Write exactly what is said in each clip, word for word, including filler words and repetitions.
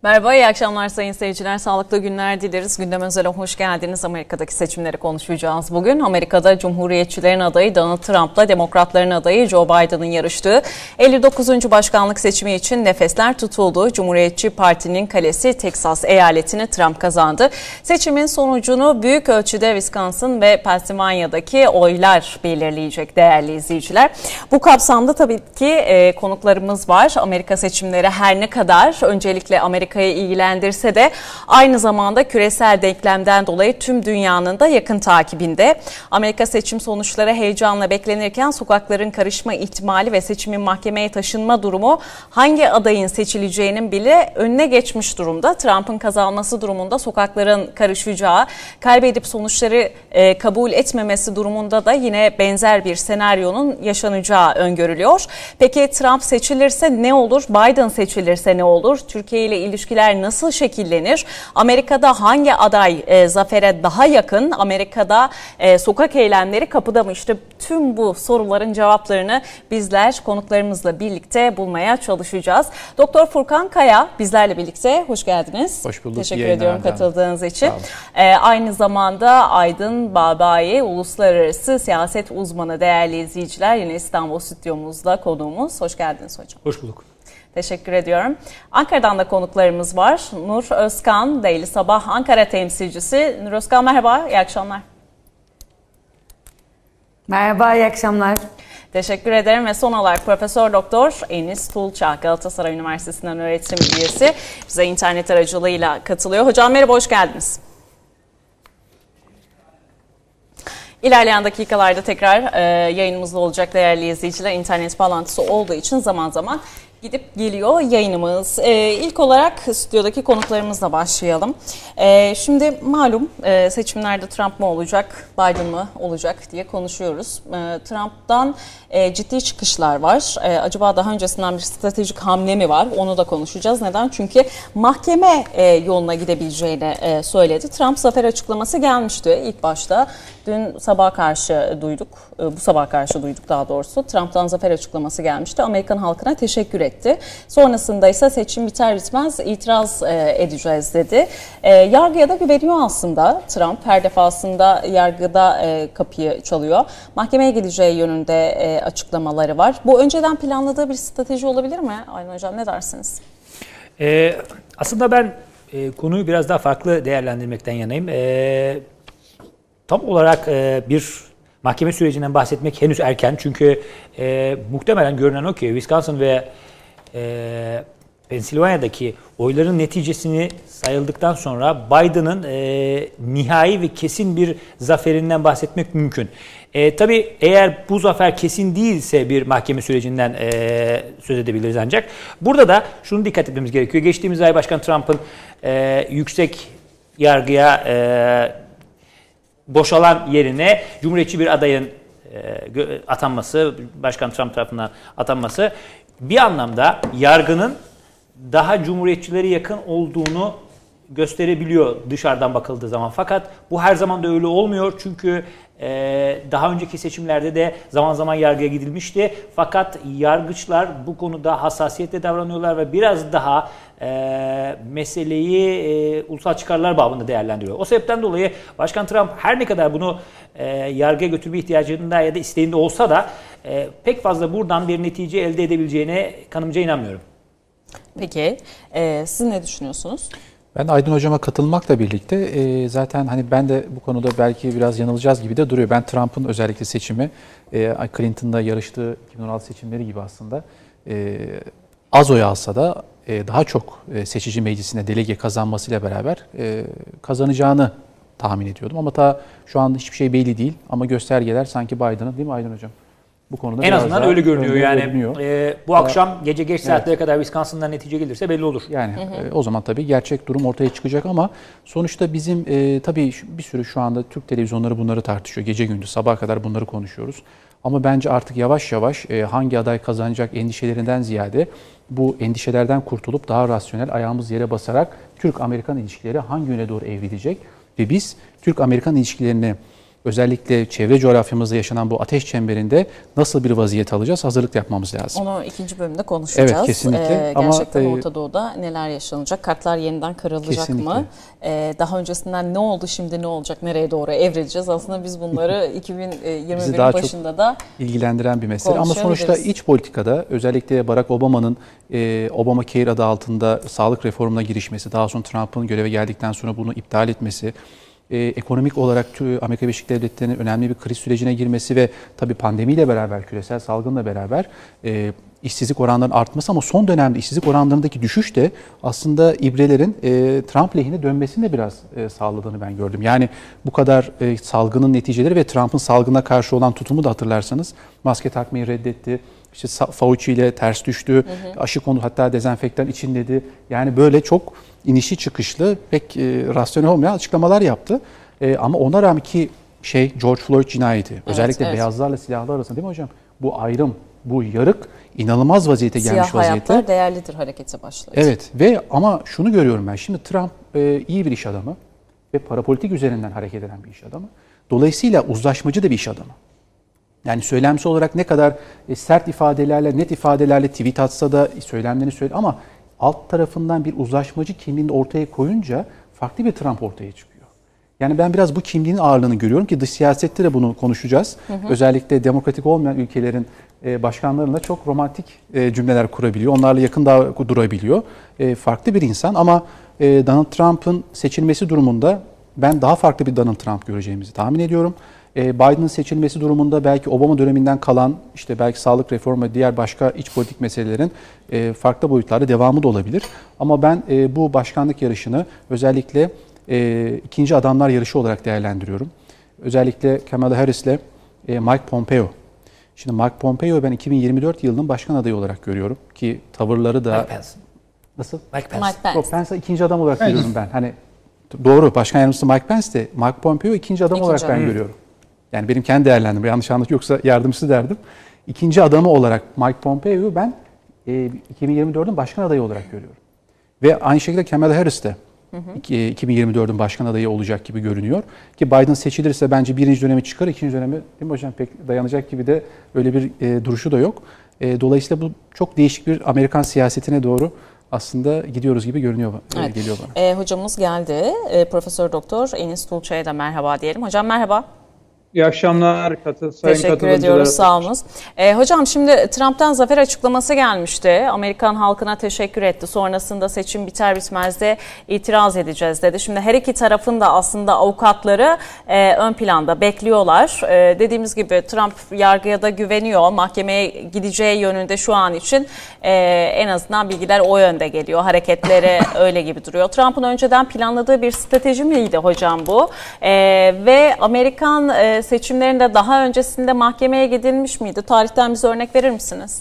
Merhaba, iyi akşamlar sayın seyirciler. Sağlıklı günler dileriz. Gündem Özel'e hoş geldiniz. Amerika'daki seçimleri konuşacağız bugün. Amerika'da Cumhuriyetçilerin adayı Donald Trump'la Demokratların adayı Joe Biden'ın yarıştığı elli dokuzuncu başkanlık seçimi için nefesler tutuldu. Cumhuriyetçi Parti'nin kalesi Teksas eyaletini Trump kazandı. Seçimin sonucunu büyük ölçüde Wisconsin ve Pennsylvania'daki oylar belirleyecek değerli izleyiciler. Bu kapsamda tabii ki e, konuklarımız var. Amerika seçimleri her ne kadar öncelikle Amerika ilgilendirse de aynı zamanda küresel denklemden dolayı tüm dünyanın da yakın takibinde. Amerika seçim sonuçları heyecanla beklenirken sokakların karışma ihtimali ve seçimin mahkemeye taşınma durumu hangi adayın seçileceğinin bile önüne geçmiş durumda. Trump'ın kazanması durumunda sokakların karışacağı, kaybedip sonuçları e, kabul etmemesi durumunda da yine benzer bir senaryonun yaşanacağı öngörülüyor. Peki Trump seçilirse ne olur? Biden seçilirse ne olur? Türkiye ile ilişkiler nasıl şekillenir? Amerika'da hangi aday e, zafere daha yakın? Amerika'da e, sokak eylemleri kapıda mı? İşte tüm bu soruların cevaplarını bizler konuklarımızla birlikte bulmaya çalışacağız. Doktor Furkan Kaya bizlerle birlikte. Hoş geldiniz. Hoş bulduk. Teşekkür ediyorum katıldığınız için. E, aynı zamanda Aydın Babai, uluslararası siyaset uzmanı değerli izleyiciler. Yine İstanbul stüdyomuzda konuğumuz. Hoş geldiniz hocam. Hoş bulduk. Teşekkür ediyorum. Ankara'dan da konuklarımız var. Nur Özkan, Daily Sabah Ankara temsilcisi. Nur Özkan merhaba, iyi akşamlar. Merhaba, iyi akşamlar. Teşekkür ederim ve son olarak Profesör Doktor Enis Tulça, Galatasaray Üniversitesi'nden öğretim üyesi bize internet aracılığıyla katılıyor. Hocam merhaba, hoş geldiniz. İlerleyen dakikalarda tekrar e, yayınımızda olacak değerli izleyiciler. İnternet bağlantısı olduğu için zaman zaman gidip geliyor yayınımız. Ee, ilk olarak stüdyodaki konuklarımızla başlayalım. Ee, şimdi malum e, seçimlerde Trump mı olacak, Biden mı olacak diye konuşuyoruz. Ee, Trump'tan e, ciddi çıkışlar var. Ee, acaba daha öncesinden bir stratejik hamle mi var? Onu da konuşacağız. Neden? Çünkü mahkeme e, yoluna gidebileceğini e, söyledi. Trump zafer açıklaması gelmişti ilk başta. Dün sabah karşı duyduk, e, bu sabah karşı duyduk daha doğrusu. Trump'tan zafer açıklaması gelmişti. Amerikan halkına teşekkür etti. Sonrasında ise seçim biter bitmez itiraz e, edeceğiz dedi. E, yargıya da güveniyor aslında Trump. Her defasında yargıda e, kapıyı çalıyor. Mahkemeye gideceği yönünde e, açıklamaları var. Bu önceden planladığı bir strateji olabilir mi? Aynen hocam, ne dersiniz? Ee, aslında ben e, konuyu biraz daha farklı değerlendirmekten yanayım. E, tam olarak e, bir mahkeme sürecinden bahsetmek henüz erken. Çünkü e, muhtemelen görünen o ki Wisconsin ve e, Pennsylvania'daki oyların neticesini sayıldıktan sonra Biden'ın e, nihai ve kesin bir zaferinden bahsetmek mümkün. E, tabii eğer bu zafer kesin değilse bir mahkeme sürecinden e, söz edebiliriz ancak. Burada da şunu dikkat etmemiz gerekiyor. Geçtiğimiz ay Başkan Trump'ın e, yüksek yargıya e, boşalan yerine Cumhuriyetçi bir adayın e, atanması, Başkan Trump tarafından atanması bir anlamda yargının daha Cumhuriyetçilere yakın olduğunu gösterebiliyor dışarıdan bakıldığı zaman. Fakat bu her zaman da öyle olmuyor çünkü e, daha önceki seçimlerde de zaman zaman yargıya gidilmişti. Fakat yargıçlar bu konuda hassasiyetle davranıyorlar ve biraz daha e, meseleyi e, ulusal çıkarlar babında değerlendiriyor. O sebepten dolayı Başkan Trump her ne kadar bunu e, yargıya götürme ihtiyacında ya da isteğinde olsa da e, pek fazla buradan bir netice elde edebileceğine kanımca inanmıyorum. Peki, e, siz ne düşünüyorsunuz? Ben Aydın Hocam'a katılmakla birlikte e, zaten hani ben de bu konuda belki biraz yanılacağız gibi de duruyor. Ben Trump'ın özellikle seçimi, e, Clinton'da yarıştığı iki bin on altı seçimleri gibi aslında e, az oy alsa da e, daha çok e, seçici meclisine delege kazanmasıyla beraber e, kazanacağını tahmin ediyordum. Ama ta şu an hiçbir şey belli değil ama göstergeler sanki Biden'ın, değil mi Aydın Hocam? Bu konuda en azından öyle görünüyor yani. E, bu akşam Aa, gece geç saatlere evet. kadar Wisconsin'dan netice gelirse belli olur. Yani hı hı. E, o zaman tabii gerçek durum ortaya çıkacak ama sonuçta bizim e, tabii bir sürü şu anda Türk televizyonları bunları tartışıyor. Gece gündüz sabaha kadar bunları konuşuyoruz. Ama bence artık yavaş yavaş e, hangi aday kazanacak endişelerinden ziyade bu endişelerden kurtulup daha rasyonel ayağımız yere basarak Türk-Amerikan ilişkileri hangi yöne doğru evrilecek ve biz Türk-Amerikan ilişkilerini özellikle çevre coğrafyamızda yaşanan bu ateş çemberinde nasıl bir vaziyet alacağız? Hazırlık yapmamız lazım. Onu ikinci bölümde konuşacağız. Evet, kesinlikle. Ee, gerçekten Ama, Orta Doğu'da neler yaşanacak? Kartlar yeniden kırılacak kesinlikle. mı? Ee, daha öncesinden ne oldu, şimdi ne olacak, nereye doğru evrileceğiz? Aslında biz bunları iki bin yirmi birin başında da ilgilendiren bir mesele. Ama sonuçta iç politikada özellikle Barack Obama'nın e, Obamacare adı altında sağlık reformuna girişmesi, daha sonra Trump'ın göreve geldikten sonra bunu iptal etmesi, e, ekonomik olarak Amerika Birleşik Devletleri'nin önemli bir kriz sürecine girmesi ve tabii pandemiyle beraber, küresel salgınla beraber e, işsizlik oranlarının artması, ama son dönemde işsizlik oranlarındaki düşüş de aslında ibrelerin e, Trump lehine dönmesini de biraz e, sağladığını ben gördüm. Yani bu kadar e, salgının neticeleri ve Trump'ın salgına karşı olan tutumu da hatırlarsanız maske takmayı reddetti. İşte Fauci ile ters düştü, hı hı. aşı konu, hatta dezenfektan için dedi. Yani böyle çok inişi çıkışlı, pek e, rasyonel olmayan açıklamalar yaptı. E, ama ona rağmen ki şey George Floyd cinayeti, evet, özellikle evet. beyazlarla siyahlar arasında, değil mi hocam? Bu ayrım, bu yarık inanılmaz vaziyete gelmiş vaziyette. Siyah hayatlar değerlidir harekete başladı. Evet ve ama şunu görüyorum ben. Şimdi Trump e, iyi bir iş adamı ve parapolitik üzerinden hareket eden bir iş adamı. Dolayısıyla uzlaşmacı da bir iş adamı. Yani söylemsi olarak ne kadar e, sert ifadelerle, net ifadelerle tweet atsa da söylemlerini söyledi, ama alt tarafından bir uzlaşmacı kimliğini ortaya koyunca farklı bir Trump ortaya çıkıyor. Yani ben biraz bu kimliğin ağırlığını görüyorum ki dış siyasette de bunu konuşacağız. Hı hı. Özellikle demokratik olmayan ülkelerin e, başkanlarıyla çok romantik e, cümleler kurabiliyor. Onlarla yakın daha durabiliyor. E, farklı bir insan, ama e, Donald Trump'ın seçilmesi durumunda ben daha farklı bir Donald Trump göreceğimizi tahmin ediyorum. Biden'ın seçilmesi durumunda belki Obama döneminden kalan, işte belki sağlık reformu ve diğer başka iç politik meselelerin farklı boyutlarda devamı da olabilir. Ama ben bu başkanlık yarışını özellikle ikinci adamlar yarışı olarak değerlendiriyorum. Özellikle Kamala Harris ile Mike Pompeo. Şimdi Mike Pompeo ben iki bin yirmi dört yılının başkan adayı olarak görüyorum ki tavırları da... Mike Pence. Nasıl? Mike Pence. Mike Pence. Yok, Pence'i ikinci adam olarak Pence. görüyorum ben. Hani doğru, başkan yardımcısı Mike Pence de Mike Pompeo ikinci adam ikinci olarak adam. ben hmm. görüyorum. Yani benim kendi değerlendirmem, yanlış anlık yoksa yardımcısı derdim. İkinci adamı olarak Mike Pompeo'yu ben e, iki bin yirmi dördün başkan adayı olarak görüyorum. Ve aynı şekilde Kamala Harris de hı hı. iki bin yirmi dördün başkan adayı olacak gibi görünüyor. Ki Biden seçilirse bence birinci dönemi çıkar, ikinci dönemi, değil mi hocam, pek dayanacak gibi de öyle bir e, duruşu da yok. E, dolayısıyla bu çok değişik bir Amerikan siyasetine doğru aslında gidiyoruz gibi görünüyor, evet. e, geliyor bana. E, hocamız geldi. E, Profesör Doktor Enis Tuğçay'a da merhaba diyelim. Hocam merhaba. İyi akşamlar. Katıl, sayın Teşekkür ediyoruz. Sağ olun. Ee, hocam şimdi Trump'tan zafer açıklaması gelmişti. Amerikan halkına teşekkür etti. Sonrasında seçim biter bitmez de itiraz edeceğiz dedi. Şimdi her iki tarafın da aslında avukatları e, ön planda bekliyorlar. E, dediğimiz gibi Trump yargıya da güveniyor. Mahkemeye gideceği yönünde şu an için e, en azından bilgiler o yönde geliyor. Hareketleri öyle gibi duruyor. Trump'ın önceden planladığı bir strateji miydi hocam bu? E, ve Amerikan e, seçimlerinde daha öncesinde mahkemeye gidilmiş miydi? Tarihten bize örnek verir misiniz?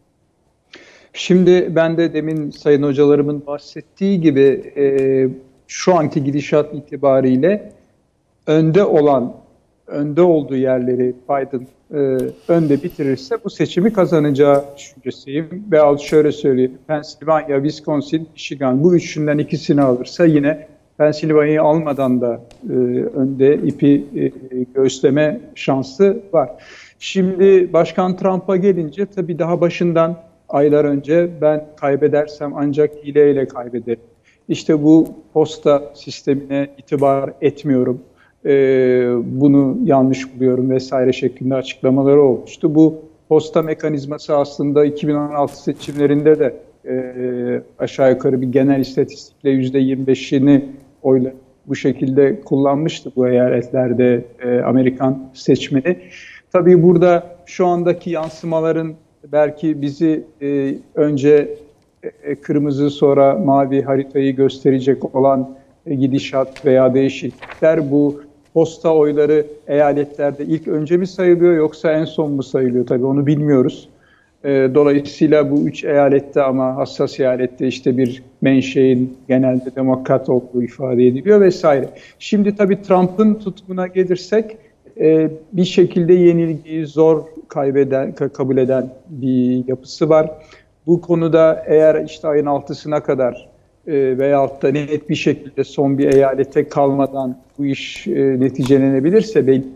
Şimdi ben de demin sayın hocalarımın bahsettiği gibi e, şu anki gidişat itibariyle önde olan, önde olduğu yerleri Biden e, önde bitirirse bu seçimi kazanacağı düşüncesiyim. Veyahut şöyle söyleyeyim, Pennsylvania, Wisconsin, Michigan, bu üçünden ikisini alırsa yine Pennsylvania'yı almadan da e, önde ipi e, göğüsleme şansı var. Şimdi Başkan Trump'a gelince tabii daha başından aylar önce ben kaybedersem ancak hileyle kaybederim. İşte bu posta sistemine itibar etmiyorum, e, bunu yanlış buluyorum vesaire şeklinde açıklamaları olmuştu. Bu posta mekanizması aslında iki bin on altı seçimlerinde de e, aşağı yukarı bir genel istatistikle yüzde yirmi beşini oyla bu şekilde kullanmıştı bu eyaletlerde e, Amerikan seçmeni. Tabii burada şu andaki yansımaların belki bizi e, önce e, kırmızı sonra mavi haritayı gösterecek olan e, gidişat veya değişiklikler, bu posta oyları eyaletlerde ilk önce mi sayılıyor yoksa en son mu sayılıyor, tabii onu bilmiyoruz. Dolayısıyla bu üç eyalette, ama hassas eyalette işte bir menşein genelde demokrat olduğu ifade ediliyor vesaire. Şimdi tabii Trump'ın tutumuna gelirsek bir şekilde yenilgiyi zor kaybeden, kabul eden bir yapısı var. Bu konuda eğer işte ayın altısına kadar veyahut da net bir şekilde son bir eyalete kalmadan bu iş neticelenebilirse belli bir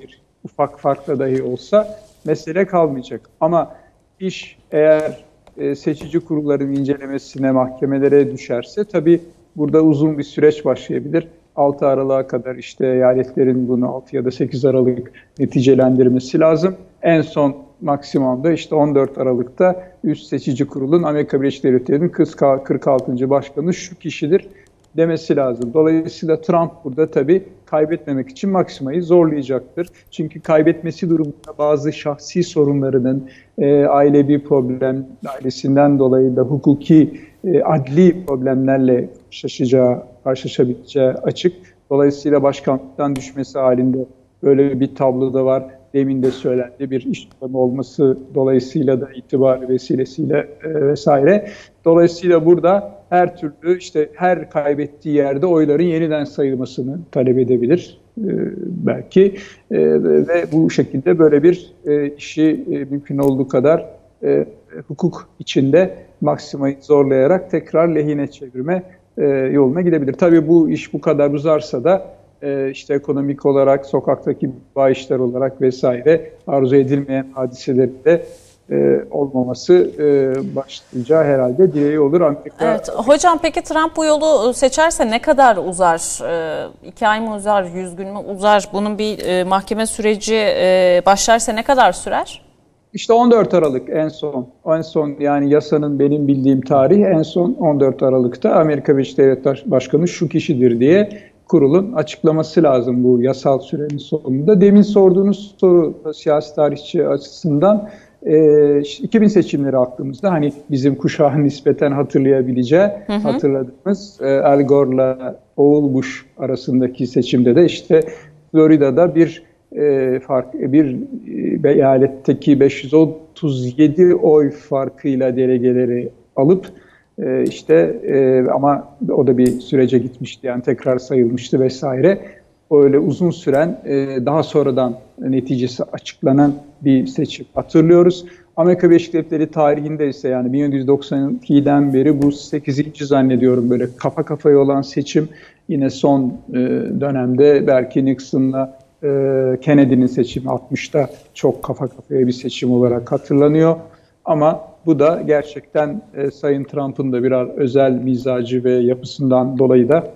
ufak farkla dahi olsa mesele kalmayacak. Ama iş eğer e, seçici kurulların incelemesine, mahkemelere düşerse tabii burada uzun bir süreç başlayabilir. altı Aralık'a kadar işte eyaletlerin bunu altı ya da sekiz Aralık neticelendirmesi lazım. En son maksimumda işte on dört Aralık'ta üst seçici kurulun Amerika Birleşik Devletleri'nin kırk altıncı başkanı şu kişidir demesi lazım. Dolayısıyla Trump burada tabii kaybetmemek için Maxima'yı zorlayacaktır. Çünkü kaybetmesi durumunda bazı şahsi sorunlarının, e, ailevi problem, ailesinden dolayı da hukuki, e, adli problemlerle karşılaşacağı, karşılaşabileceği açık. Dolayısıyla başkanlıktan düşmesi halinde böyle bir tablo da var. Demin de söylendi, bir iş adamı olması dolayısıyla da itibarı vesilesiyle e, vesaire. Dolayısıyla burada her türlü işte her kaybettiği yerde oyların yeniden sayılmasını talep edebilir e, belki e, ve bu şekilde böyle bir e, işi e, mümkün olduğu kadar e, hukuk içinde Maxima'yı zorlayarak tekrar lehine çevirme e, yoluna gidebilir. Tabii bu iş bu kadar uzarsa da e, işte ekonomik olarak, sokaktaki bahişler olarak vesaire arzu edilmeyen hadiselerinde e, olmaması e, başlayacağı herhalde dileği olur. Amerika... Evet. Hocam peki Trump bu yolu seçerse ne kadar uzar? E, iki ay mı uzar, yüz gün mü uzar? Bunun bir e, mahkeme süreci e, başlarsa ne kadar sürer? İşte on dört Aralık en son. En son yani yasanın benim bildiğim tarih en son on dört Aralık'ta Amerika Birleşik Devletleri Başkanı şu kişidir diye kurulun açıklaması lazım bu yasal sürenin sonunda. Demin sorduğunuz soru siyasi tarihçi açısından e, iki bin seçimleri aklımızda. Hani bizim kuşağın nispeten hatırlayabileceği, hı hı. hatırladığımız e, Al Gore'la oğul Bush arasındaki seçimde de işte Florida'da bir e, fark bir e, eyaletteki beş yüz otuz yedi oy farkıyla delegeleri alıp Ee, işte e, ama o da bir sürece gitmişti yani tekrar sayılmıştı vesaire. Öyle uzun süren e, daha sonradan neticesi açıklanan bir seçim hatırlıyoruz. Amerika Birleşik Devletleri tarihinde ise yani bin yedi yüz doksan ikiden beri bu sekizinci zannediyorum böyle kafa kafaya olan seçim. Yine son e, dönemde belki Nixon'la e, Kennedy'nin seçimi altmışta çok kafa kafaya bir seçim olarak hatırlanıyor. Ama bu da gerçekten e, Sayın Trump'ın da biraz özel mizacı ve yapısından dolayı da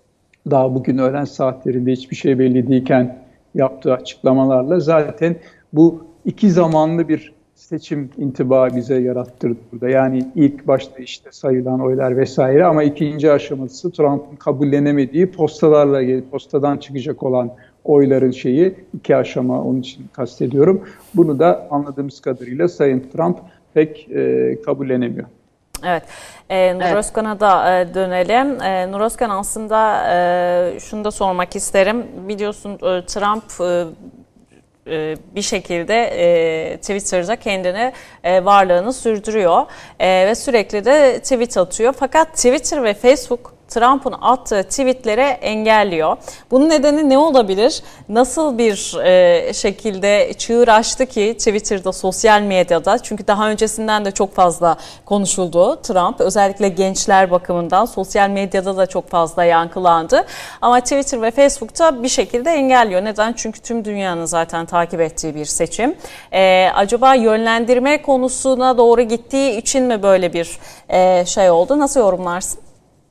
daha bugün öğlen saatlerinde hiçbir şey belli değilken yaptığı açıklamalarla zaten bu iki zamanlı bir seçim intibaı bize yarattırdı burada. Yani ilk başta işte sayılan oylar vesaire ama ikinci aşaması Trump'ın kabullenemediği postalarla postadan çıkacak olan oyların şeyi iki aşama onun için kastediyorum. Bunu da anladığımız kadarıyla Sayın Trump pek e, kabullenemiyor. Evet, e, Nur evet. Özkan'a da e, dönelim. E, Nur Özkan aslında e, şunu da sormak isterim. Biliyorsun e, Trump e, e, bir şekilde e, Twitter'da kendini e, varlığını sürdürüyor e, ve sürekli de tweet atıyor. Fakat Twitter ve Facebook Trump'ın attığı tweetlere engelliyor. Bunun nedeni ne olabilir? Nasıl bir e, şekilde çığır açtı ki Twitter'da, sosyal medyada? Çünkü daha öncesinden de çok fazla konuşuldu Trump. Özellikle gençler bakımından sosyal medyada da çok fazla yankılandı. Ama Twitter ve Facebook'ta bir şekilde engelliyor. Neden? Çünkü tüm dünyanın zaten takip ettiği bir seçim. E, acaba yönlendirme konusuna doğru gittiği için mi böyle bir e, şey oldu? Nasıl yorumlarsın?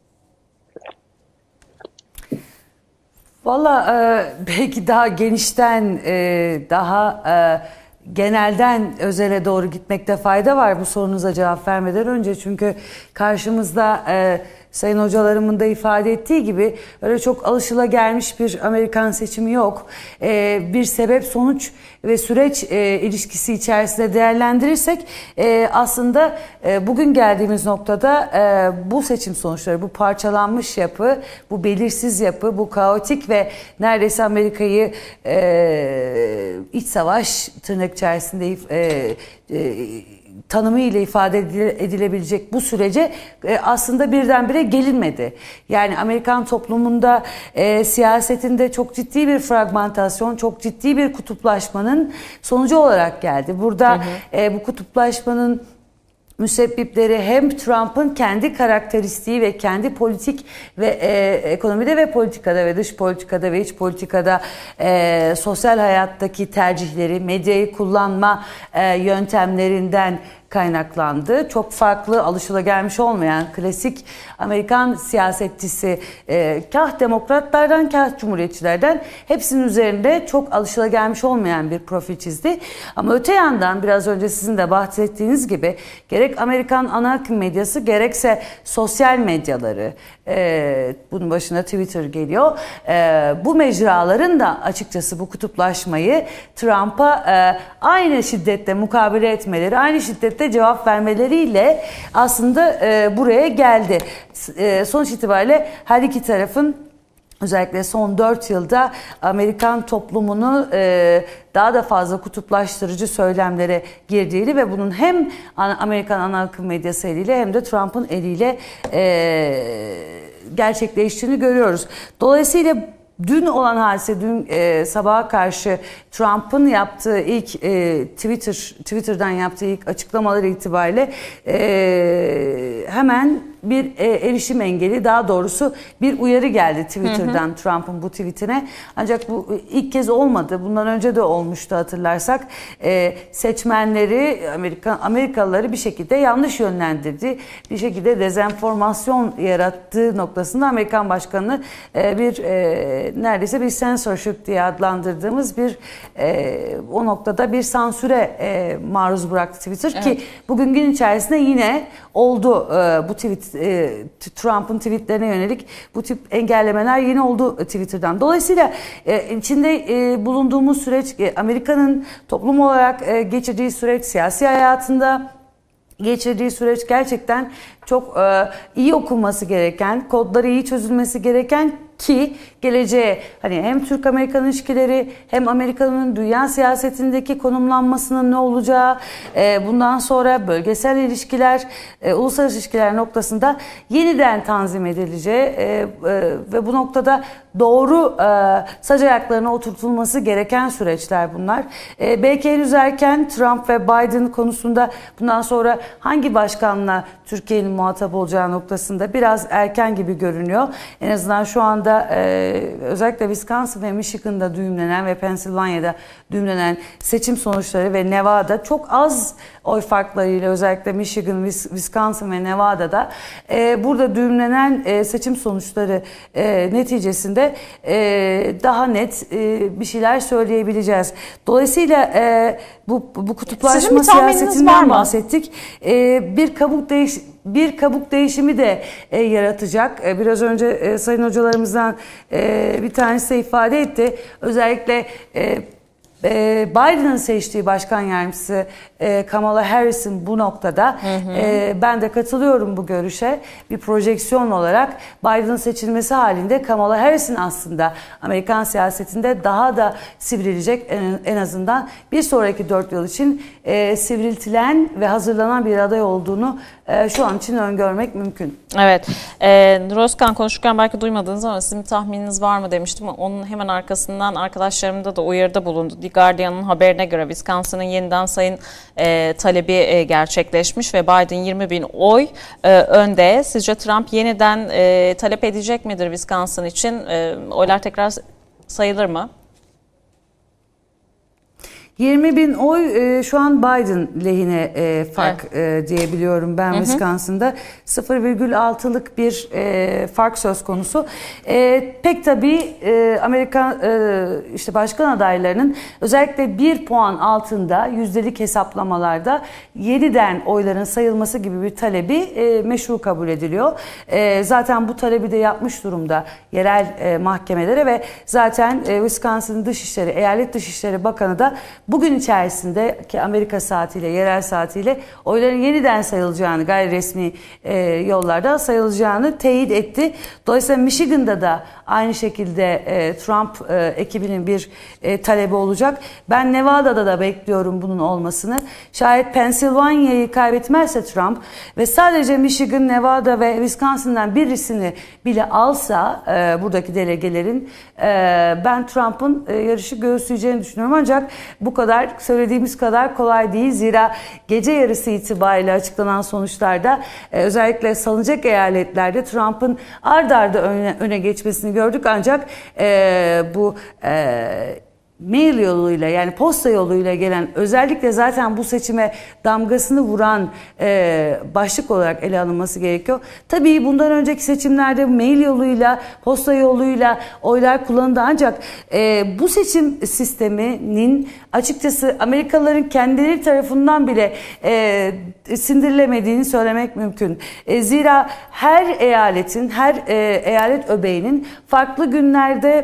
Valla e, belki daha genişten, e, daha e, genelden özele doğru gitmekte fayda var bu sorunuza cevap vermeden önce. Çünkü karşımızda e, sayın hocalarımın da ifade ettiği gibi öyle çok alışılagelmiş bir Amerikan seçimi yok. E, bir sebep sonuç ve süreç e, ilişkisi içerisinde değerlendirirsek e, aslında e, bugün geldiğimiz noktada e, bu seçim sonuçları, bu parçalanmış yapı, bu belirsiz yapı, bu kaotik ve neredeyse Amerika'yı e, iç savaş tırnak içerisinde e, e, tanımıyla ifade edilebilecek bu sürece e, aslında birdenbire gelinmedi. Yani Amerikan toplumunda, e, siyasetinde çok ciddi bir fragmentasyon, çok ciddi bir kutuplaşmanın sonucu olarak geldi. Burada hı hı. E, bu kutuplaşmanın müsebbipleri hem Trump'ın kendi karakteristiği ve kendi politik ve e, ekonomide ve politikada ve dış politikada ve iç politikada e, sosyal hayattaki tercihleri, medyayı kullanma e, yöntemlerinden kaynaklandı. Çok farklı, alışılagelmiş olmayan klasik Amerikan siyasetçisi, e, kah demokratlardan kah cumhuriyetçilerden hepsinin üzerinde çok alışılagelmiş olmayan bir profil çizdi. Ama öte yandan biraz önce sizin de bahsettiğiniz gibi gerek Amerikan ana akım medyası gerekse sosyal medyaları, e, bunun başına Twitter geliyor. E, bu mecraların da açıkçası bu kutuplaşmayı Trump'a e, aynı şiddette mukabele etmeleri, aynı şiddette cevap vermeleriyle aslında e, buraya geldi. E, sonuç itibariyle her iki tarafın özellikle son dört yılda Amerikan toplumunu e, daha da fazla kutuplaştırıcı söylemlere girdiğini ve bunun hem Amerikan ana akım medyası eliyle hem de Trump'ın eliyle e, gerçekleştiğini görüyoruz. Dolayısıyla dün olan hadise, dün e, sabaha karşı Trump'ın yaptığı ilk e, Twitter Twitter'dan yaptığı ilk açıklamaları itibariyle e, hemen bir e, erişim engeli, daha doğrusu bir uyarı geldi Twitter'dan Trump'ın bu tweetine. Ancak bu ilk kez olmadı. Bundan önce de olmuştu hatırlarsak. E, seçmenleri, Amerika, Amerikalıları bir şekilde yanlış yönlendirdi. Bir şekilde dezenformasyon yarattığı noktasında Amerikan Başkanı'nı e, bir e, neredeyse bir censorship diye adlandırdığımız bir e, o noktada bir sansüre e, maruz bıraktı Twitter, evet. Ki bugün gün içerisinde yine oldu e, bu tweet e, Trump'ın tweetlerine yönelik bu tip engellemeler yine oldu Twitter'dan. Dolayısıyla e, içinde e, bulunduğumuz süreç, e, Amerika'nın toplum olarak e, geçirdiği süreç, siyasi hayatında geçirdiği süreç gerçekten çok e, iyi okunması gereken, kodları iyi çözülmesi gereken ki geleceğe hani hem Türk-Amerikan ilişkileri hem Amerika'nın dünya siyasetindeki konumlanmasının ne olacağı, e, bundan sonra bölgesel ilişkiler, e, uluslararası ilişkiler noktasında yeniden tanzim edileceği e, e, ve bu noktada doğru e, sac ayaklarına oturtulması gereken süreçler bunlar. E, belki henüz erken Trump ve Biden konusunda bundan sonra hangi başkanla Türkiye'nin muhatap olacağı noktasında biraz erken gibi görünüyor. En azından şu anda e, özellikle Wisconsin ve Michigan'da düğümlenen ve Pennsylvania'da düğümlenen seçim sonuçları ve Nevada çok az oy farklarıyla, özellikle Michigan, Wisconsin ve Nevada'da e, burada düğümlenen e, seçim sonuçları e, neticesinde e, daha net e, bir şeyler söyleyebileceğiz. Dolayısıyla e, bu, bu kutuplaşma siyasetinden bahsettik. E, bir kabuk değiş bir kabuk değişimi de e, yaratacak. E, biraz önce e, sayın hocalarımızdan e, bir tanesi de ifade etti. Özellikle e, Biden'ın seçtiği başkan yardımcısı Kamala Harris'in bu noktada, hı hı. ben de katılıyorum bu görüşe, bir projeksiyon olarak Biden'ın seçilmesi halinde Kamala Harris'in aslında Amerikan siyasetinde daha da sivrilecek, en azından bir sonraki dört yıl için sivriltilen ve hazırlanan bir aday olduğunu şu an için öngörmek mümkün. Evet. E, Nur Özkan konuşurken belki duymadınız ama sizin bir tahmininiz var mı demiştim. Onun hemen arkasından arkadaşlarımda da uyarıda bulundu. The Guardian'ın haberine göre Wisconsin'ın yeniden sayım e, talebi e, gerçekleşmiş ve Biden yirmi bin oy e, önde. Sizce Trump yeniden e, talep edecek midir Wisconsin için? E, oylar tekrar sayılır mı? yirmi bin oy e, şu an Biden lehine e, fark evet. e, diyebiliyorum ben, hı hı. Wisconsin'da. sıfır virgül altılık bir e, fark söz konusu. E, pek tabii e, Amerika e, işte başkan adaylarının özellikle bir puan altında yüzdelik hesaplamalarda yeniden oyların sayılması gibi bir talebi e, meşru kabul ediliyor. E, zaten bu talebi de yapmış durumda yerel e, mahkemelere ve zaten e, Wisconsin Dışişleri, Eyalet Dışişleri Bakanı da bugün içerisinde ki Amerika saatiyle, yerel saatiyle oyların yeniden sayılacağını, gayri resmi e, yollardan sayılacağını teyit etti. Dolayısıyla Michigan'da da aynı şekilde e, Trump e, ekibinin bir e, talebi olacak. Ben Nevada'da da bekliyorum bunun olmasını. Şayet Pennsylvania'yı kaybetmezse Trump ve sadece Michigan, Nevada ve Wisconsin'dan birisini bile alsa e, buradaki delegelerin, e, ben Trump'ın e, yarışı göğüsleyeceğini düşünüyorum. Ancak bu kadar söylediğimiz kadar kolay değil. Zira gece yarısı itibariyle açıklanan sonuçlarda e, özellikle salınacak eyaletlerde Trump'ın ard arda öne, öne geçmesini gördük. Ancak e, bu e, mail yoluyla yani posta yoluyla gelen özellikle zaten bu seçime damgasını vuran e, başlık olarak ele alınması gerekiyor. Tabii bundan önceki seçimlerde mail yoluyla, posta yoluyla oylar kullanıldı ancak e, bu seçim sisteminin açıkçası Amerikalıların kendileri tarafından bile e, sindirilemediğini söylemek mümkün. E, zira her eyaletin, her e, eyalet öbeğinin farklı günlerde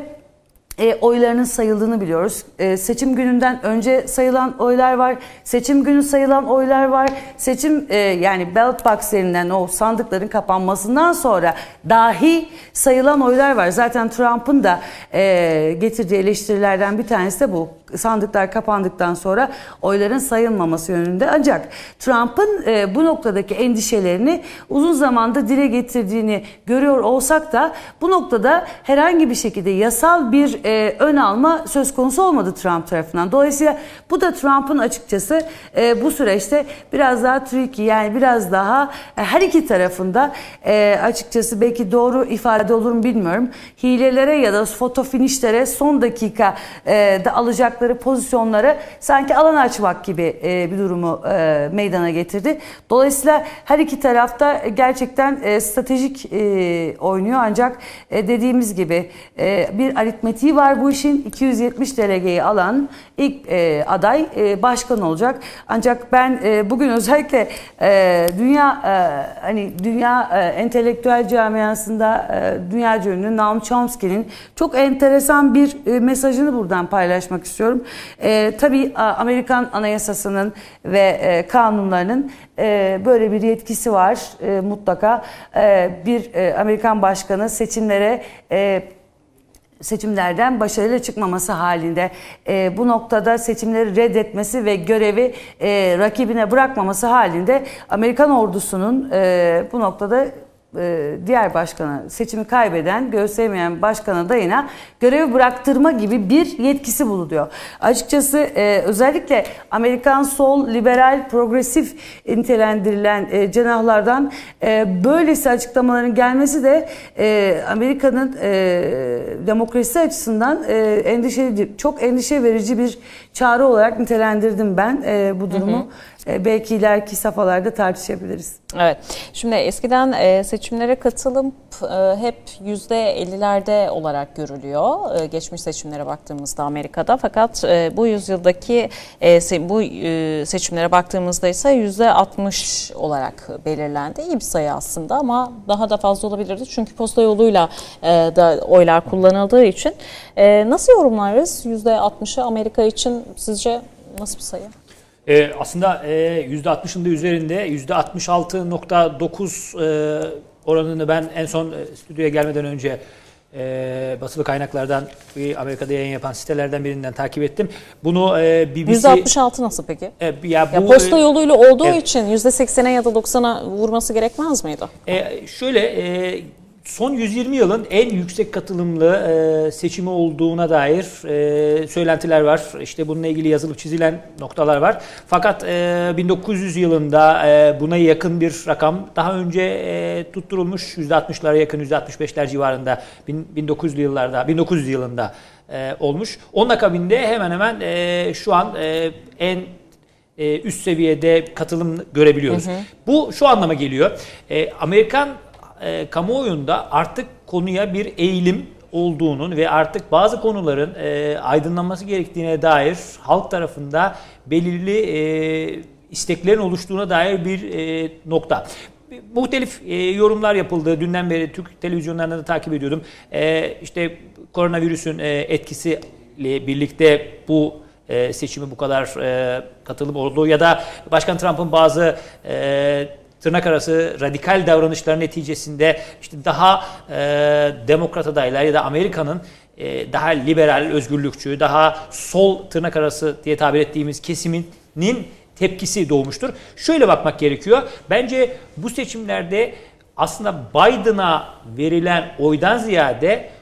E, oylarının sayıldığını biliyoruz. E, seçim gününden önce sayılan oylar var. Seçim günü sayılan oylar var. Seçim e, yani ballot box denilen o sandıkların kapanmasından sonra dahi sayılan oylar var. Zaten Trump'ın da e, getirdiği eleştirilerden bir tanesi de bu. Sandıklar kapandıktan sonra oyların sayılmaması yönünde. Ancak Trump'ın e, bu noktadaki endişelerini uzun zamandır dile getirdiğini görüyor olsak da bu noktada herhangi bir şekilde yasal bir e, ön alma söz konusu olmadı Trump tarafından. Dolayısıyla bu da Trump'ın açıkçası e, bu süreçte biraz daha tricky yani biraz daha e, her iki tarafında e, açıkçası belki doğru ifade olur mu bilmiyorum. Hilelere ya da foto finişlere son dakika e, da alacakları pozisyonları sanki alan açmak gibi e, bir durumu e, meydana getirdi. Dolayısıyla her iki tarafta gerçekten e, stratejik e, oynuyor ancak e, dediğimiz gibi e, bir aritmetiği var bu işin. iki yüz yetmiş delegeyi alan ilk e, aday e, başkan olacak. Ancak ben e, bugün özellikle e, dünya e, hani dünya e, entelektüel camiasında e, dünyaca ünlü Noam Chomsky'nin çok enteresan bir e, mesajını buradan paylaşmak istiyorum. E, tabii Amerikan Anayasası'nın ve e, kanunlarının e, böyle bir yetkisi var e, mutlaka. E, bir e, Amerikan başkanı seçimlere e, seçimlerden başarıyla çıkmaması halinde e, bu noktada seçimleri reddetmesi ve görevi e, rakibine bırakmaması halinde Amerikan ordusunun e, bu noktada diğer başkana, seçimi kaybeden, göğüsleyemeyen başkan adayına görevi bıraktırma gibi bir yetkisi bulunuyor. Açıkçası e, özellikle Amerikan sol, liberal, progresif nitelendirilen e, cenahlardan e, böylesi açıklamaların gelmesi de e, Amerika'nın e, demokrasi açısından e, endişe, çok endişe verici bir çağrı olarak nitelendirdim ben e, bu durumu. Hı hı. Belki ileriki safhalarda tartışabiliriz. Evet. Şimdi eskiden e, seçimlere katılım e, hep yüzde ellilerde olarak görülüyor. E, geçmiş seçimlere baktığımızda Amerika'da. Fakat e, bu yüzyıldaki e, se, bu e, seçimlere baktığımızda ise yüzde altmış olarak belirlendi. İyi bir sayı aslında ama daha da fazla olabilirdi. Çünkü posta yoluyla e, da oylar kullanıldığı için. E, nasıl yorumlarız yüzde altmışı Amerika için sizce nasıl bir sayı? Ee, aslında e, yüzde altmışın da üzerinde yüzde altmış altı nokta dokuz e, oranını ben en son e, stüdyoya gelmeden önce e, basılı kaynaklardan bir Amerika'da yayın yapan sitelerden birinden takip ettim. Bunu e, B B C... yüzde altmış altı nasıl peki? E, ya, bu, ya posta yoluyla olduğu evet. için yüzde seksene ya da doksana vurması gerekmez miydi? E, şöyle... E, Son yüz yirmi yılın en yüksek katılımlı e, seçimi olduğuna dair e, söylentiler var. İşte bununla ilgili yazılıp çizilen noktalar var. Fakat e, bin dokuz yüz yılında e, buna yakın bir rakam daha önce e, tutturulmuş. yüzde altmışlara yakın, yüzde altmış beşler civarında bin dokuz yüzlü yıllarda, bin dokuz yüz yılında e, olmuş. Onun akabinde hemen hemen e, şu an e, en e, üst seviyede katılım görebiliyoruz. Hı hı. Bu şu anlama geliyor. E, Amerikan E, kamuoyunda artık konuya bir eğilim olduğunun ve artık bazı konuların e, aydınlanması gerektiğine dair halk tarafında belirli e, isteklerin oluştuğuna dair bir e, nokta. Muhtelif e, yorumlar yapıldı. Dünden beri Türk televizyonlarında da takip ediyordum. E, işte koronavirüsün e, etkisiyle birlikte bu e, seçimi bu kadar e, katılım olduğu ya da Başkan Trump'ın bazı e, tırnak arası radikal davranışların neticesinde işte daha e, demokrat adaylar ya da Amerika'nın e, daha liberal, özgürlükçü, daha sol tırnak arası diye tabir ettiğimiz kesiminin tepkisi doğmuştur. Şöyle bakmak gerekiyor. Bence bu seçimlerde aslında Biden'a verilen oydan ziyade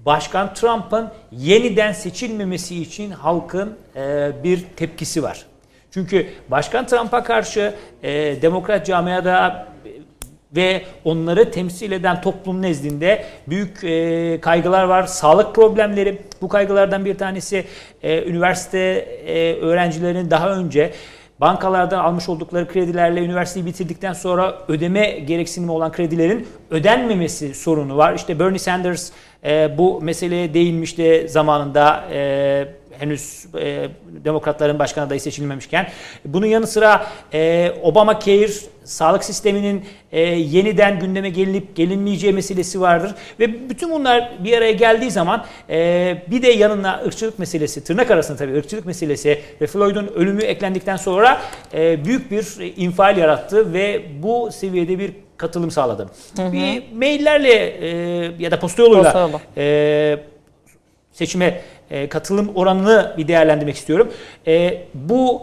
Başkan Trump'ın yeniden seçilmemesi için halkın e, bir tepkisi var. Çünkü Başkan Trump'a karşı e, demokrat camiada ve onları temsil eden toplum nezdinde büyük e, kaygılar var. Sağlık problemleri, bu kaygılardan bir tanesi e, üniversite e, öğrencilerinin daha önce bankalardan almış oldukları kredilerle üniversiteyi bitirdikten sonra ödeme gereksinimi olan kredilerin ödenmemesi sorunu var. İşte Bernie Sanders e, bu meseleye değinmişti zamanında, e, henüz e, Demokratların başkan adayı seçilmemişken. Bunun yanı sıra e, Obamacare, sağlık sisteminin e, yeniden gündeme gelinip gelinmeyeceği meselesi vardır. Ve bütün bunlar bir araya geldiği zaman e, bir de yanına ırkçılık meselesi, tırnak arasında tabii ırkçılık meselesi ve Floyd'un ölümü eklendikten sonra e, büyük bir infial yarattı ve bu seviyede bir katılım sağladı. Hı hı. Bir maillerle e, ya da posta yoluyla posta yolu. e, seçime e, katılım oranını bir değerlendirmek istiyorum. E, bu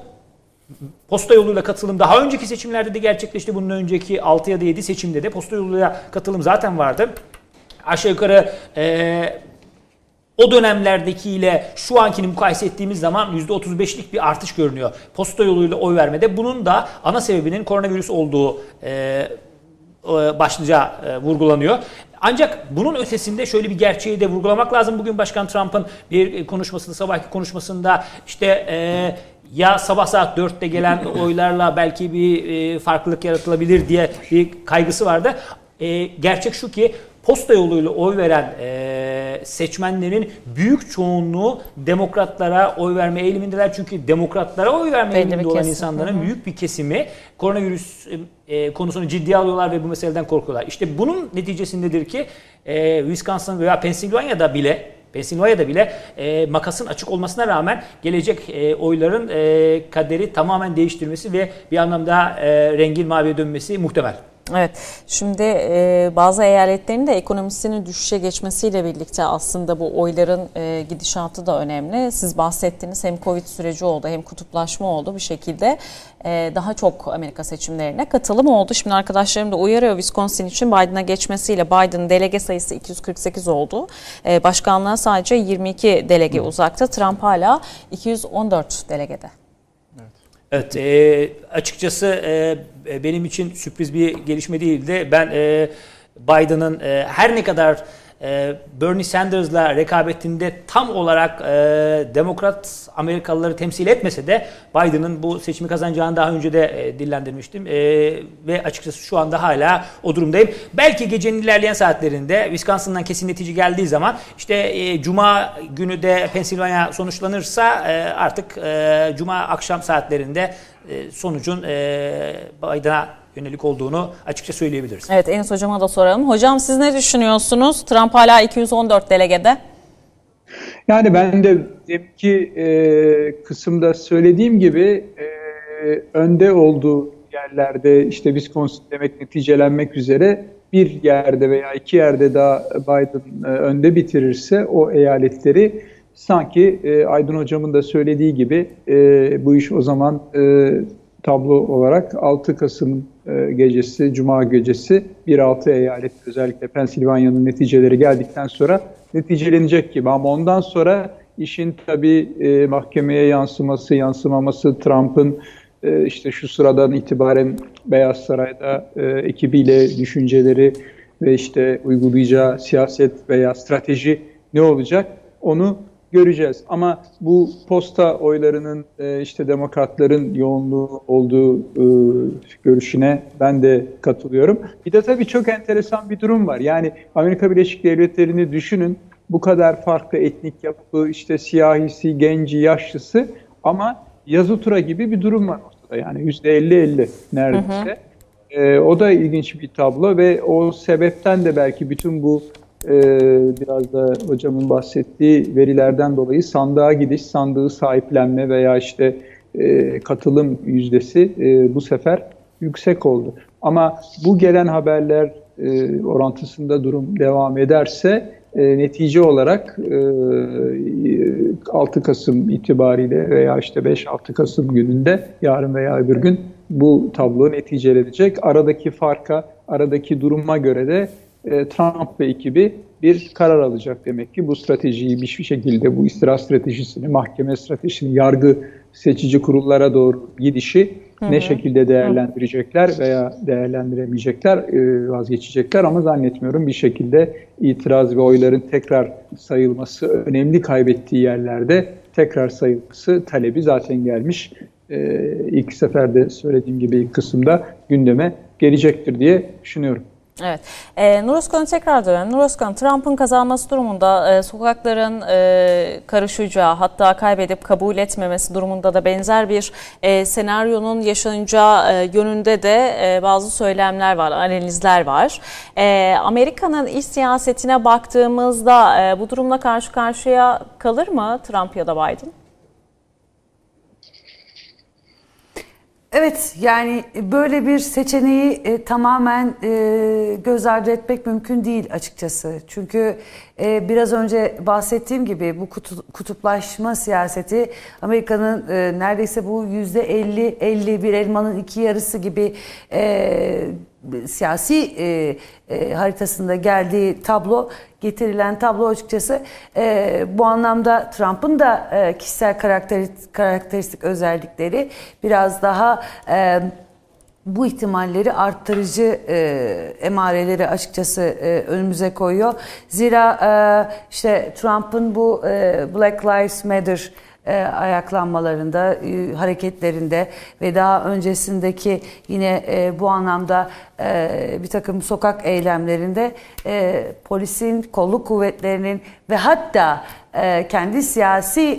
posta yoluyla katılım daha önceki seçimlerde de gerçekleşti. Bunun önceki altı ya da yedi seçimde de posta yoluyla katılım zaten vardı. Aşağı yukarı e, o dönemlerdekiyle şu ankini mukayese ettiğimiz zaman yüzde otuz beşlik bir artış görünüyor posta yoluyla oy vermede. Bunun da ana sebebinin koronavirüs olduğu e, başlıca e, vurgulanıyor. Ancak bunun ötesinde şöyle bir gerçeği de vurgulamak lazım. Bugün Başkan Trump'ın bir konuşmasında, sabahki konuşmasında işte e, ya sabah saat dörtte gelen oylarla belki bir e, farklılık yaratılabilir diye bir kaygısı vardı. E, gerçek şu ki posta yoluyla oy veren e, seçmenlerin büyük çoğunluğu demokratlara oy verme eğilimindeler. Çünkü demokratlara oy verme eğiliminde olan insanların büyük bir kesimi koronavirüs e, konusunu ciddiye alıyorlar ve bu meseleden korkuyorlar. İşte bunun neticesindedir ki e, Wisconsin veya Pennsylvania'da bile Pennsylvania'da bile e, makasın açık olmasına rağmen gelecek e, oyların e, kaderi tamamen değiştirmesi ve bir anlamda e, rengin maviye dönmesi muhtemel. Evet, şimdi e, bazı eyaletlerin de ekonomisinin düşüşe geçmesiyle birlikte aslında bu oyların e, gidişatı da önemli. Siz bahsettiğiniz hem Covid süreci oldu hem kutuplaşma oldu, bir şekilde e, daha çok Amerika seçimlerine katılım oldu. Şimdi arkadaşlarım da uyarıyor, Wisconsin için Biden'a geçmesiyle Biden'ın delege sayısı iki yüz kırk sekiz oldu. E, başkanlığa sadece yirmi iki delege uzakta, Trump hala iki yüz on dört delegede. Evet, e, açıkçası e, benim için sürpriz bir gelişme değildi. Ben e, Biden'ın e, her ne kadar e, Bernie Sanders'la rekabetinde tam olarak e, Demokrat Amerikalıları temsil etmese de Biden'ın bu seçimi kazanacağını daha önce de e, dillendirmiştim. E, ve açıkçası şu anda hala o durumdayım. Belki gecenin ilerleyen saatlerinde Wisconsin'dan kesin netice geldiği zaman işte e, Cuma günü de Pennsylvania sonuçlanırsa e, artık e, Cuma akşam saatlerinde e, sonucun e, Biden'a yönelik olduğunu açıkça söyleyebiliriz. Evet, Enis Hocam'a da soralım. Hocam siz ne düşünüyorsunuz? Trump hala iki yüz on dört delegede. Yani ben de deminki e, kısımda söylediğim gibi e, önde olduğu yerlerde işte Wisconsin demek neticelenmek üzere bir yerde veya iki yerde daha Biden e, önde bitirirse o eyaletleri sanki e, Aydın Hocam'ın da söylediği gibi e, bu iş o zaman e, tablo olarak altı Kasım e, gecesi, Cuma gecesi bir altı eyalet, özellikle Pennsylvania'nın neticeleri geldikten sonra neticelenecek gibi. Ama ondan sonra işin tabii e, mahkemeye yansıması, yansımaması, Trump'ın e, işte şu sıradan itibaren Beyaz Saray'da e, ekibiyle düşünceleri ve işte uygulayacağı siyaset veya strateji ne olacak onu göreceğiz. Ama bu posta oylarının e, işte demokratların yoğunluğu olduğu e, görüşüne ben de katılıyorum. Bir de tabii çok enteresan bir durum var. Yani Amerika Birleşik Devletleri'ni düşünün. Bu kadar farklı etnik yapı, işte siyahisi, genci, yaşlısı ama yazı tura gibi bir durum var ortada. Yani yüzde elli elli neredeyse. Hı hı. E, o da ilginç bir tablo ve o sebepten de belki bütün bu Ee, biraz da hocamın bahsettiği verilerden dolayı sandığa gidiş, sandığı sahiplenme veya işte e, katılım yüzdesi e, bu sefer yüksek oldu. Ama bu gelen haberler e, orantısında durum devam ederse e, netice olarak e, altı Kasım itibariyle veya işte beş altı Kasım gününde yarın veya öbür gün bu tablo neticelenecek. Aradaki farka, aradaki duruma göre de e, Trump ve ekibi bir karar alacak demek ki. Bu stratejiyi bir şekilde, bu istirahat stratejisini, mahkeme stratejisini, yargı seçici kurullara doğru gidişi hı hı. ne şekilde değerlendirecekler veya değerlendiremeyecekler, e, vazgeçecekler ama zannetmiyorum bir şekilde itiraz ve oyların tekrar sayılması, önemli kaybettiği yerlerde tekrar sayılması talebi zaten gelmiş. E, ilk seferde söylediğim gibi ilk kısımda gündeme gelecektir diye düşünüyorum. Evet. E, Nur Özkan'a tekrar dönelim. Nur Özkan, Trump'ın kazanması durumunda e, sokakların e, karışacağı, hatta kaybedip kabul etmemesi durumunda da benzer bir e, senaryonun yaşanacağı e, yönünde de e, bazı söylemler var, analizler var. E, Amerika'nın iç siyasetine baktığımızda e, bu durumla karşı karşıya kalır mı Trump ya da Biden? Evet, yani böyle bir seçeneği e, tamamen e, göz ardı etmek mümkün değil açıkçası. Çünkü e, biraz önce bahsettiğim gibi bu kutu, kutuplaşma siyaseti Amerika'nın e, neredeyse bu yüzde elli elli bir elmanın iki yarısı gibi e, siyasi e, e, haritasında geldiği tablo, getirilen tablo açıkçası e, bu anlamda Trump'ın da e, kişisel karakteristik, karakteristik özellikleri biraz daha e, bu ihtimalleri arttırıcı e, emareleri açıkçası e, önümüze koyuyor. Zira e, işte Trump'ın bu e, Black Lives Matter E, ayaklanmalarında, e, hareketlerinde ve daha öncesindeki yine e, bu anlamda e, bir takım sokak eylemlerinde e, polisin, kolluk kuvvetlerinin ve hatta e, kendi siyasi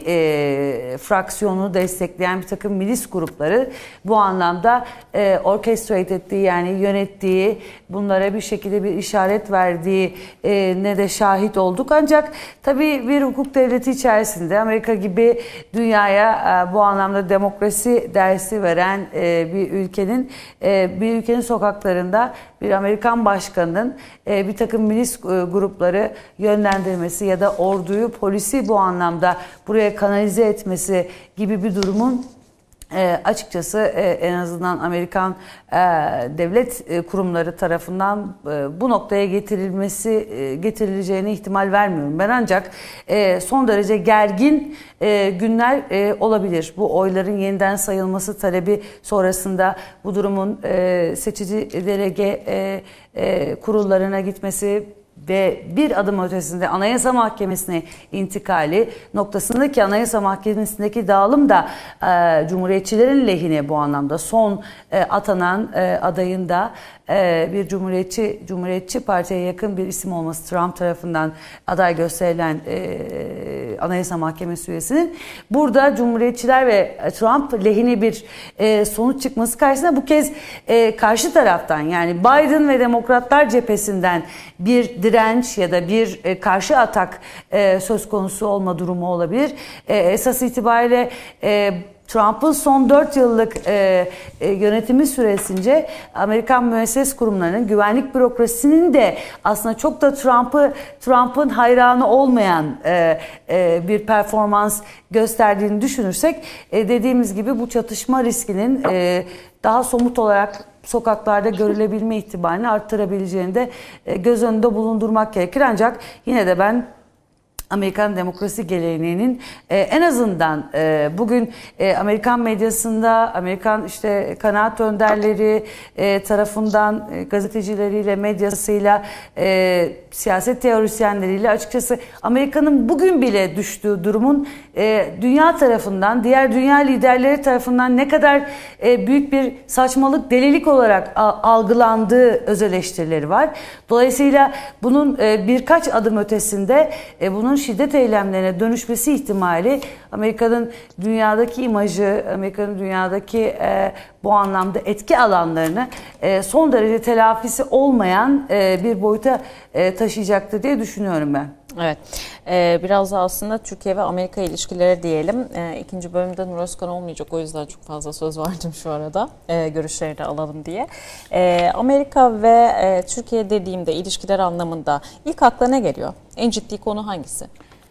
e, fraksiyonunu destekleyen bir takım milis grupları bu anlamda e, orchestrate ettiği, yani yönettiği, bunlara bir şekilde bir işaret verdiği e, ne de şahit olduk. Ancak tabii bir hukuk devleti içerisinde Amerika gibi dünyaya e, bu anlamda demokrasi dersi veren e, bir ülkenin e, bir ülkenin sokaklarında bir Amerikan başkanının e, bir takım milis e, grupları yönlendirmesi ya da orduyu, polisi bu anlamda buraya kanalize etmesi gibi bir durumun E, açıkçası e, en azından Amerikan e, devlet e, kurumları tarafından e, bu noktaya getirilmesi e, getirileceğine ihtimal vermiyorum ben, ancak e, son derece gergin e, günler e, olabilir. Bu oyların yeniden sayılması talebi sonrasında bu durumun e, seçici delege e, e, kurullarına gitmesi ve bir adım ötesinde Anayasa Mahkemesi'ne intikali noktasındaki Anayasa Mahkemesi'ndeki dağılım da e, Cumhuriyetçilerin lehine bu anlamda. Son e, atanan e, adayın da e, bir Cumhuriyetçi Cumhuriyetçi Parti'ye yakın bir isim olması, Trump tarafından aday gösterilen e, Anayasa Mahkemesi üyesinin burada Cumhuriyetçiler ve Trump lehine bir e, sonuç çıkması karşısında bu kez e, karşı taraftan, yani Biden ve Demokratlar cephesinden bir direnç ya da bir e, karşı atak e, söz konusu olma durumu olabilir. E, esas itibariyle e, Trump'ın son dört yıllık e, e, yönetimi süresince Amerikan müesses kurumlarının, güvenlik bürokrasisinin de aslında çok da Trump'ı Trump'ın hayranı olmayan e, e, bir performans gösterdiğini düşünürsek, e, dediğimiz gibi bu çatışma riskinin e, daha somut olarak sokaklarda görülebilme ihtimalini arttırabileceğini de e, göz önünde bulundurmak gerekir. Ancak yine de ben Amerikan demokrasi geleneğinin e, en azından e, bugün e, Amerikan medyasında, Amerikan işte kanaat önderleri e, tarafından e, gazetecileriyle, medyasıyla, e, siyaset teorisyenleriyle açıkçası Amerika'nın bugün bile düştüğü durumun e, dünya tarafından, diğer dünya liderleri tarafından ne kadar e, büyük bir saçmalık, delilik olarak algılandığı öz eleştirileri var. Dolayısıyla bunun e, birkaç adım ötesinde e, bunun şiddet eylemlerine dönüşmesi ihtimali Amerika'nın dünyadaki imajı, Amerika'nın dünyadaki e, bu anlamda etki alanlarını e, son derece telafisi olmayan e, bir boyuta e, taşıyacaktır diye düşünüyorum ben. Evet, ee, biraz da aslında Türkiye ve Amerika ilişkileri diyelim. Ee, ikinci bölümde Nur Özkan olmayacak, o yüzden çok fazla söz verdim şu arada, ee, görüşlerini alalım diye. Ee, Amerika ve e, Türkiye dediğimde ilişkiler anlamında ilk akla ne geliyor? En ciddi konu hangisi?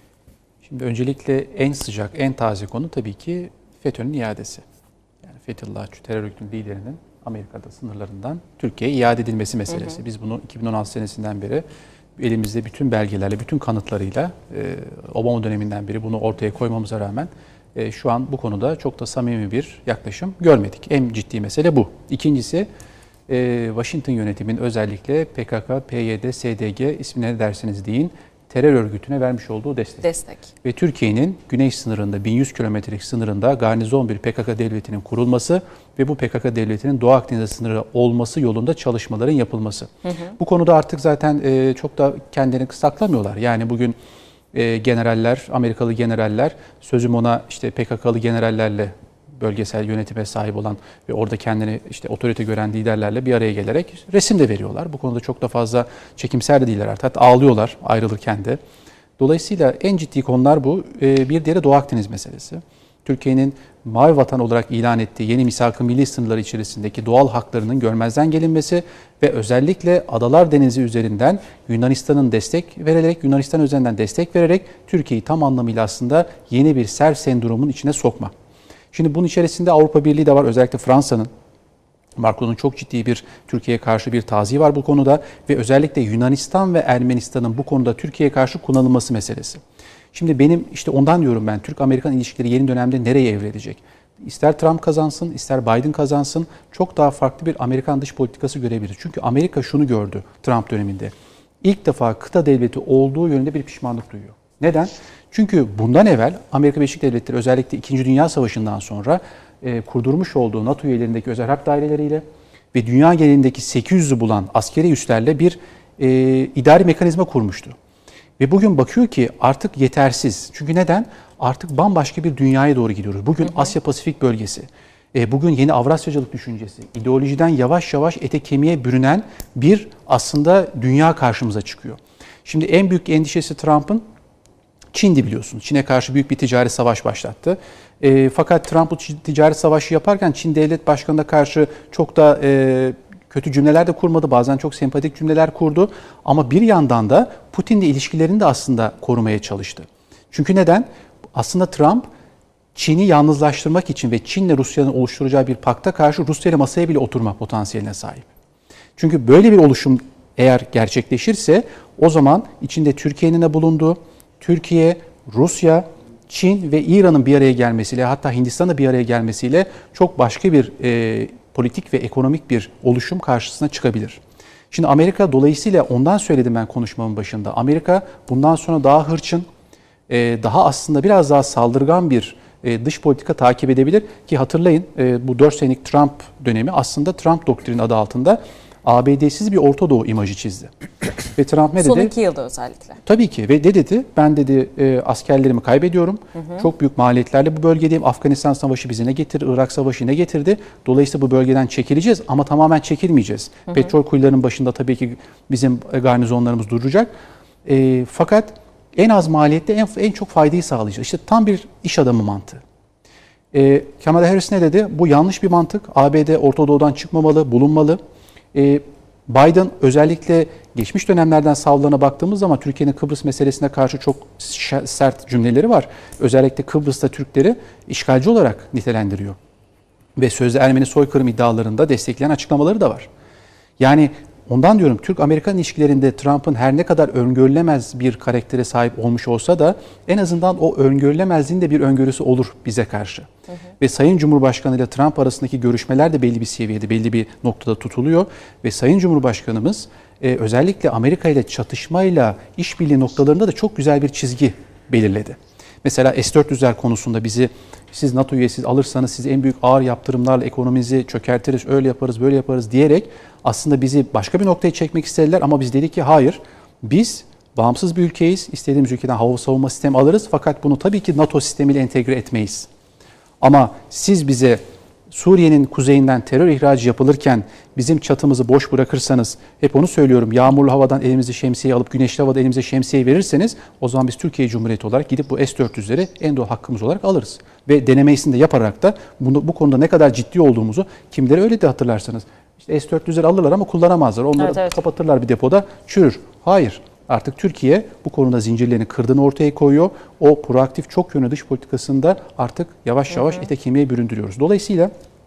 Şimdi öncelikle en sıcak, en taze konu tabii ki FETÖ'nün iadesi. Yani Fethullah terör örgütünün liderinin Amerika'da sınırlarından Türkiye'ye iade edilmesi meselesi. Hı hı. Biz bunu iki bin on altı senesinden beri elimizde bütün belgelerle, bütün kanıtlarıyla Obama döneminden beri bunu ortaya koymamıza rağmen şu an bu konuda çok da samimi bir yaklaşım görmedik. En ciddi mesele bu. İkincisi, Washington yönetimin özellikle P K K, P Y D, S D G ismine derseniz deyin, terör örgütüne vermiş olduğu destek. Destek. Ve Türkiye'nin güney sınırında bin yüz kilometrelik sınırında garnizon bir P K K devletinin kurulması ve bu P K K devletinin Doğu Akdeniz sınırı olması yolunda çalışmaların yapılması. Hı hı. Bu konuda artık zaten e, çok da kendilerini saklamıyorlar. Yani bugün e, generaller, Amerikalı generaller, sözüm ona işte P K K'lı generallerle bölgesel yönetime sahip olan ve orada kendini işte otorite gören liderlerle bir araya gelerek resim de veriyorlar. Bu konuda çok da fazla çekimser de değiller artık. Hatta ağlıyorlar ayrılırken de. Dolayısıyla en ciddi konular bu. Bir diğeri Doğu Akdeniz meselesi. Türkiye'nin mavi vatan olarak ilan ettiği yeni misak-ı milli sınırları içerisindeki doğal haklarının görmezden gelinmesi ve özellikle Adalar Denizi üzerinden Yunanistan'ın destek vererek, Yunanistan üzerinden destek vererek Türkiye'yi tam anlamıyla aslında yeni bir Sèvres sendromunun içine sokma. Şimdi bunun içerisinde Avrupa Birliği de var. Özellikle Fransa'nın, Macron'un çok ciddi bir Türkiye'ye karşı bir taziği var bu konuda ve özellikle Yunanistan ve Ermenistan'ın bu konuda Türkiye'ye karşı kullanılması meselesi. Şimdi benim işte ondan diyorum ben, Türk-Amerikan ilişkileri yeni dönemde nereye evrilecek? İster Trump kazansın, ister Biden kazansın, çok daha farklı bir Amerikan dış politikası görebiliriz. Çünkü Amerika şunu gördü Trump döneminde. İlk defa kıta devleti olduğu yönünde bir pişmanlık duyuyor. Neden? Çünkü bundan evvel Amerika Birleşik Devletleri özellikle İkinci Dünya Savaşı'ndan sonra e, kurdurmuş olduğu NATO üyelerindeki özel harp daireleriyle ve dünya genelindeki sekiz yüzü bulan askeri üslerle bir e, idari mekanizma kurmuştu. Ve bugün bakıyor ki artık yetersiz. Çünkü neden? Artık bambaşka bir dünyaya doğru gidiyoruz. Bugün Asya-Pasifik bölgesi, e, bugün yeni Avrasyacılık düşüncesi, ideolojiden yavaş yavaş ete kemiğe bürünen bir aslında dünya karşımıza çıkıyor. Şimdi en büyük endişesi Trump'ın Çin'di biliyorsunuz. Çin'e karşı büyük bir ticari savaş başlattı. E, fakat Trump bu ticari savaşı yaparken Çin Devlet Başkanı'na karşı çok da e, kötü cümleler de kurmadı. Bazen çok sempatik cümleler kurdu. Ama bir yandan da Putin'le ilişkilerini de aslında korumaya çalıştı. Çünkü neden? Aslında Trump Çin'i yalnızlaştırmak için ve Çin'le Rusya'nın oluşturacağı bir pakta karşı Rusya ile masaya bile oturma potansiyeline sahip. Çünkü böyle bir oluşum eğer gerçekleşirse o zaman içinde Türkiye'nin de bulunduğu, Türkiye, Rusya, Çin ve İran'ın bir araya gelmesiyle, hatta Hindistan'ın bir araya gelmesiyle çok başka bir e, politik ve ekonomik bir oluşum karşısına çıkabilir. Şimdi Amerika dolayısıyla ondan söyledim ben konuşmamın başında. Amerika bundan sonra daha hırçın, e, daha aslında biraz daha saldırgan bir e, dış politika takip edebilir. Ki hatırlayın e, bu dört senelik Trump dönemi aslında Trump doktrini adı altında A B D'siz bir Orta Doğu imajı çizdi. Ve Trump ne dedi? Son iki yılda özellikle. Tabii ki ve ne dedi? Ben dedi e, askerlerimi kaybediyorum. Hı hı. Çok büyük maliyetlerle bu bölgedeyim. Afganistan Savaşı bizi ne getirdi? Irak Savaşı ne getirdi? Dolayısıyla bu bölgeden çekileceğiz ama tamamen çekilmeyeceğiz. Hı hı. Petrol kuyularının başında tabii ki bizim garnizonlarımız duracak. E, fakat en az maliyette en, en çok faydayı sağlayacağız. İşte tam bir iş adamı mantığı. E, Kamala Harris ne dedi? Bu yanlış bir mantık. A B D Orta Doğu'dan çıkmamalı, bulunmalı. E, Biden özellikle geçmiş dönemlerden savlarına baktığımız zaman Türkiye'nin Kıbrıs meselesine karşı çok sert cümleleri var. Özellikle Kıbrıs'ta Türkleri işgalci olarak nitelendiriyor. Ve sözde Ermeni soykırım iddialarında destekleyen açıklamaları da var. Yani ondan diyorum Türk-Amerikan ilişkilerinde Trump'ın her ne kadar öngörülemez bir karaktere sahip olmuş olsa da en azından o öngörülemezliğin de bir öngörüsü olur bize karşı. Hı hı. Ve Sayın Cumhurbaşkanı ile Trump arasındaki görüşmeler de belli bir seviyede, belli bir noktada tutuluyor. Ve Sayın Cumhurbaşkanımız e, özellikle Amerika ile çatışmayla işbirliği noktalarında da çok güzel bir çizgi belirledi. Mesela S dört yüzler konusunda bizi siz NATO üyesi alırsanız siz en büyük ağır yaptırımlarla ekonomimizi çökertiriz, öyle yaparız, böyle yaparız diyerek aslında bizi başka bir noktaya çekmek istediler ama biz dedik ki hayır, biz bağımsız bir ülkeyiz, istediğimiz ülkeden hava savunma sistemi alırız fakat bunu tabii ki NATO sistemiyle entegre etmeyiz. Ama siz bize Suriye'nin kuzeyinden terör ihracı yapılırken bizim çatımızı boş bırakırsanız, hep onu söylüyorum, yağmurlu havadan elimize şemsiye alıp güneşli havada elimize şemsiye verirseniz o zaman biz Türkiye Cumhuriyeti olarak gidip bu S dört yüzleri en doğal hakkımız olarak alırız. Ve denemesini de yaparak da bunu, bu konuda ne kadar ciddi olduğumuzu kimileri öyle de hatırlarsanız. İşte S dört yüzleri alırlar ama kullanamazlar. Onları evet, evet. kapatırlar bir depoda, çürür. Hayır. Artık Türkiye bu konuda zincirlerini kırdığını ortaya koyuyor. O proaktif çok yönlü dış politikasında artık yavaş yavaş hı hı. ete kemiğe büründürüyoruz. Dolayısıyla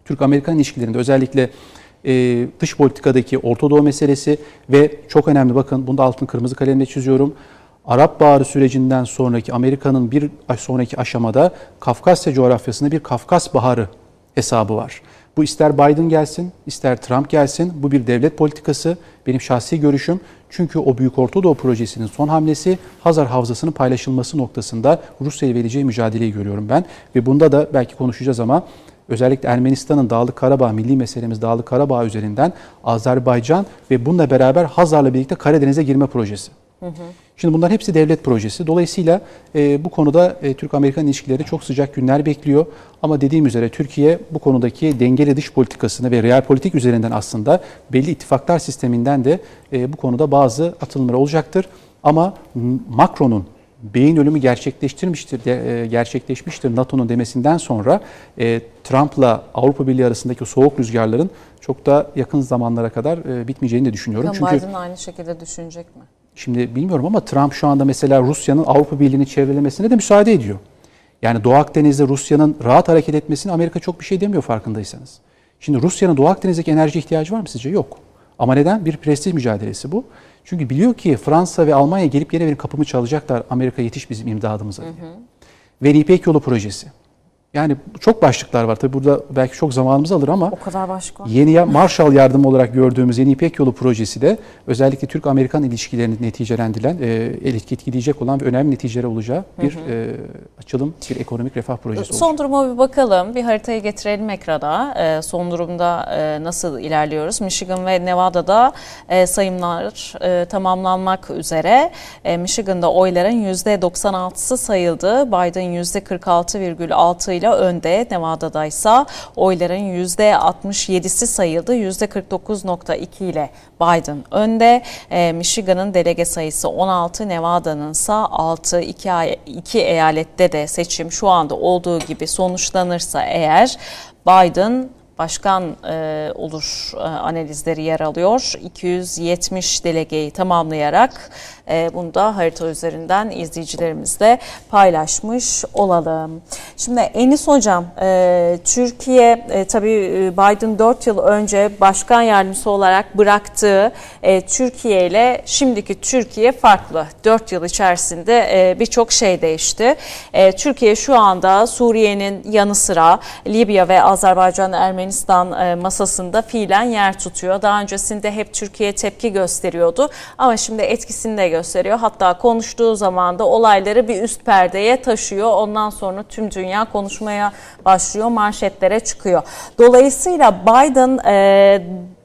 Türk-Amerikan ilişkilerinde özellikle e, dış politikadaki Orta Doğu meselesi ve çok önemli, bakın bunu da altını kırmızı kalemle çiziyorum. Arap Baharı sürecinden sonraki Amerika'nın bir sonraki aşamada Kafkasya coğrafyasında bir Kafkas Baharı hesabı var. Bu ister Biden gelsin, ister Trump gelsin. Bu bir devlet politikası. Benim şahsi görüşüm. Çünkü o Büyük Orta Doğu Projesi'nin son hamlesi Hazar Havzası'nın paylaşılması noktasında Rusya'ya vereceği mücadeleyi görüyorum ben. Ve bunda da belki konuşacağız ama özellikle Ermenistan'ın Dağlık Karabağ, milli meselemiz Dağlık Karabağ üzerinden Azerbaycan ve bununla beraber Hazar'la birlikte Karadeniz'e girme projesi. Hı hı. Şimdi bunların hepsi devlet projesi. Dolayısıyla e, bu konuda e, Türk-Amerikan ilişkileri çok sıcak günler bekliyor. Ama dediğim üzere Türkiye bu konudaki dengeli dış politikasını ve real politik üzerinden aslında belli ittifaklar sisteminden de e, bu konuda bazı atılımlar olacaktır. Ama Macron'un beyin ölümü gerçekleştirmiştir, de, e, gerçekleşmiştir NATO'nun demesinden sonra e, Trump'la Avrupa Birliği arasındaki soğuk rüzgarların çok da yakın zamanlara kadar e, bitmeyeceğini de düşünüyorum. Çünkü Biden aynı şekilde düşünecek mi? Şimdi bilmiyorum ama Trump şu anda mesela Rusya'nın Avrupa Birliği'ni çevrelemesine de müsaade ediyor. Yani Doğu Akdeniz'de Rusya'nın rahat hareket etmesine Amerika çok bir şey demiyor farkındaysanız. Şimdi Rusya'nın Doğu Akdeniz'deki enerji ihtiyacı var mı sizce? Yok. Ama neden? Bir prestij mücadelesi bu. Çünkü biliyor ki Fransa ve Almanya gelip yine benim kapımı çalacaklar. Amerika yetiş bizim imdadımıza diye. Hı hı. Ve İpek Yolu projesi. Yani çok başlıklar var. Tabii burada belki çok zamanımız alır ama o kadar başlık var. Yeni Marshall yardımı olarak gördüğümüz Yeni İpek Yolu projesi de özellikle Türk-Amerikan ilişkilerini neticelendiren, e, etkileyecek olan ve önemli neticeleri olacağı bir hı hı. E, açılım, bir ekonomik refah projesi olacak. Son duruma bir bakalım. Bir haritayı getirelim ekrana. E, son durumda e, nasıl ilerliyoruz? Michigan ve Nevada'da e, sayımlar e, tamamlanmak üzere. E, Michigan'da oyların yüzde doksan altısı sayıldı. Biden yüzde kırk altı virgül altı ile önde. Nevada'da ise oyların yüzde altmış yedisi sayıldı. yüzde kırk dokuz virgül iki ile Biden önde. E, Michigan'ın delege sayısı on altı, Nevada'nın ise altı. İki, iki eyalette de seçim şu anda olduğu gibi sonuçlanırsa eğer Biden başkan e, olur e, analizleri yer alıyor. iki yüz yetmiş delegeyi tamamlayarak e, bunu da harita üzerinden izleyicilerimizle paylaşmış olalım. Şimdi Enis Hocam, e, Türkiye e, tabii Biden dört yıl önce başkan yardımcısı olarak bıraktığı e, Türkiye ile şimdiki Türkiye farklı. dört yıl içerisinde e, birçok şey değişti. E, Türkiye şu anda Suriye'nin yanı sıra Libya ve Azerbaycan, Ermenistan masasında fiilen yer tutuyor. Daha öncesinde hep Türkiye tepki gösteriyordu ama şimdi etkisini de gösteriyor. Hatta konuştuğu zaman da olayları bir üst perdeye taşıyor. Ondan sonra tüm dünya konuşmaya başlıyor, manşetlere çıkıyor. Dolayısıyla Biden e,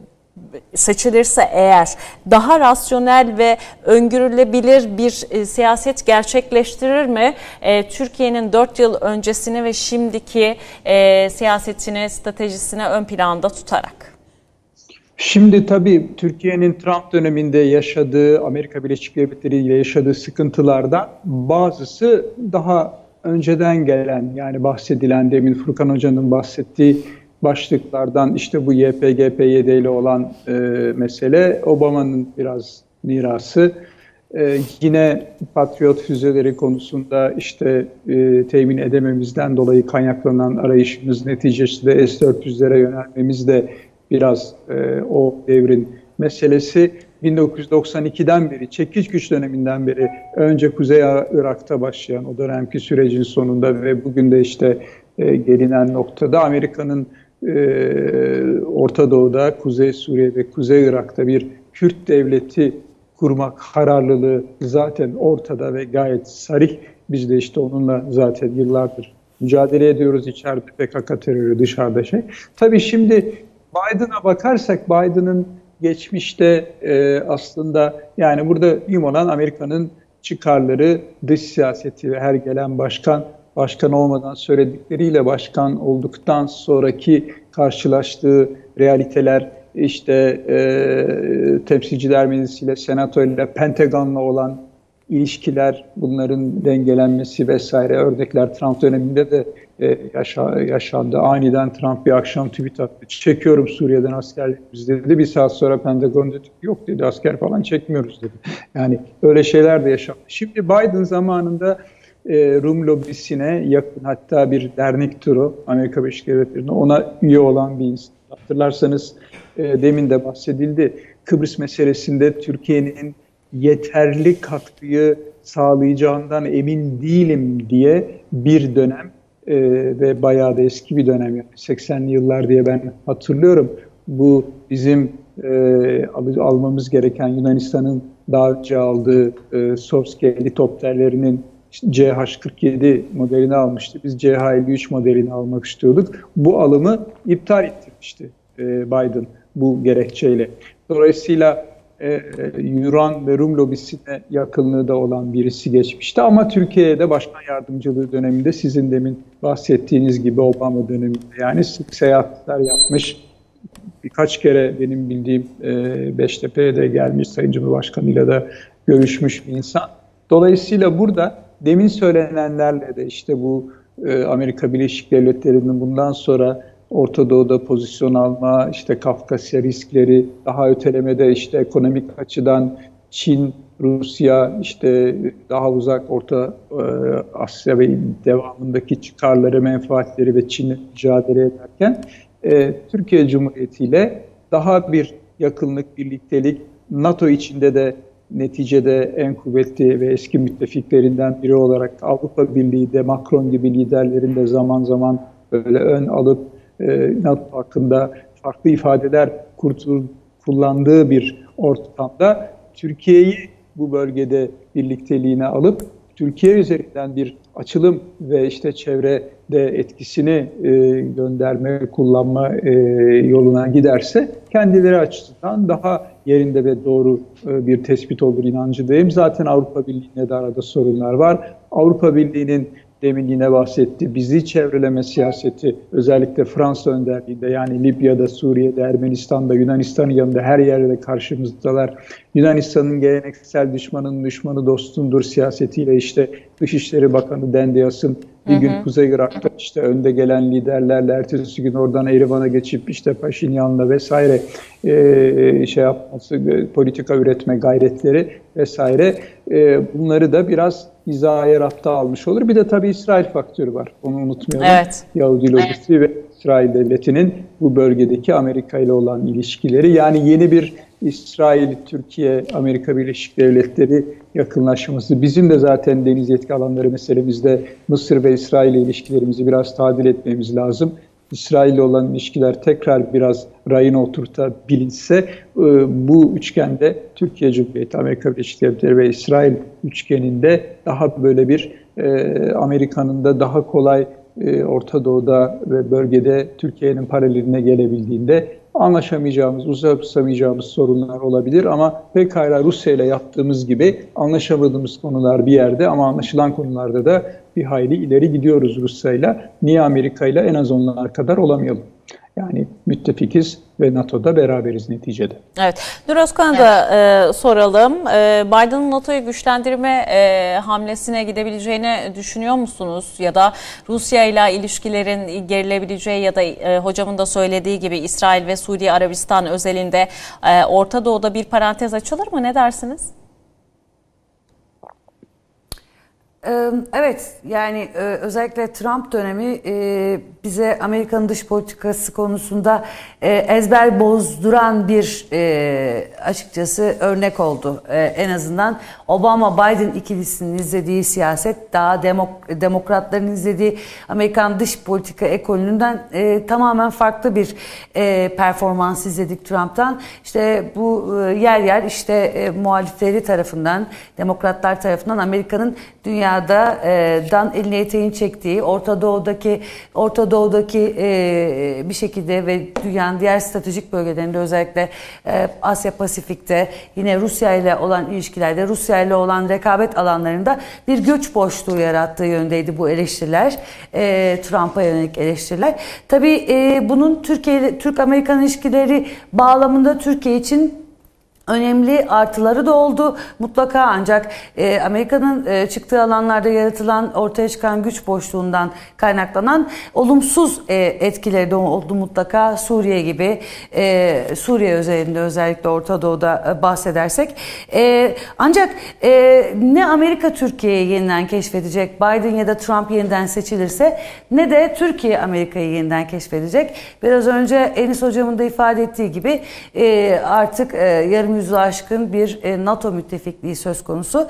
seçilirse eğer daha rasyonel ve öngörülebilir bir e, siyaset gerçekleştirir mi? E, Türkiye'nin dört yıl öncesini ve şimdiki e, siyasetini, stratejisini ön planda tutarak. Şimdi tabii Türkiye'nin Trump döneminde yaşadığı, Amerika Birleşik Devletleri ile yaşadığı sıkıntılardan bazısı daha önceden gelen, yani bahsedilen, demin Furkan Hoca'nın bahsettiği başlıklardan, işte bu Y P G, P Y D ile olan e, mesele, Obama'nın biraz mirası. E, yine Patriot füzeleri konusunda işte e, temin edememizden dolayı kaynaklanan arayışımız neticesinde S dört yüzlere yönelmemiz de biraz e, o devrin meselesi. bin dokuz yüz doksan ikiden beri, çekiç güç döneminden beri, önce Kuzey Irak'ta başlayan o dönemki sürecin sonunda ve bugün de işte e, gelinen noktada Amerika'nın e, Orta Doğu'da, Kuzey Suriye ve Kuzey Irak'ta bir Kürt devleti kurmak kararlılığı zaten ortada ve gayet sarih. Biz de işte onunla zaten yıllardır mücadele ediyoruz. İçeride P K K terörü, dışarıda şey. Tabii şimdi Biden'a bakarsak, Biden'ın geçmişte e, aslında, yani burada mühim olan Amerika'nın çıkarları, dış siyaseti ve her gelen başkan, başkan olmadan söyledikleriyle başkan olduktan sonraki karşılaştığı realiteler, işte e, temsilciler meclisiyle, senato ile, Pentagon'la olan ilişkiler, bunların dengelenmesi vesaire örnekler Trump döneminde de e, yaşa, yaşandı. Aniden Trump bir akşam tweet attı. Çekiyorum Suriye'den askerlerimizi dedi. Bir saat sonra Pentagon dedi yok dedi, asker falan çekmiyoruz dedi. Yani öyle şeyler de yaşandı. Şimdi Biden zamanında e, Rum lobisine yakın, hatta bir dernek turu Amerika Birleşik Devletleri'nde ona üye olan bir insan. Hatırlarsanız e, demin de bahsedildi. Kıbrıs meselesinde Türkiye'nin yeterli katkıyı sağlayacağından emin değilim diye bir dönem e, ve bayağı da eski bir dönem, yani seksenli yıllar diye ben hatırlıyorum. Bu bizim e, almamız gereken Yunanistan'ın daha önce aldığı e, Sofsky helikopterlerinin C H kırk yedi modelini almıştı. Biz C H elli üç modelini almak istiyorduk. Bu alımı iptal ettirmişti e, Biden bu gerekçeyle. Dolayısıyla e, Yunan ve Rum lobisine yakınlığı da olan birisi geçmişti. Ama Türkiye'de başkan yardımcılığı döneminde sizin demin bahsettiğiniz gibi Obama döneminde yani sık seyahatler yapmış. Birkaç kere benim bildiğim e, Beştepe'ye de gelmiş, Sayın Cumhurbaşkanı'yla da görüşmüş bir insan. Dolayısıyla burada demin söylenenlerle de işte bu e, Amerika Birleşik Devletleri'nin bundan sonra Orta Doğu'da pozisyon alma, işte Kafkasya riskleri, daha ötelemede işte ekonomik açıdan Çin, Rusya, işte daha uzak Orta e, Asya ve devamındaki çıkarları, menfaatleri ve Çin'le mücadele ederken e, Türkiye Cumhuriyeti ile daha bir yakınlık, birliktelik, NATO içinde de neticede en kuvvetli ve eski müttefiklerinden biri olarak Avrupa Birliği de Macron gibi liderlerin de zaman zaman böyle ön alıp e, NATO hakkında farklı ifadeler kurtul, kullandığı bir ortamda Türkiye'yi bu bölgede birlikteliğine alıp Türkiye üzerinden bir açılım ve işte çevrede etkisini e, gönderme, kullanma e, yoluna giderse kendileri açısından daha yerinde ve doğru e, bir tespit olur inancındayım. Zaten Avrupa Birliği'ne de arada sorunlar var. Avrupa Birliği'nin demin yine bahsetti, bizi çevreleme siyaseti özellikle Fransa önderliğinde, yani Libya'da, Suriye'de, Ermenistan'da, Yunanistan'ın yanında her yerde karşımızdalar. Yunanistan'ın geleneksel düşmanın düşmanı dostundur siyasetiyle işte Dışişleri Bakanı Dendias'ın bir gün Kuzey Irak'ta işte önde gelen liderlerle ertesi gün oradan Erivan'a geçip işte Paşinyan'la vesaire e, şey yapması, politika üretme gayretleri vesaire e, bunları da biraz hizaya rapta almış olur. Bir de tabii İsrail faktörü var. Onu unutmayalım. Evet. Yahudi lobisi ve İsrail devletinin bu bölgedeki Amerika ile olan ilişkileri. Yani yeni bir İsrail, Türkiye, Amerika Birleşik Devletleri yakınlaşması. Bizim de zaten deniz yetki alanları meselemizde Mısır ve İsrail ile ilişkilerimizi biraz tadil etmemiz lazım. İsrail ile olan ilişkiler tekrar biraz rayına oturtabilinse bu üçgende Türkiye Cumhuriyeti, Amerika Birleşik Devletleri ve İsrail üçgeninde daha böyle bir Amerika'nın da daha kolay Orta Doğu'da ve bölgede Türkiye'nin paraleline gelebildiğinde anlaşamayacağımız, uzatamayacağımız sorunlar olabilir ama pekala Rusya ile yaptığımız gibi anlaşamadığımız konular bir yerde ama anlaşılan konularda da bir hayli ileri gidiyoruz Rusya'yla. Niye Amerika'yla en az onlar kadar olamayalım? Yani müttefikiz ve NATO'da beraberiz neticede. Evet. Nur Özkan'a da e, soralım. E, Biden'ın NATO'yu güçlendirme e, hamlesine gidebileceğini düşünüyor musunuz? Ya da Rusya ile ilişkilerin gerilebileceği ya da e, hocamın da söylediği gibi İsrail ve Suudi Arabistan özelinde e, Orta Doğu'da bir parantez açılır mı? Ne dersiniz? Evet, yani özellikle Trump dönemi bize Amerika'nın dış politikası konusunda ezber bozduran bir açıkçası örnek oldu. En azından Obama-Biden ikilisinin izlediği siyaset daha demok- demokratların izlediği Amerikan dış politika ekolünden tamamen farklı bir performans izledik Trump'tan. İşte bu yer yer işte muhalifleri tarafından, demokratlar tarafından Amerika'nın dünya da e, dan elini eteğini çektiği, Orta Doğu'daki Orta Doğu'daki e, bir şekilde ve dünyanın diğer stratejik bölgelerinde özellikle e, Asya Pasifik'te yine Rusya ile olan ilişkilerde, Rusya ile olan rekabet alanlarında bir göç boşluğu yarattığı yöndeydi bu eleştiriler. E, Trump'a yönelik eleştiriler. Tabii e, bunun Türkiye Türk-Amerikan ilişkileri bağlamında Türkiye için önemli artıları da oldu mutlaka, ancak e, Amerika'nın e, çıktığı alanlarda yaratılan, ortaya çıkan güç boşluğundan kaynaklanan olumsuz e, etkileri de oldu mutlaka. Suriye gibi, e, Suriye özelinde özellikle Orta Doğu'da e, bahsedersek. E, ancak e, ne Amerika Türkiye'yi yeniden keşfedecek, Biden ya da Trump yeniden seçilirse, ne de Türkiye Amerika'yı yeniden keşfedecek. Biraz önce Enis Hocam'ın da ifade ettiği gibi e, artık e, yarım yüzyılı aşkın bir e, NATO müttefikliği söz konusu.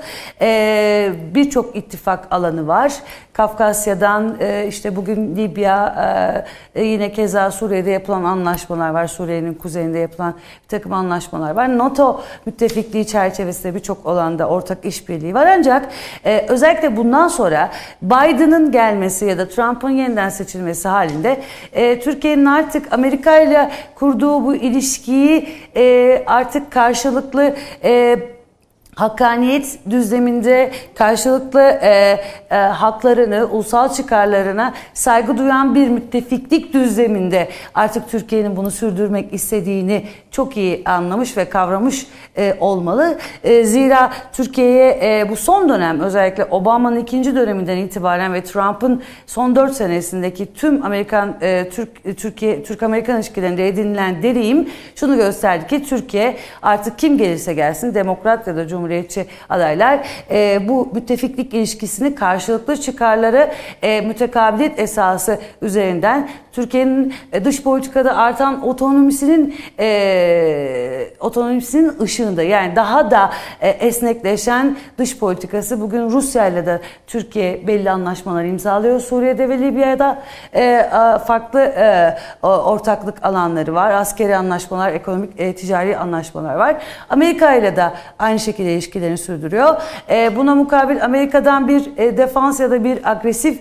E, Birçok ittifak alanı var. Kafkasya'dan e, işte bugün Libya, e, yine keza Suriye'de yapılan anlaşmalar var. Suriye'nin kuzeyinde yapılan bir takım anlaşmalar var. NATO müttefikliği çerçevesinde birçok alanda ortak işbirliği var. Ancak e, özellikle bundan sonra Biden'ın gelmesi ya da Trump'ın yeniden seçilmesi halinde e, Türkiye'nin artık Amerika ile kurduğu bu ilişkiyi e, artık karşılıklı e, hakkaniyet düzleminde karşılıklı e, e, haklarını, ulusal çıkarlarına saygı duyan bir müttefiklik düzleminde artık Türkiye'nin bunu sürdürmek istediğini çok iyi anlamış ve kavramış e, olmalı. E, zira Türkiye'ye e, bu son dönem, özellikle Obama'nın ikinci döneminden itibaren ve Trump'ın son dört senesindeki tüm Amerikan e, Türk Türkiye Türk-Amerikan ilişkilerinde edinilen deneyim şunu gösterdi ki Türkiye artık kim gelirse gelsin, demokrat ya da cumhuriyetçi adaylar e, bu müttefiklik ilişkisini karşılıklı çıkarları e, mütekabiliyet esası üzerinden Türkiye'nin e, dış politikada artan otonomisinin e, otonomisinin ışığında, yani daha da e, esnekleşen dış politikası. Bugün Rusya ile de Türkiye belli anlaşmalar imzalıyor. Suriye'de ve Libya'da e, farklı e, ortaklık alanları var. Askeri anlaşmalar, ekonomik, e, ticari anlaşmalar var. Amerika ile de aynı şekilde ilişkilerini sürdürüyor. E, buna mukabil Amerika'dan bir e, defans ya da bir agresif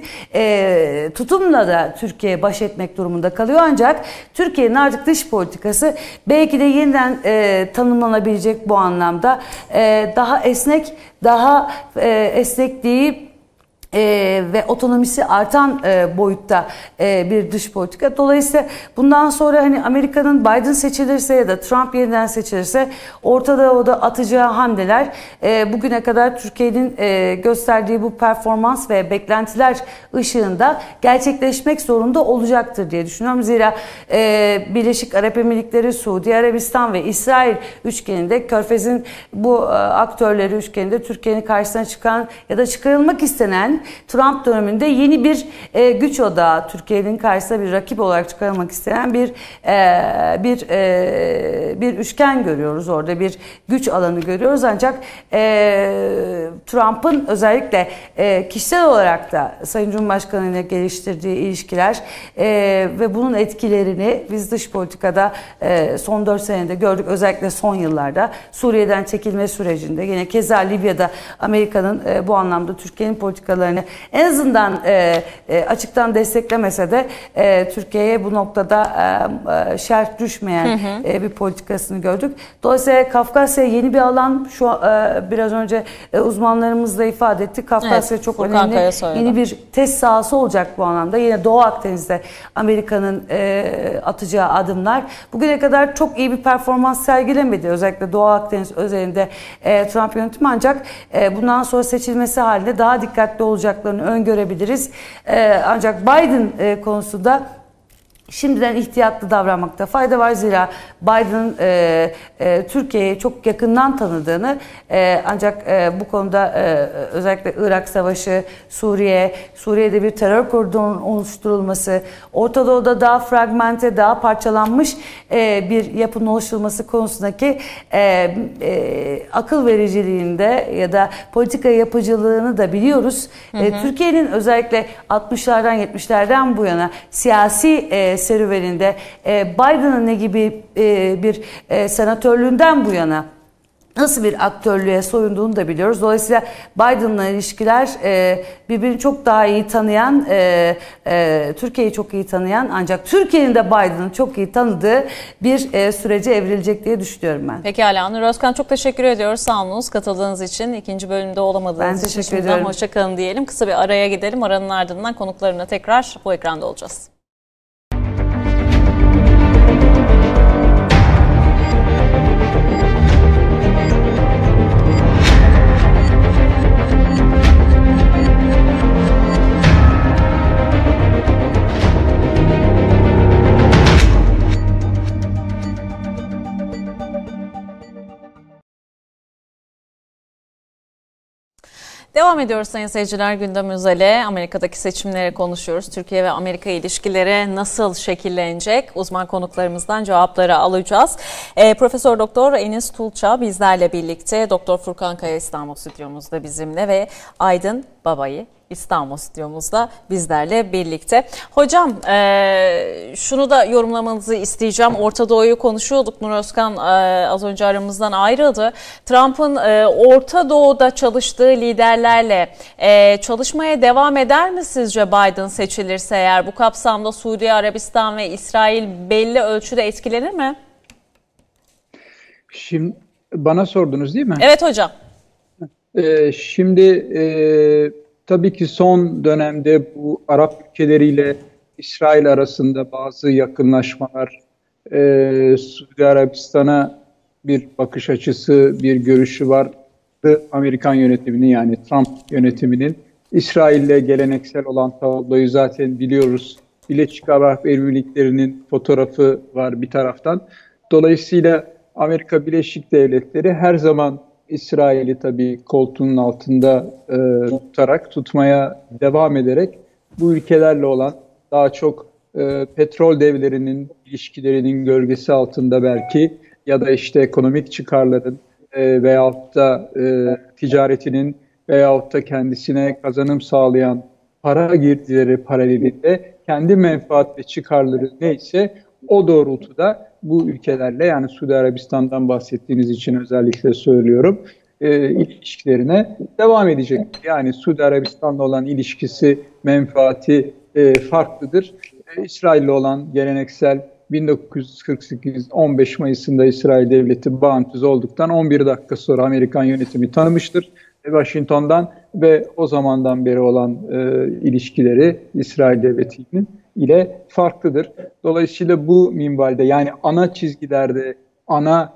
e, tutumla da Türkiye baş etmek durumunda kalıyor. Ancak Türkiye'nin artık dış politikası belki de yeniden e, tanımlanabilecek bu anlamda e, daha esnek, daha e, esnekliği Ee, ve otonomisi artan e, boyutta e, bir dış politika. Dolayısıyla bundan sonra hani Amerika'nın Biden seçilirse ya da Trump yeniden seçilirse Orta Doğu'da atacağı hamleler e, bugüne kadar Türkiye'nin e, gösterdiği bu performans ve beklentiler ışığında gerçekleşmek zorunda olacaktır diye düşünüyorum. Zira e, Birleşik Arap Emirlikleri, Suudi Arabistan ve İsrail üçgeninde, Körfez'in bu e, aktörleri üçgeninde Türkiye'nin karşısına çıkan ya da çıkarılmak istenen Trump döneminde yeni bir e, güç odağı, Türkiye'nin karşısına bir rakip olarak çıkarılmak istenen bir e, bir e, bir üçgen görüyoruz. Orada bir güç alanı görüyoruz. Ancak e, Trump'ın özellikle e, kişisel olarak da Sayın Cumhurbaşkanı ile geliştirdiği ilişkiler e, ve bunun etkilerini biz dış politikada e, son dört senede gördük. Özellikle son yıllarda Suriye'den çekilme sürecinde, yine keza Libya'da Amerika'nın e, bu anlamda Türkiye'nin politikalarını en azından e, e, açıktan desteklemese de e, Türkiye'ye bu noktada e, şerh düşmeyen hı hı. E, bir politikasını gördük. Dolayısıyla Kafkasya yeni bir alan. Şu e, biraz önce e, uzmanlarımız da ifade etti. Kafkasya evet, çok Furkan önemli. Yeni bir test sahası olacak bu anlamda. Yine Doğu Akdeniz'de Amerika'nın e, atacağı adımlar. Bugüne kadar çok iyi bir performans sergilemedi. Özellikle Doğu Akdeniz özelinde e, Trump yönetimi, ancak e, bundan sonra seçilmesi halinde daha dikkatli olacaklarını öngörebiliriz. Ee, ancak Biden e, konusunda şimdiden ihtiyatlı davranmakta fayda var. Zira Biden'ın e, e, Türkiye'yi çok yakından tanıdığını e, ancak e, bu konuda e, özellikle Irak Savaşı, Suriye, Suriye'de bir terör koridorunun oluşturulması, Orta Doğu'da daha fragmente, daha parçalanmış e, bir yapının oluşturulması konusundaki e, e, akıl vericiliğinde ya da politika yapıcılığını da biliyoruz. Hı hı. E, Türkiye'nin özellikle altmışlardan yetmişlerden bu yana siyasi e, serüveninde e, Biden'ın ne gibi e, bir e, senatörlüğünden bu yana nasıl bir aktörlüğe soyunduğunu da biliyoruz. Dolayısıyla Biden'la ilişkiler e, birbirini çok daha iyi tanıyan, e, e, Türkiye'yi çok iyi tanıyan, ancak Türkiye'nin de Biden'ı çok iyi tanıdığı bir e, sürece evrilecek diye düşünüyorum ben. Pekala Nur Özkan, çok teşekkür ediyoruz. Sağ olunuz katıldığınız için. İkinci bölümde olamadığınız ben için teşekkür ediyorum. Hoşçakalın diyelim. Kısa bir araya gidelim. Aranın ardından konuklarına tekrar bu ekranda olacağız. Devam ediyoruz sayın seyirciler, gündem özele. Amerika'daki seçimleri konuşuyoruz. Türkiye ve Amerika ilişkileri nasıl şekillenecek? Uzman konuklarımızdan cevapları alacağız. E, Profesör Doktor Enis Tulça bizlerle birlikte. Doktor Furkan Kaya İstanbul stüdyomuzda bizimle ve Aydın Babayı İstanbul stüdyomuzda bizlerle birlikte. Hocam e, şunu da yorumlamanızı isteyeceğim. Orta Doğu'yu konuşuyorduk. Nur Özkan e, az önce aramızdan ayrıldı. Trump'ın e, Orta Doğu'da çalıştığı liderlerle e, çalışmaya devam eder mi sizce Biden seçilirse eğer? Bu kapsamda Suudi Arabistan ve İsrail belli ölçüde etkilenir mi? Şimdi bana sordunuz değil mi? Evet hocam. Ee, şimdi e, tabii ki son dönemde bu Arap ülkeleriyle İsrail arasında bazı yakınlaşmalar, e, Suudi Arabistan'a bir bakış açısı, bir görüşü vardı. Amerikan yönetiminin, yani Trump yönetiminin İsrail'le geleneksel olan tabloyu zaten biliyoruz. Birleşik Arap Emirlikleri'nin fotoğrafı var bir taraftan. Dolayısıyla Amerika Birleşik Devletleri her zaman İsrail'i tabii koltuğunun altında e, tutarak, tutmaya devam ederek bu ülkelerle olan daha çok e, petrol devlerinin ilişkilerinin gölgesi altında belki, ya da işte ekonomik çıkarların e, veyahut da e, ticaretinin veyahut da kendisine kazanım sağlayan para girdileri paralelinde kendi menfaat ve çıkarları neyse o doğrultuda bu ülkelerle, yani Suudi Arabistan'dan bahsettiğiniz için özellikle söylüyorum, e, ilişkilerine devam edecek. Yani Suudi Arabistan'la olan ilişkisi, menfaati e, farklıdır. E, İsrail'le olan geleneksel bin dokuz yüz kırk sekiz on beş Mayıs'ında İsrail Devleti bağımsız olduktan on bir dakika sonra Amerikan yönetimi tanımıştır Washington'dan ve o zamandan beri olan e, ilişkileri İsrail Devleti'nin ile farklıdır. Dolayısıyla bu minvalde, yani ana çizgilerde, ana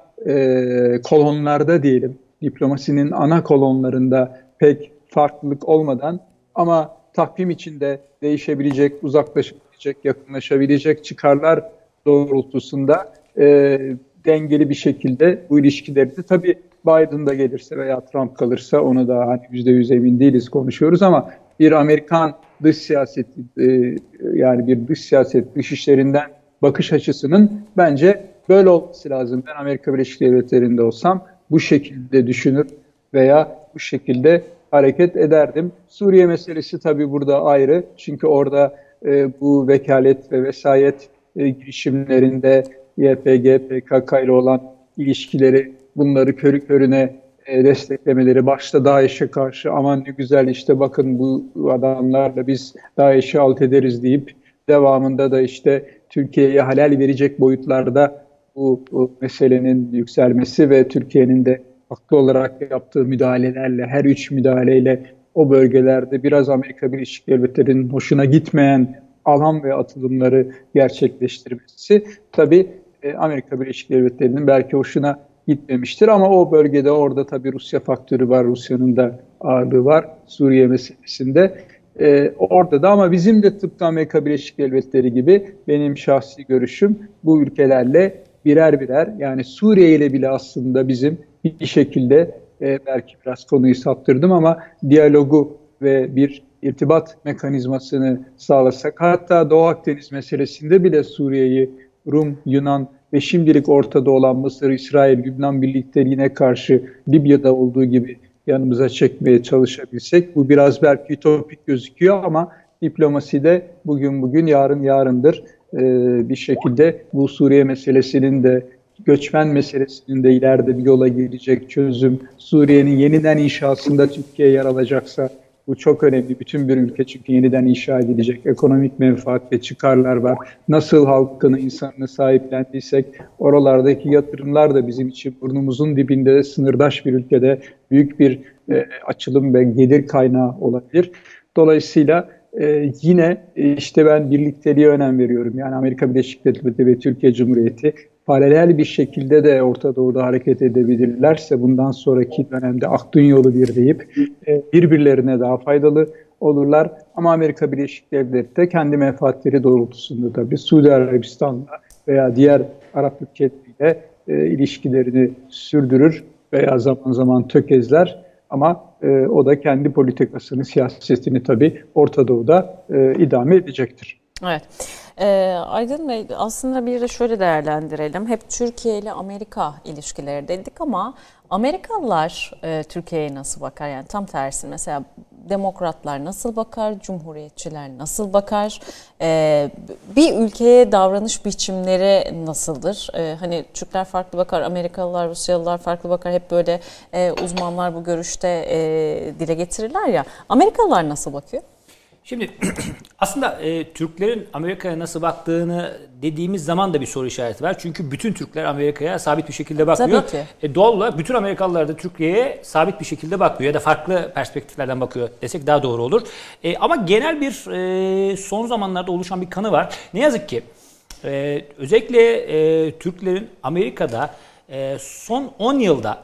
e, kolonlarda diyelim, diplomasinin ana kolonlarında pek farklılık olmadan ama takvim içinde değişebilecek, uzaklaşabilecek, yakınlaşabilecek çıkarlar doğrultusunda e, dengeli bir şekilde bu ilişkileri de, tabii Biden da gelirse veya Trump kalırsa onu da hani yüzde yüz emin değiliz, konuşuyoruz ama bir Amerikan dış siyaseti, e, yani bir dış siyaset, dış işlerinden bakış açısının bence böyle olması lazım. Ben Amerika Birleşik Devletleri'nde olsam bu şekilde düşünür veya bu şekilde hareket ederdim. Suriye meselesi tabii burada ayrı. Çünkü orada e, bu vekalet ve vesayet e, girişimlerinde Y P G, P K K ile olan ilişkileri, bunları körü körüne e, desteklemeleri, başta DAEŞ'e karşı aman ne güzel işte bakın bu adamlarla biz DAEŞ'i alt ederiz deyip devamında da işte Türkiye'ye halal verecek boyutlarda bu, bu meselenin yükselmesi ve Türkiye'nin de haklı olarak yaptığı müdahalelerle, her üç müdahaleyle o bölgelerde biraz Amerika Birleşik Devletleri'nin hoşuna gitmeyen alan ve atılımları gerçekleştirmesi tabii e, Amerika Birleşik Devletleri'nin belki hoşuna gitmemiştir ama o bölgede, orada tabii Rusya faktörü var, Rusya'nın da ağırlığı var Suriye meselesinde. Ee, orada da ama bizim de tıpkı Amerika Birleşik Devletleri gibi benim şahsi görüşüm bu ülkelerle birer birer, yani Suriye ile bile aslında bizim bir şekilde e, belki biraz konuyu saptırdım ama diyalogu ve bir irtibat mekanizmasını sağlasak, hatta Doğu Akdeniz meselesinde bile Suriye'yi, Rum, Yunan ve şimdilik ortada olan Mısır, İsrail, Lübnan birlikteliğine karşı Libya'da olduğu gibi yanımıza çekmeye çalışabilsek, bu biraz belki ütopik gözüküyor ama diplomaside bugün bugün, yarın yarındır. Ee, bir şekilde bu Suriye meselesinin de, göçmen meselesinin de ileride bir yola girecek çözüm, Suriye'nin yeniden inşasında Türkiye yer alacaksa bu çok önemli. Bütün bir ülke çünkü yeniden inşa edilecek. Ekonomik menfaat ve çıkarlar var. Nasıl halkını, insanını sahiplendiysek oralardaki yatırımlar da bizim için burnumuzun dibinde, sınırdaş bir ülkede büyük bir e, açılım ve gelir kaynağı olabilir. Dolayısıyla e, yine e, işte ben birlikteliğe önem veriyorum. Yani Amerika Birleşik Devletleri ve Türkiye Cumhuriyeti paralel bir şekilde de Orta Doğu'da hareket edebilirlerse bundan sonraki dönemde Akdün yolu bir deyip e, birbirlerine daha faydalı olurlar. Ama Amerika Birleşik Devletleri de kendi menfaatleri doğrultusunda tabii Suudi Arabistan'la veya diğer Arap ülkeleriyle e, ilişkilerini sürdürür veya zaman zaman tökezler. Ama e, o da kendi politikasını, siyasetini tabii Orta Doğu'da e, idame edecektir. Evet. Ee, Aydın Bey, aslında bir de şöyle değerlendirelim. Hep Türkiye ile Amerika ilişkileri dedik ama Amerikalılar e, Türkiye'ye nasıl bakar? Yani tam tersi, mesela demokratlar nasıl bakar, cumhuriyetçiler nasıl bakar? Ee, bir ülkeye davranış biçimleri nasıldır? Ee, hani Türkler farklı bakar, Amerikalılar, Rusyalılar farklı bakar. Hep böyle e, uzmanlar bu görüşte e, dile getirirler ya. Amerikalılar nasıl bakıyor? Şimdi aslında e, Türklerin Amerika'ya nasıl baktığını dediğimiz zaman da bir soru işareti var. Çünkü bütün Türkler Amerika'ya sabit bir şekilde bakmıyor. Tabii ki. E, doğal olarak bütün Amerikalılar da Türkiye'ye sabit bir şekilde bakmıyor ya da farklı perspektiflerden bakıyor desek daha doğru olur. E, ama genel bir e, son zamanlarda oluşan bir kanı var. Ne yazık ki e, özellikle e, Türklerin Amerika'da e, son on yılda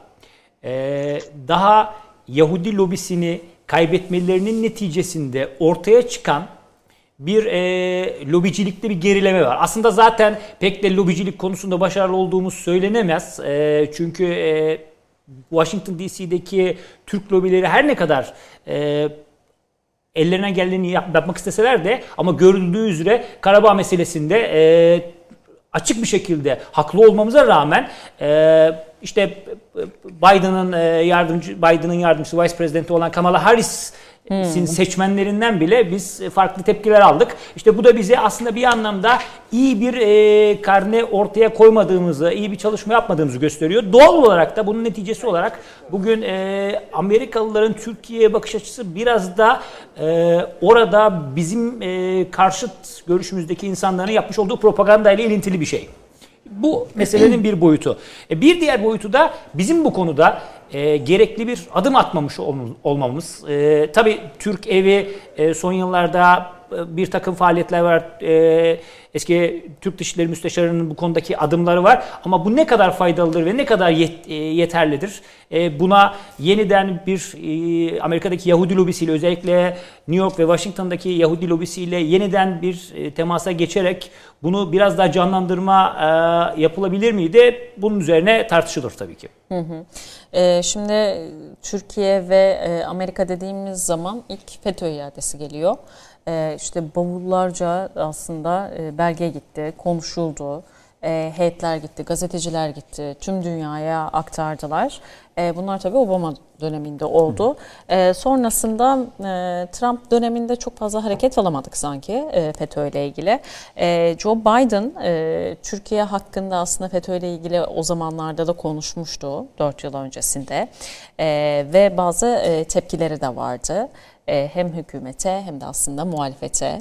e, daha Yahudi lobisini kaybetmelerinin neticesinde ortaya çıkan bir e, lobicilikte bir gerileme var. Aslında zaten pek de lobicilik konusunda başarılı olduğumuz söylenemez. E, çünkü e, Washington D C'deki Türk lobileri her ne kadar e, ellerine geldiğini yap, yapmak isteseler de ama görüldüğü üzere Karabağ meselesinde e, açık bir şekilde haklı olmamıza rağmen e, işte Biden'ın yardımcı Biden'ın yardımcısı Vice President'i olan Kamala Harris'in hmm. seçmenlerinden bile biz farklı tepkiler aldık. İşte bu da bize aslında bir anlamda iyi bir e, karne ortaya koymadığımızı, iyi bir çalışma yapmadığımızı gösteriyor. Doğal olarak da bunun neticesi olarak bugün e, Amerikalıların Türkiye'ye bakış açısı biraz da e, orada bizim e, karşıt görüşümüzdeki insanların yapmış olduğu propaganda ile ilintili bir şey. Bu meselenin bir boyutu. E, bir diğer boyutu da bizim bu konuda e, gerekli bir adım atmamış olmamız. E, tabii Türk Evi e, son yıllarda e, bir takım faaliyetler var. E, eski Türk Dışişleri Müsteşarı'nın bu konudaki adımları var. Ama bu ne kadar faydalıdır ve ne kadar yet, e, yeterlidir? E, buna yeniden bir e, Amerika'daki Yahudi lobisiyle, özellikle New York ve Washington'daki Yahudi lobisiyle yeniden bir e, temasa geçerek bunu biraz daha canlandırma e, yapılabilir miydi? Bunun üzerine tartışılır tabii ki. Hı hı. E, şimdi Türkiye ve e, Amerika dediğimiz zaman ilk FETÖ iadesi geliyor. E, işte bavullarca aslında e, belge gitti, konuşuldu. E, heyetler gitti, gazeteciler gitti, tüm dünyaya aktardılar. E, bunlar tabii Obama döneminde oldu. E, sonrasında e, Trump döneminde çok fazla hareket alamadık sanki e, FETÖ ile ilgili. E, Joe Biden e, Türkiye hakkında aslında FETÖ ile ilgili o zamanlarda da konuşmuştu dört yıl öncesinde. E, ve bazı e, tepkileri de vardı. Hem hükümete hem de aslında muhalefete.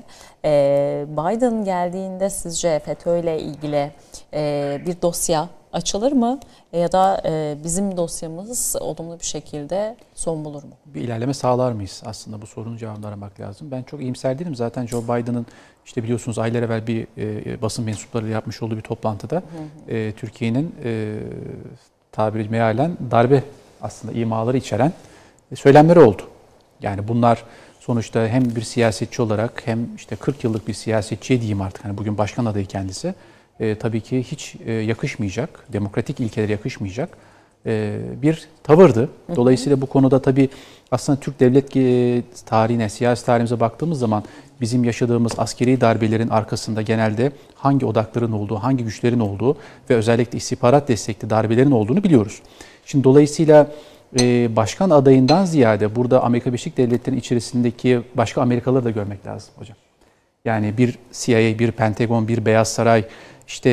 Biden geldiğinde sizce FETÖ ile ilgili bir dosya açılır mı? Ya da bizim dosyamız olumlu bir şekilde son bulur mu? Bir ilerleme sağlar mıyız? Aslında bu sorunun cevabını aramak lazım. Ben çok iyimser değilim. Zaten Joe Biden'ın işte biliyorsunuz aylar evvel bir e, basın mensuplarıyla yapmış olduğu bir toplantıda e, Türkiye'nin e, tabiri mealen darbe aslında imaları içeren e, söylemleri oldu. Yani bunlar sonuçta hem bir siyasetçi olarak hem işte kırk yıllık bir siyasetçiye diyeyim artık, hani bugün başkan adayı kendisi, e, tabii ki hiç e, yakışmayacak, demokratik ilkelere yakışmayacak e, bir tavırdı. Dolayısıyla bu konuda tabii aslında Türk devlet e, tarihine, siyasi tarihimize baktığımız zaman bizim yaşadığımız askeri darbelerin arkasında genelde hangi odakların olduğu, hangi güçlerin olduğu ve özellikle istihbarat destekli darbelerin olduğunu biliyoruz. Şimdi dolayısıyla başkan adayından ziyade burada Amerika Birleşik Devletleri'nin içerisindeki başka Amerikalıları da görmek lazım hocam. Yani bir C I A, bir Pentagon, bir Beyaz Saray, işte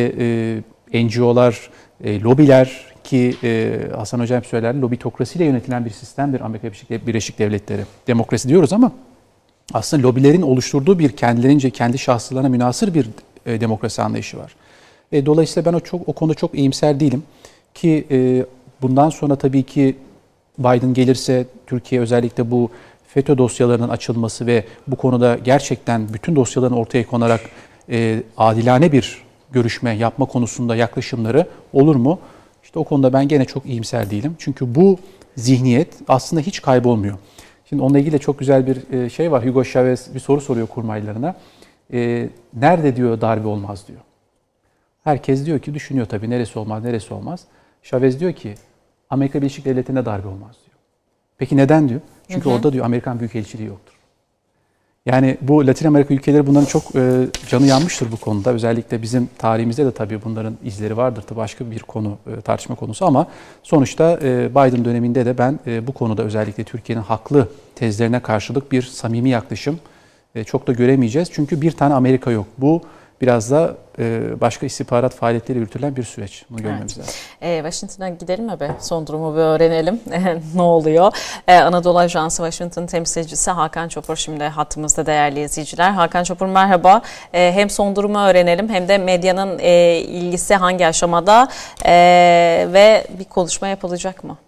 N G O'lar, lobiler ki Hasan Hocam söyler, lobitokrasiyle yönetilen bir sistemdir Amerika Birleşik Devletleri. Demokrasi diyoruz ama aslında lobilerin oluşturduğu bir kendilerince kendi şahslarına münhasır bir demokrasi anlayışı var. Dolayısıyla ben o çok o konuda çok iyimser değilim ki bundan sonra tabii ki Biden gelirse Türkiye özellikle bu FETÖ dosyalarının açılması ve bu konuda gerçekten bütün dosyaların ortaya konarak e, adilane bir görüşme yapma konusunda yaklaşımları olur mu? İşte o konuda ben gene çok iyimser değilim. Çünkü bu zihniyet aslında hiç kaybolmuyor. Şimdi onunla ilgili de çok güzel bir şey var. Hugo Chavez bir soru soruyor kurmaylarına. E, nerede diyor darbe olmaz diyor. Herkes diyor ki düşünüyor tabii neresi olmaz neresi olmaz. Chavez diyor ki Amerika Birleşik Devletleri'nde darbe olmaz diyor. Peki neden diyor? Çünkü hı hı. orada diyor Amerikan Büyükelçiliği yoktur. Yani bu Latin Amerika ülkeleri bunların çok e, canı yanmıştır bu konuda. Özellikle bizim tarihimizde de tabii bunların izleri vardır. Da başka bir konu, e, tartışma konusu ama sonuçta e, Biden döneminde de ben e, bu konuda özellikle Türkiye'nin haklı tezlerine karşılık bir samimi yaklaşım e, çok da göremeyeceğiz. Çünkü bir tane Amerika yok. Bu biraz da e, başka istihbarat faaliyetleri yürütülen bir süreç. Bunu görmemiz evet. lazım. E, Washington'a gidelim mi be? Son durumu bir öğrenelim. Ne oluyor? E, Anadolu Ajansı Washington temsilcisi Hakan Çopur şimdi hattımızda değerli izleyiciler. Hakan Çopur merhaba. E, hem son durumu öğrenelim hem de medyanın e, ilgisi hangi aşamada e, ve bir konuşma yapılacak mı?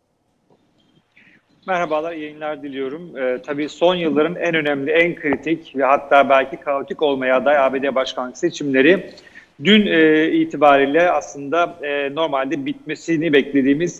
Merhabalar, iyi yayınlar diliyorum. Ee, tabii son yılların en önemli, en kritik ve hatta belki kaotik olmaya aday A B D başkanlık seçimleri dün e, itibariyle aslında e, normalde bitmesini beklediğimiz,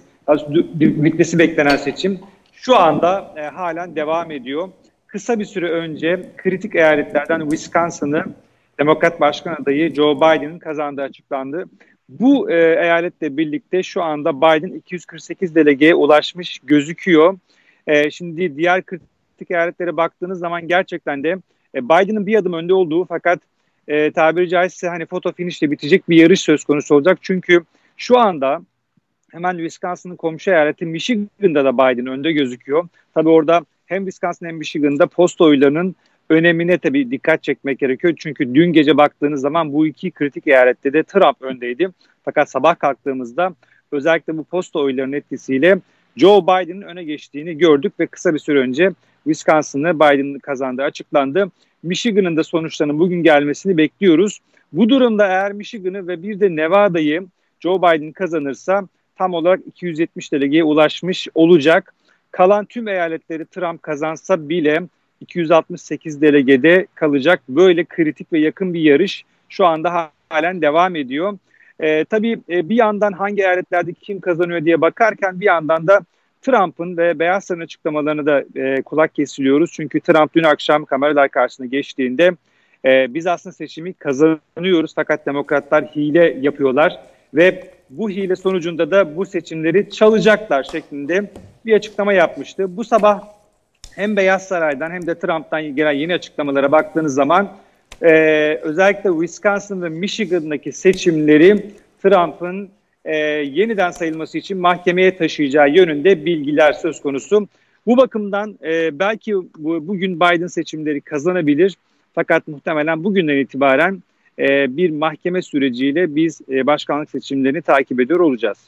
bitmesi beklenen seçim şu anda e, halen devam ediyor. Kısa bir süre önce kritik eyaletlerden Wisconsin'ı Demokrat Başkan adayı Joe Biden'ın kazandığı açıklandı. Bu e, eyaletle birlikte şu anda Biden iki yüz kırk sekiz delegeye ulaşmış gözüküyor. E, şimdi diğer kritik eyaletlere baktığınız zaman gerçekten de e, Biden'ın bir adım önde olduğu fakat e, tabiri caizse hani foto finişle bitecek bir yarış söz konusu olacak. Çünkü şu anda hemen Wisconsin'ın komşu eyaleti Michigan'da da Biden önde gözüküyor. Tabii orada hem Wisconsin hem Michigan'da posta oylarının önemine tabii dikkat çekmek gerekiyor. Çünkü dün gece baktığınız zaman bu iki kritik eyalette de Trump öndeydi. Fakat sabah kalktığımızda özellikle bu posta oylarının etkisiyle Joe Biden'ın öne geçtiğini gördük ve kısa bir süre önce Wisconsin'ı Biden'ın kazandığı açıklandı. Michigan'ın da sonuçlarının bugün gelmesini bekliyoruz. Bu durumda eğer Michigan'ı ve bir de Nevada'yı Joe Biden kazanırsa tam olarak iki yüz yetmiş delegeye ulaşmış olacak. Kalan tüm eyaletleri Trump kazansa bile iki yüz altmış sekiz delegede kalacak. Böyle kritik ve yakın bir yarış şu anda halen devam ediyor. Ee, tabii e, bir yandan hangi eyaletlerde kim kazanıyor diye bakarken bir yandan da Trump'ın ve Beyaz Saray'ın açıklamalarını da e, kulak kesiliyoruz. Çünkü Trump dün akşam kameralar karşısına geçtiğinde e, biz aslında seçimi kazanıyoruz fakat demokratlar hile yapıyorlar ve bu hile sonucunda da bu seçimleri çalacaklar şeklinde bir açıklama yapmıştı. Bu sabah hem Beyaz Saray'dan hem de Trump'tan gelen yeni açıklamalara baktığınız zaman e, özellikle Wisconsin ve Michigan'daki seçimleri Trump'ın e, yeniden sayılması için mahkemeye taşıyacağı yönünde bilgiler söz konusu. Bu bakımdan e, belki bu, bugün Biden seçimleri kazanabilir fakat muhtemelen bugünden itibaren e, bir mahkeme süreciyle biz e, başkanlık seçimlerini takip ediyor olacağız.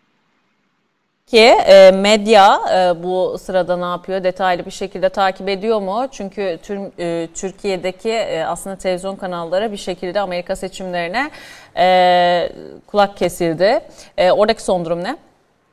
Ki e, medya e, bu sırada ne yapıyor? Detaylı bir şekilde takip ediyor mu? Çünkü tüm e, Türkiye'deki e, aslında televizyon kanalları bir şekilde Amerika seçimlerine e, kulak kesildi. E, oradaki son durum ne?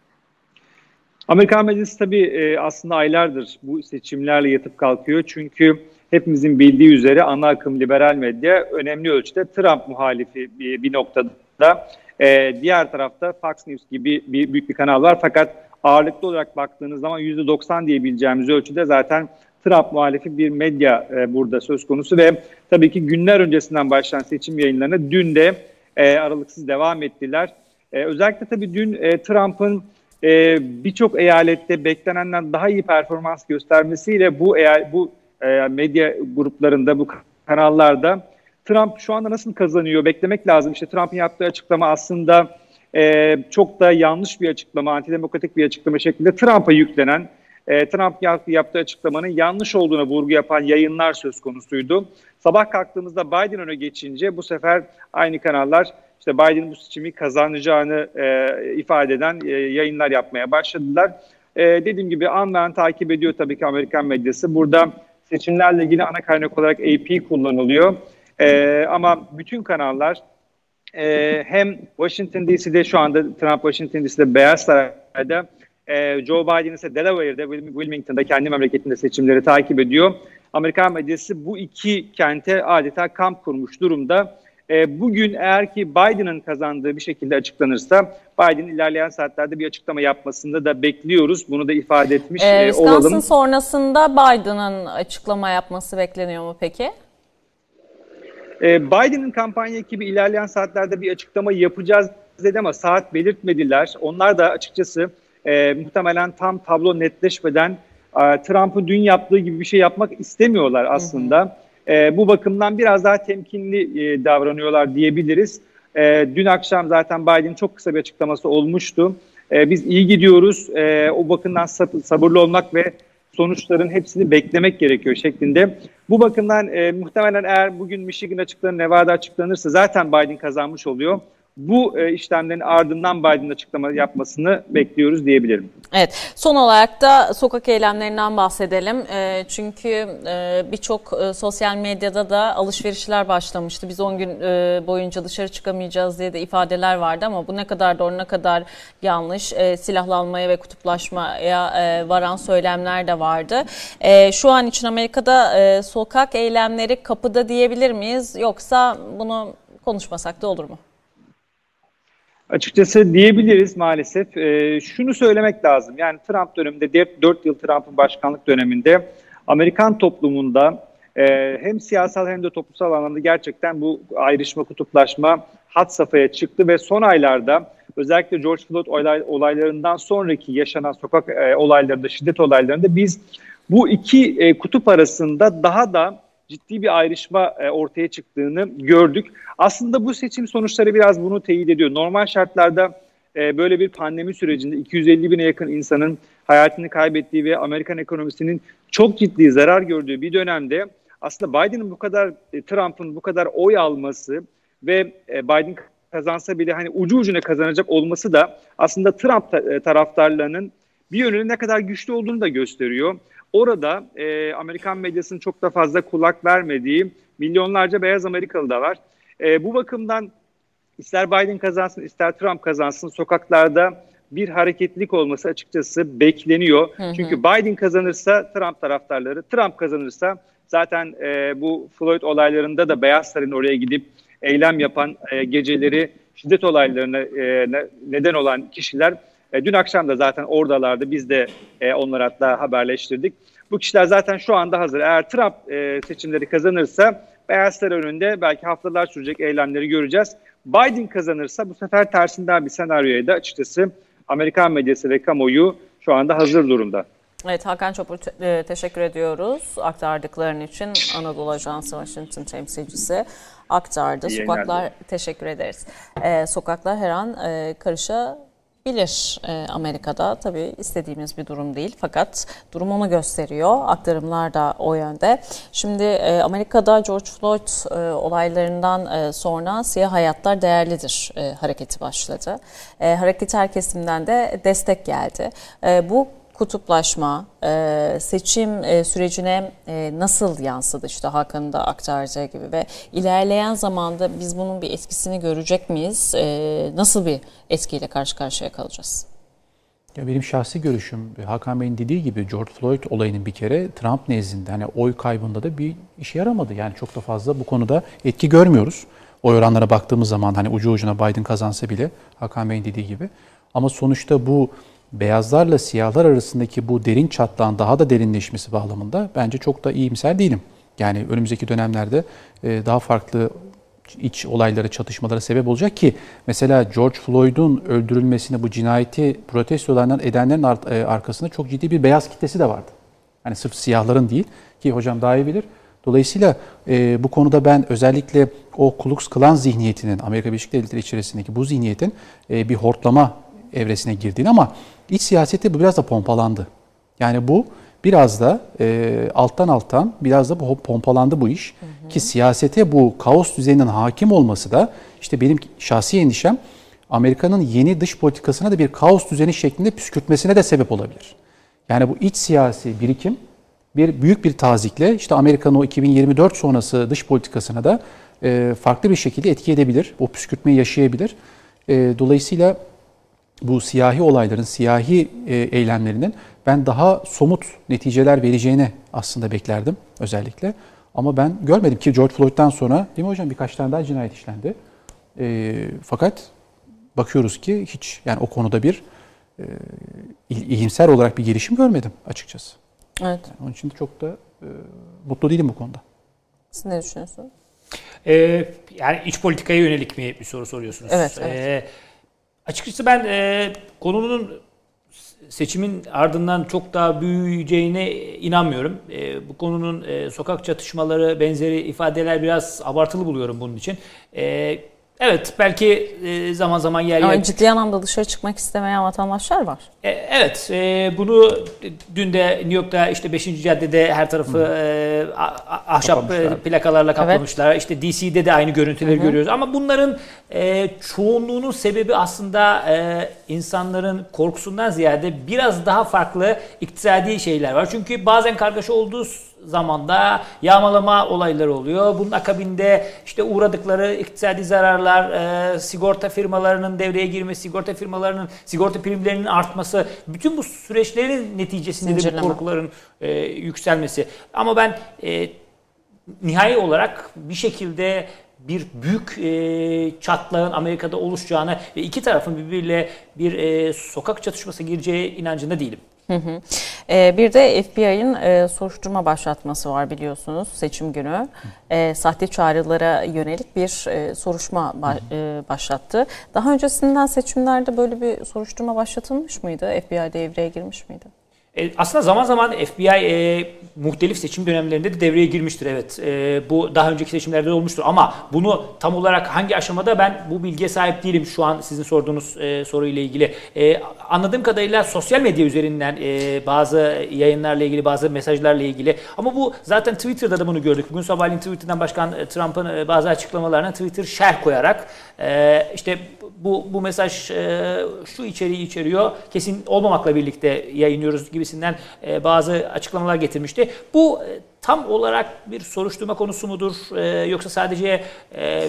Amerikan medyası tabii e, aslında aylardır bu seçimlerle yatıp kalkıyor. Çünkü hepimizin bildiği üzere ana akım liberal medya önemli ölçüde Trump muhalifi bir, bir noktada. Ee, diğer tarafta Fox News gibi bir büyük bir kanal var fakat ağırlıklı olarak baktığınız zaman yüzde doksan diyebileceğimiz ölçüde zaten Trump muhalifi bir medya e, burada söz konusu ve tabii ki günler öncesinden başlayan seçim yayınlarına dün de e, aralıksız devam ettiler. E, özellikle tabii dün e, Trump'ın e, birçok eyalette beklenenden daha iyi performans göstermesiyle bu eğer bu e, medya gruplarında, bu kanallarda Trump şu anda nasıl kazanıyor beklemek lazım. İşte Trump'ın yaptığı açıklama aslında e, çok da yanlış bir açıklama, antidemokratik bir açıklama şeklinde Trump'a yüklenen, e, Trump yaptığı açıklamanın yanlış olduğuna vurgu yapan yayınlar söz konusuydu. Sabah kalktığımızda Biden öne geçince bu sefer aynı kanallar işte Biden'ın bu seçimi kazanacağını e, ifade eden e, yayınlar yapmaya başladılar. E, dediğim gibi an ve an takip ediyor tabii ki Amerikan medyası. Burada seçimlerle ilgili ana kaynak olarak A P kullanılıyor. Ee, ama bütün kanallar e, hem Washington D C'de şu anda Trump Washington D C'de Beyaz Saray'da e, Joe Biden ise Delaware'de Wilmington'da kendi memleketinde seçimleri takip ediyor. Amerikan medyası bu iki kente adeta kamp kurmuş durumda. E, bugün eğer ki Biden'ın kazandığı bir şekilde açıklanırsa Biden ilerleyen saatlerde bir açıklama yapmasını da bekliyoruz. Bunu da ifade etmiş ee, e, Wisconsin olalım. Wisconsin sonrasında Biden'ın açıklama yapması bekleniyor mu peki? Biden'ın kampanya ekibi ilerleyen saatlerde bir açıklama yapacağız dedi ama saat belirtmediler. Onlar da açıkçası e, muhtemelen tam tablo netleşmeden e, Trump'ın dün yaptığı gibi bir şey yapmak istemiyorlar aslında. Hı hı. E, bu bakımdan biraz daha temkinli e, davranıyorlar diyebiliriz. E, dün akşam zaten Biden'in çok kısa bir açıklaması olmuştu. E, biz iyi gidiyoruz, e, o bakımdan sab- sabırlı olmak ve sonuçların hepsini beklemek gerekiyor şeklinde. Bu bakımdan e, muhtemelen eğer bugün Michigan açıklanır, Nevada açıklanırsa zaten Biden kazanmış oluyor. Bu e, işlemlerin ardından Biden'ın açıklama yapmasını bekliyoruz diyebilirim. Evet, son olarak da sokak eylemlerinden bahsedelim. E, çünkü e, birçok e, sosyal medyada da alışverişler başlamıştı. Biz on gün e, boyunca dışarı çıkamayacağız diye de ifadeler vardı ama bu ne kadar doğru, ne kadar yanlış, e, silahlanmaya ve kutuplaşmaya e, varan söylemler de vardı. E, şu an için Amerika'da e, sokak eylemleri kapıda diyebilir miyiz? Yoksa bunu konuşmasak da olur mu? Açıkçası diyebiliriz maalesef. E, şunu söylemek lazım. Yani Trump döneminde, dört yıl Trump'ın başkanlık döneminde Amerikan toplumunda e, hem siyasal hem de toplumsal anlamda gerçekten bu ayrışma, kutuplaşma had safhaya çıktı ve son aylarda özellikle George Floyd olay, olaylarından sonraki yaşanan sokak e, olaylarında, şiddet olaylarında biz bu iki e, kutup arasında daha da ciddi bir ayrışma e, ortaya çıktığını gördük. Aslında bu seçim sonuçları biraz bunu teyit ediyor. Normal şartlarda e, böyle bir pandemi sürecinde iki yüz elli bine yakın insanın hayatını kaybettiği ve Amerikan ekonomisinin çok ciddi zarar gördüğü bir dönemde aslında Biden'ın bu kadar, e, Trump'ın bu kadar oy alması ve e, Biden kazansa bile hani ucu ucuna kazanacak olması da aslında Trump ta- e, taraftarlarının bir yönüne ne kadar güçlü olduğunu da gösteriyor. Orada e, Amerikan medyasının çok da fazla kulak vermediği milyonlarca beyaz Amerikalı da var. E, bu bakımdan ister Biden kazansın ister Trump kazansın sokaklarda bir hareketlilik olması açıkçası bekleniyor. Hı hı. Çünkü Biden kazanırsa Trump taraftarları, Trump kazanırsa zaten e, bu Floyd olaylarında da Beyaz Saray'ın oraya gidip eylem yapan e, geceleri şiddet olaylarına e, neden olan kişiler E, dün akşam da zaten oradalardı. Biz de e, onları hatta haberleştirdik. Bu kişiler zaten şu anda hazır. Eğer Trump e, seçimleri kazanırsa Beyaz Saray önünde belki haftalar sürecek eylemleri göreceğiz. Biden kazanırsa bu sefer tersinden bir senaryoya da açıkçası Amerikan medyası ve kamuoyu şu anda hazır durumda. Evet, Hakan Çopur te- teşekkür ediyoruz aktardıkların için. Anadolu Ajansı Washington temsilcisi aktardı. İyi Sokaklar yayınlar. teşekkür ederiz. Ee, sokaklar her an e, karışabilir e, Amerika'da. Tabii istediğimiz bir durum değil fakat durum onu gösteriyor. Aktarımlar da o yönde. Şimdi e, Amerika'da George Floyd e, olaylarından e, sonra Siyah Hayatlar Değerlidir e, hareketi başladı. E, hareket her kesimden de destek geldi. E, bu kutuplaşma seçim sürecine nasıl yansıdı, işte Hakan'ın da aktardığı gibi ve ilerleyen zamanda biz bunun bir etkisini görecek miyiz? Nasıl bir etkiyle karşı karşıya kalacağız? Ya benim şahsi görüşüm, Hakan Bey'in dediği gibi George Floyd olayının bir kere Trump nezdinde hani oy kaybında da bir işe yaramadı. Yani çok da fazla bu konuda etki görmüyoruz. Oy oranlara baktığımız zaman hani ucu ucuna Biden kazansa bile Hakan Bey'in dediği gibi. Ama sonuçta bu beyazlarla siyahlar arasındaki bu derin çatlağın daha da derinleşmesi bağlamında bence çok da iyimser değilim. Yani önümüzdeki dönemlerde daha farklı iç olaylara, çatışmalara sebep olacak ki mesela George Floyd'un öldürülmesine bu cinayeti protesto edenlerin arkasında çok ciddi bir beyaz kitlesi de vardı. Hani sırf siyahların değil ki hocam daha iyi bilir. Dolayısıyla e, bu konuda ben özellikle o Ku Klux Klan zihniyetinin, Amerika Birleşik Devletleri içerisindeki bu zihniyetin e, bir hortlama evresine girdiğini ama iç siyasette bu biraz da pompalandı. Yani bu biraz da e, alttan alttan biraz da bu pompalandı bu iş. Hı hı. Ki siyasete bu kaos düzeninin hakim olması da işte benim şahsi endişem Amerika'nın yeni dış politikasına da bir kaos düzeni şeklinde püskürtmesine de sebep olabilir. Yani bu iç siyasi birikim bir büyük bir tazikle işte Amerika'nın o iki bin yirmi dört sonrası dış politikasına da e, farklı bir şekilde etki edebilir. O püskürtmeyi yaşayabilir. E, dolayısıyla bu siyahi olayların, siyahi e, eylemlerinin ben daha somut neticeler vereceğini aslında beklerdim özellikle. Ama ben görmedim ki George Floyd'dan sonra, değil mi hocam, birkaç tane daha cinayet işlendi. E, fakat bakıyoruz ki hiç yani o konuda bir e, iyimser olarak bir gelişim görmedim açıkçası. Evet. Yani onun için de çok da e, mutlu değilim bu konuda. Siz ne düşünüyorsunuz? Ee, yani iç politikaya yönelik mi bir soru soruyorsunuz? Evet. evet. Ee, açıkçası ben e, konunun seçimin ardından çok daha büyüyeceğine inanmıyorum. E, bu konunun e, sokak çatışmaları benzeri ifadeler biraz abartılı buluyorum bunun için. E, evet belki e, zaman zaman yer yer... Ama ciddi anlamda dışarı çıkmak istemeyen vatandaşlar var. E, evet e, bunu dün de New York'ta işte beşinci caddede her tarafı e, ahşap e, plakalarla kaplamışlar. Evet. İşte D C'de de aynı görüntüleri Hı-hı. görüyoruz. Ama bunların e, çoğunluğunun sebebi aslında e, insanların korkusundan ziyade biraz daha farklı iktisadi şeyler var. Çünkü bazen kargaşa olduğu zamanda yağmalama olayları oluyor. Bunun akabinde işte uğradıkları iktisadi zararlar, e, sigorta firmalarının devreye girmesi, sigorta firmalarının sigorta primlerinin artması, bütün bu süreçlerin neticesinde de bu korkuların e, yükselmesi. Ama ben e, nihai olarak bir şekilde bir büyük e, çatlağın Amerika'da oluşacağını ve iki tarafın birbiriyle bir e, sokak çatışması gireceği inancında değilim. Hı hı. Ee, bir de F B I'nin e, soruşturma başlatması var biliyorsunuz seçim günü. E, sahte çağrılara yönelik bir e, soruşturma ba- e, başlattı. Daha öncesinden seçimlerde böyle bir soruşturma başlatılmış mıydı? F B I devreye girmiş miydi? E, aslında zaman zaman F B I e, muhtelif seçim dönemlerinde de devreye girmiştir. Evet, e, bu daha önceki seçimlerde de olmuştur. Ama bunu tam olarak hangi aşamada ben bu bilgiye sahip değilim şu an sizin sorduğunuz e, soruyla ilgili. E, anladığım kadarıyla sosyal medya üzerinden e, bazı yayınlarla ilgili, bazı mesajlarla ilgili. Ama bu zaten Twitter'da da bunu gördük. Bugün sabahleyin Twitter'dan Başkan Trump'ın e, bazı açıklamalarına Twitter şerh koyarak e, işte bu bu mesaj e, şu içeriği içeriyor, kesin olmamakla birlikte yayınlıyoruz gibisinden e, bazı açıklamalar getirmişti. Bu e, tam olarak bir soruşturma konusu mudur e, yoksa sadece e, e,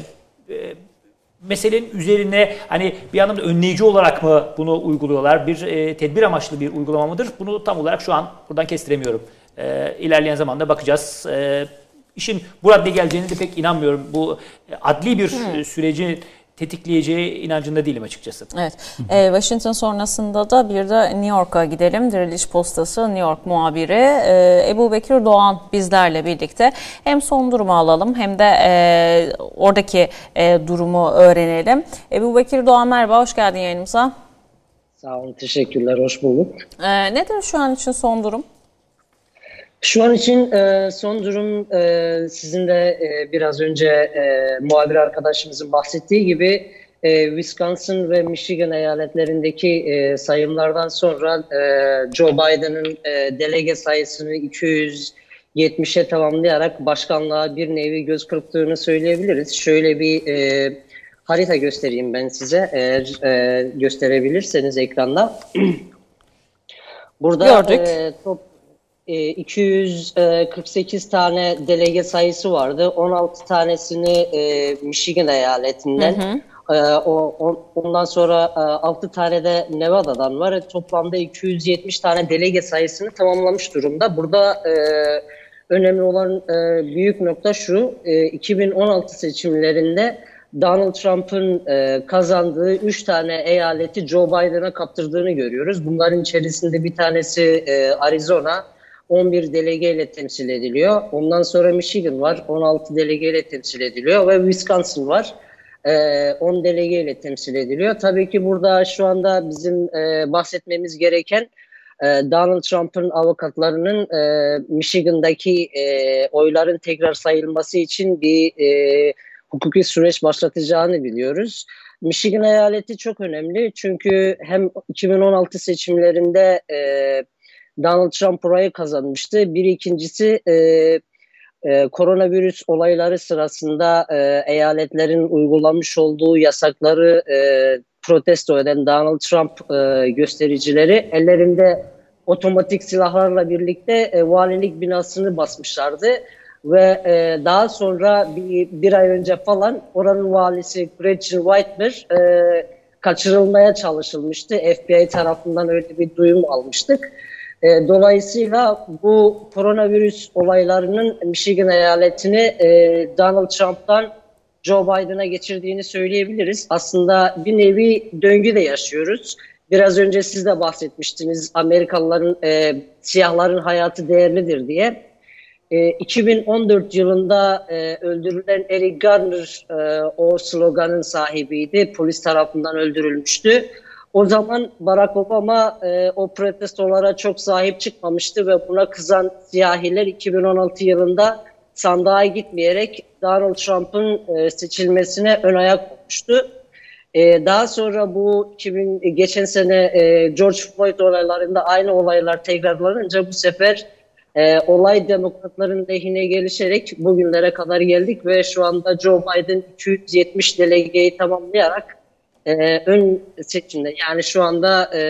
meselenin üzerine hani bir anlamda önleyici olarak mı bunu uyguluyorlar? Bir e, tedbir amaçlı bir uygulama mıdır? Bunu tam olarak şu an buradan kestiremiyorum. E, ilerleyen zamanda bakacağız. E, işin bu raddeye geleceğine de pek inanmıyorum. Bu e, adli bir hmm. süreci tetikleyeceği inancında değilim açıkçası. Evet. Ee, Washington sonrasında da bir de New York'a gidelim. Diriliş Postası New York muhabiri e, Ebu Bekir Doğan bizlerle birlikte. Hem son durumu alalım hem de e, oradaki e, durumu öğrenelim. Ebu Bekir Doğan merhaba, hoş geldin yayınımıza. Sağ olun, teşekkürler, hoş bulduk. E, nedir şu an için son durum? Şu an için e, son durum e, sizin de e, biraz önce e, muhabir arkadaşımızın bahsettiği gibi e, Wisconsin ve Michigan eyaletlerindeki e, sayımlardan sonra e, Joe Biden'ın e, delege sayısını iki yüz yetmişe tamamlayarak başkanlığa bir nevi göz kırptığını söyleyebiliriz. Şöyle bir e, harita göstereyim ben size, eğer e, gösterebilirseniz ekranda. Burada gördük. E, top iki yüz kırk sekiz tane delege sayısı vardı. on altı tanesini Michigan eyaletinden, hı hı. ondan sonra altı tane de Nevada'dan var. Toplamda iki yüz yetmiş tane delege sayısını tamamlamış durumda. Burada önemli olan büyük nokta şu: iki bin on altı seçimlerinde Donald Trump'ın kazandığı üç tane eyaleti Joe Biden'a kaptırdığını görüyoruz. Bunların içerisinde bir tanesi Arizona, on bir delegeyle temsil ediliyor. Ondan sonra Michigan var, on altı delegeyle temsil ediliyor ve Wisconsin var, on delegeyle temsil ediliyor. Tabii ki burada şu anda bizim bahsetmemiz gereken Donald Trump'ın avukatlarının Michigan'daki oyların tekrar sayılması için bir hukuki süreç başlatacağını biliyoruz. Michigan eyaleti çok önemli çünkü hem iki bin on altı seçimlerinde Donald Trump orayı kazanmıştı. Bir ikincisi e, e, koronavirüs olayları sırasında e, eyaletlerin uygulamış olduğu yasakları e, protesto eden Donald Trump e, göstericileri ellerinde otomatik silahlarla birlikte e, valilik binasını basmışlardı. Ve e, daha sonra bir, bir ay önce falan oranın valisi Gretchen Whitmer e, kaçırılmaya çalışılmıştı. F B I tarafından öyle bir duyum almıştık. Dolayısıyla bu koronavirüs olaylarının Michigan eyaletini e, Donald Trump'tan Joe Biden'a geçirdiğini söyleyebiliriz. Aslında bir nevi döngü de yaşıyoruz. Biraz önce siz de bahsetmiştiniz, Amerikalıların, e, siyahların hayatı değerlidir diye. E, iki bin on dört yılında e, öldürülen Eric Garner e, o sloganın sahibiydi. Polis tarafından öldürülmüştü. O zaman Barack Obama e, o protestolara çok sahip çıkmamıştı ve buna kızan siyahiler iki bin on altı yılında sandığa gitmeyerek Donald Trump'ın e, seçilmesine ön ayak olmuştu. E, daha sonra bu iki bin, geçen sene e, George Floyd olaylarında aynı olaylar tekrarlanınca bu sefer e, olay demokratların lehine gelişerek bugünlere kadar geldik ve şu anda Joe Biden iki yüz yetmiş delegeyi tamamlayarak e, ön seçimde, yani şu anda e,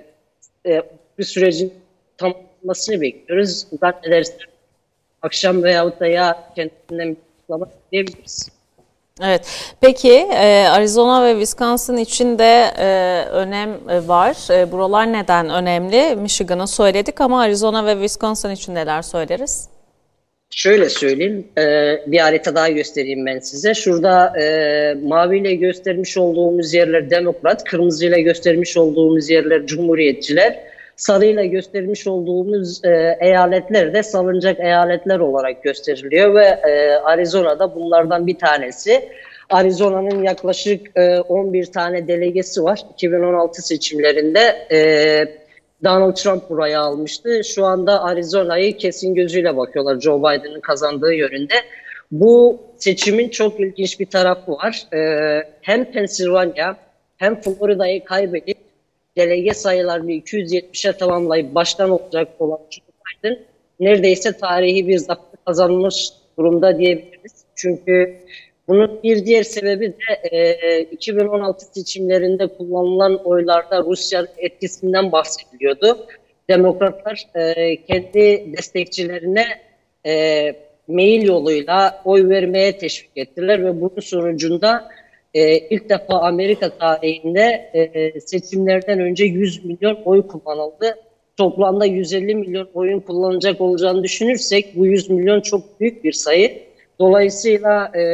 e, bir sürecin tamamlanmasını bekliyoruz. Zannedersem akşam veyahut da ya kendinden bir açıklama diyebiliriz. Evet. Peki e, Arizona ve Wisconsin için de e, önem var. E, buralar neden önemli? Michigan'ı söyledik ama Arizona ve Wisconsin için neler söyleriz? Şöyle söyleyeyim, e, bir harita daha göstereyim ben size. Şurada e, maviyle göstermiş olduğumuz yerler Demokrat, kırmızıyla göstermiş olduğumuz yerler Cumhuriyetçiler, sarıyla göstermiş olduğumuz e, eyaletler de salınacak eyaletler olarak gösteriliyor ve e, Arizona'da bunlardan bir tanesi. Arizona'nın yaklaşık e, on bir tane delegesi var. iki bin on altı seçimlerinde e, Donald Trump buraya almıştı. Şu anda Arizona'yı kesin gözüyle bakıyorlar Joe Biden'ın kazandığı yönünde. Bu seçimin çok ilginç bir tarafı var. E, hem Pennsylvania hem Florida'yı kaybedip delege sayılarını iki yüz yetmişe tamamlayıp başkan olacak olan Joe Biden neredeyse tarihi bir zafer kazanmış durumda diyebiliriz. Çünkü bunun bir diğer sebebi de e, iki bin on altı seçimlerinde kullanılan oylarda Rusya'nın etkisinden bahsediliyordu. Demokratlar e, kendi destekçilerine e, mail yoluyla oy vermeye teşvik ettiler ve bunun sonucunda e, ilk defa Amerika tarihinde e, seçimlerden önce yüz milyon oy kullanıldı. Toplamda yüz elli milyon oyun kullanacak olacağını düşünürsek bu yüz milyon çok büyük bir sayı. Dolayısıyla e,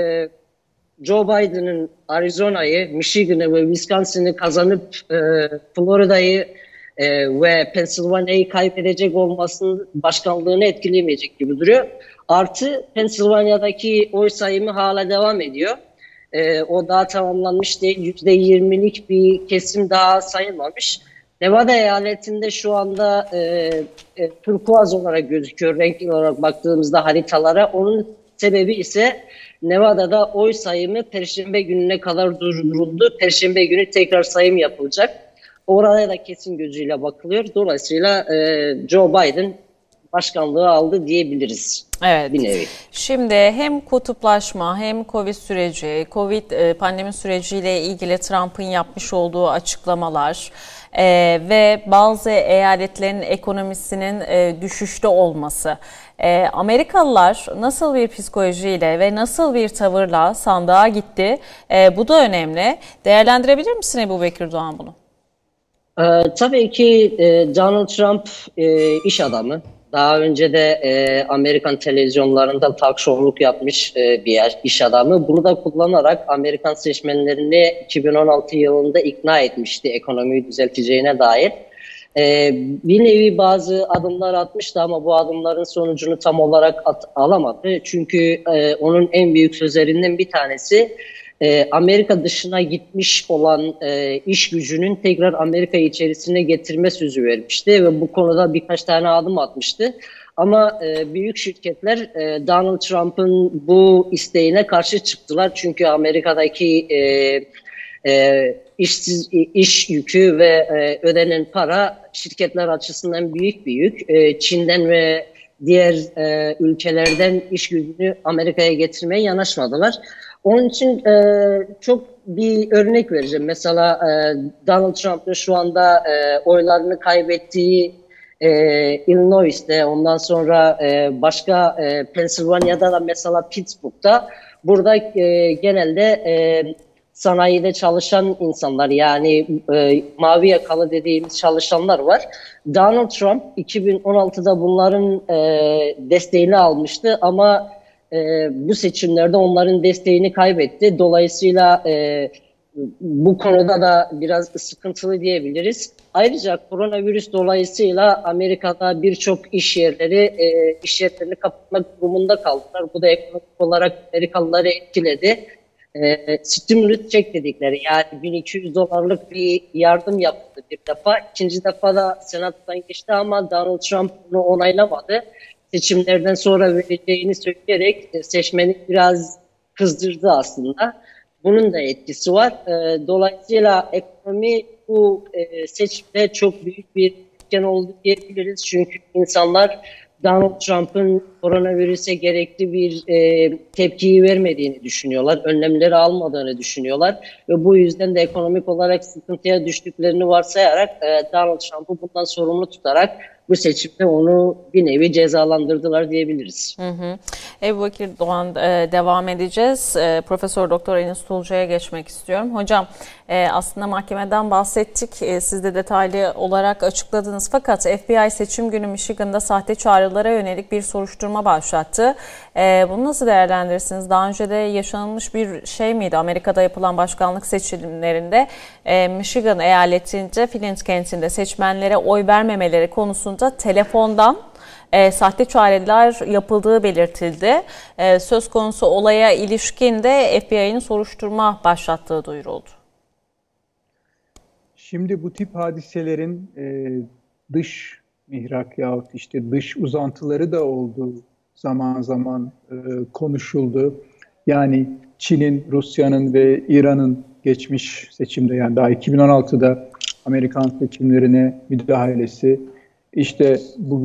Joe Biden'ın Arizona'yı, Michigan'ı ve Wisconsin'i kazanıp e, Florida'yı e, ve Pennsylvania'yı kaybedecek olmasının başkanlığını etkilemeyecek gibi duruyor. Artı Pennsylvania'daki oy sayımı hala devam ediyor. E, o daha tamamlanmış değil. yüzde yirmilik bir kesim daha sayılmamış. Nevada eyaletinde şu anda e, e, turkuaz olarak gözüküyor renkli olarak baktığımızda haritalara. Onun sebebi ise Nevada'da oy sayımı Perşembe gününe kadar durduruldu. Perşembe günü tekrar sayım yapılacak. Oraya da kesin gözüyle bakılıyor. Dolayısıyla e, Joe Biden başkanlığı aldı diyebiliriz. Evet. Bir nevi. Şimdi hem kutuplaşma hem Covid süreci, Covid pandemi süreciyle ilgili Trump'ın yapmış olduğu açıklamalar e, ve bazı eyaletlerin ekonomisinin e, düşüşte olması. E, Amerikalılar nasıl bir psikolojiyle ve nasıl bir tavırla sandığa gitti? E, bu da önemli. Değerlendirebilir misin Ebu Bekir Doğan bunu? Ee, tabii ki e, Donald Trump e, iş adamı. Daha önce de e, Amerikan televizyonlarında talk show'luk yapmış e, bir iş adamı. Bunu da kullanarak Amerikan seçmenlerini iki bin on altı yılında ikna etmişti ekonomiyi düzelteceğine dair. E, bir nevi bazı adımlar atmıştı ama bu adımların sonucunu tam olarak at, alamadı. Çünkü e, onun en büyük sözlerinden bir tanesi e, Amerika dışına gitmiş olan e, iş gücünün tekrar Amerika içerisine getirme sözü vermişti ve bu konuda birkaç tane adım atmıştı. Ama e, büyük şirketler e, Donald Trump'ın bu isteğine karşı çıktılar. Çünkü Amerika'daki e, e, işsiz iş yükü ve e, ödenen para şirketler açısından büyük bir yük. E, Çin'den ve diğer e, ülkelerden iş gücünü Amerika'ya getirmeye yanaşmadılar. Onun için e, çok bir örnek vereceğim. Mesela e, Donald Trump'ın şu anda e, oylarını kaybettiği e, Illinois'te, ondan sonra e, başka e, Pennsylvania'da da mesela Pittsburgh'da burada e, genelde e, sanayide çalışan insanlar, yani e, mavi yakalı dediğimiz çalışanlar var. Donald Trump iki bin on altıda bunların e, desteğini almıştı ama e, bu seçimlerde onların desteğini kaybetti. Dolayısıyla e, bu konuda da biraz sıkıntılı diyebiliriz. Ayrıca koronavirüs dolayısıyla Amerika'da birçok iş yerleri e, iş yerlerini kapatmak durumunda kaldılar. Bu da ekonomik olarak Amerikalıları etkiledi. e, stimulus check dedikleri, yani bin iki yüz dolarlık bir yardım yaptı bir defa. İkinci defa da Senato'dan geçti ama Donald Trump bunu onaylamadı. Seçimlerden sonra vereceğini söyleyerek e, seçmeni biraz kızdırdı aslında. Bunun da etkisi var. E, dolayısıyla ekonomi bu e, seçimde çok büyük bir etken oldu diyebiliriz. Çünkü insanlar Donald Trump'ın koronavirüse gerekli bir e, tepkiyi vermediğini düşünüyorlar. Önlemleri almadığını düşünüyorlar. Ve bu yüzden de ekonomik olarak sıkıntıya düştüklerini varsayarak e, Donald Trump'ı bundan sorumlu tutarak bu seçimde onu bir nevi cezalandırdılar diyebiliriz. Hı hı. Ebu Bekir Doğan, e, devam edeceğiz. E, Profesör Doktor Enis Tuluca'ya geçmek istiyorum. Hocam, e, aslında mahkemeden bahsettik. E, siz de detaylı olarak açıkladınız. Fakat F B I seçim günü Michigan'da sahte çağrılara yönelik bir soruşturma başlattı. E, bunu nasıl değerlendirirsiniz? Daha önce de yaşanılmış bir şey miydi? Amerika'da yapılan başkanlık seçimlerinde e, Michigan eyaletinde Flint kentinde seçmenlere oy vermemeleri konusunda telefondan e, sahte çağrılar yapıldığı belirtildi. E, söz konusu olaya ilişkin de F B I'nin soruşturma başlattığı duyuruldu. Şimdi bu tip hadiselerin e, dış mihrak yahut işte dış uzantıları da olduğu zaman zaman e, konuşuldu. Yani Çin'in, Rusya'nın ve İran'ın geçmiş seçimde, yani daha iki bin on altıda Amerikan seçimlerine müdahalesi, işte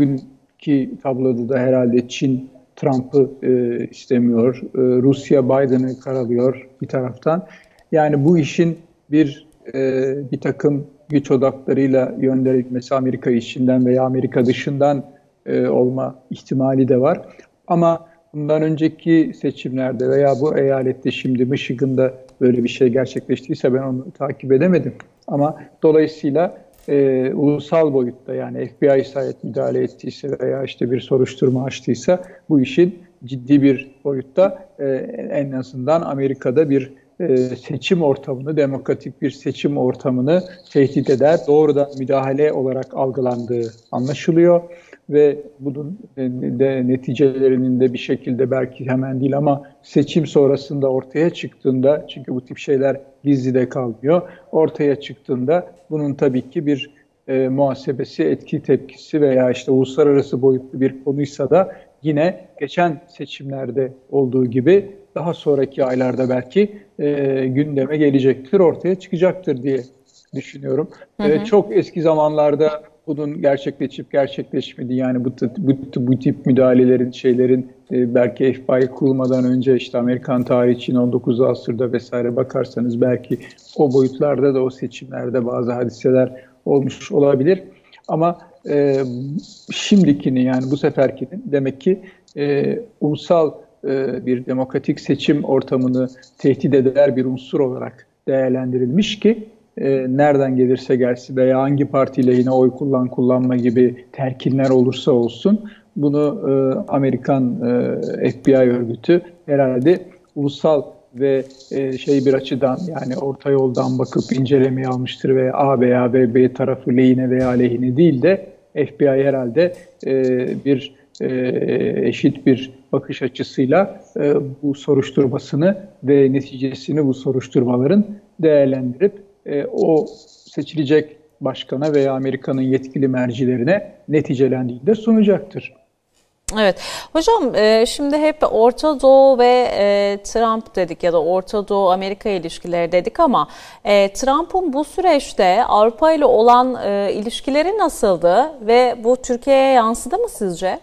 bugünkü tabloda da herhalde Çin Trump'ı e, istemiyor, e, Rusya Biden'ı karalıyor bir taraftan. Yani bu işin bir e, bir takım güç odaklarıyla yönlendirilmesi Amerika içinden veya Amerika dışından e, olma ihtimali de var. Ama bundan önceki seçimlerde veya bu eyalette, şimdi Michigan'da böyle bir şey gerçekleştiyse ben onu takip edemedim. Ama dolayısıyla e, ulusal boyutta, yani F B I sayet müdahale ettiyse veya işte bir soruşturma açtıysa bu işin ciddi bir boyutta e, en azından Amerika'da bir e, seçim ortamını, demokratik bir seçim ortamını tehdit eder, doğrudan müdahale olarak algılandığı anlaşılıyor. Ve bunun de neticelerinin de bir şekilde, belki hemen değil ama seçim sonrasında ortaya çıktığında, çünkü bu tip şeyler gizlide kalmıyor, ortaya çıktığında bunun tabii ki bir e, muhasebesi, etki tepkisi veya işte uluslararası boyutlu bir konuysa da yine geçen seçimlerde olduğu gibi daha sonraki aylarda belki e, gündeme gelecektir, ortaya çıkacaktır diye düşünüyorum. Hı hı. E, çok eski zamanlarda bunun gerçekleşip gerçekleşmediği, yani bu, bu, bu tip müdahalelerin, şeylerin e, belki F B I kurulmadan önce işte Amerikan tarihi için on dokuzuncu asırda vesaire bakarsanız belki o boyutlarda da o seçimlerde bazı hadiseler olmuş olabilir. Ama e, şimdikini, yani bu seferkinin demek ki e, ulusal e, bir demokratik seçim ortamını tehdit eder bir unsur olarak değerlendirilmiş ki E, nereden gelirse gelsin veya hangi parti lehine oy kullan kullanma gibi telkinler olursa olsun, bunu e, Amerikan e, F B I örgütü herhalde ulusal ve e, şey bir açıdan, yani orta yoldan bakıp incelemeye almıştır ve A veya B, B tarafı lehine veya aleyhine değil de F B I herhalde e, bir e, eşit bir bakış açısıyla e, bu soruşturmasını ve neticesini bu soruşturmaların değerlendirip E, o seçilecek başkana veya Amerika'nın yetkili mercilerine neticelendiğinde sunacaktır. Evet. Hocam, şimdi hep Orta Doğu ve Trump dedik ya da Orta Doğu Amerika ilişkileri dedik ama Trump'ın bu süreçte Avrupa ile olan ilişkileri nasıldı ve bu Türkiye'ye yansıdı mı sizce?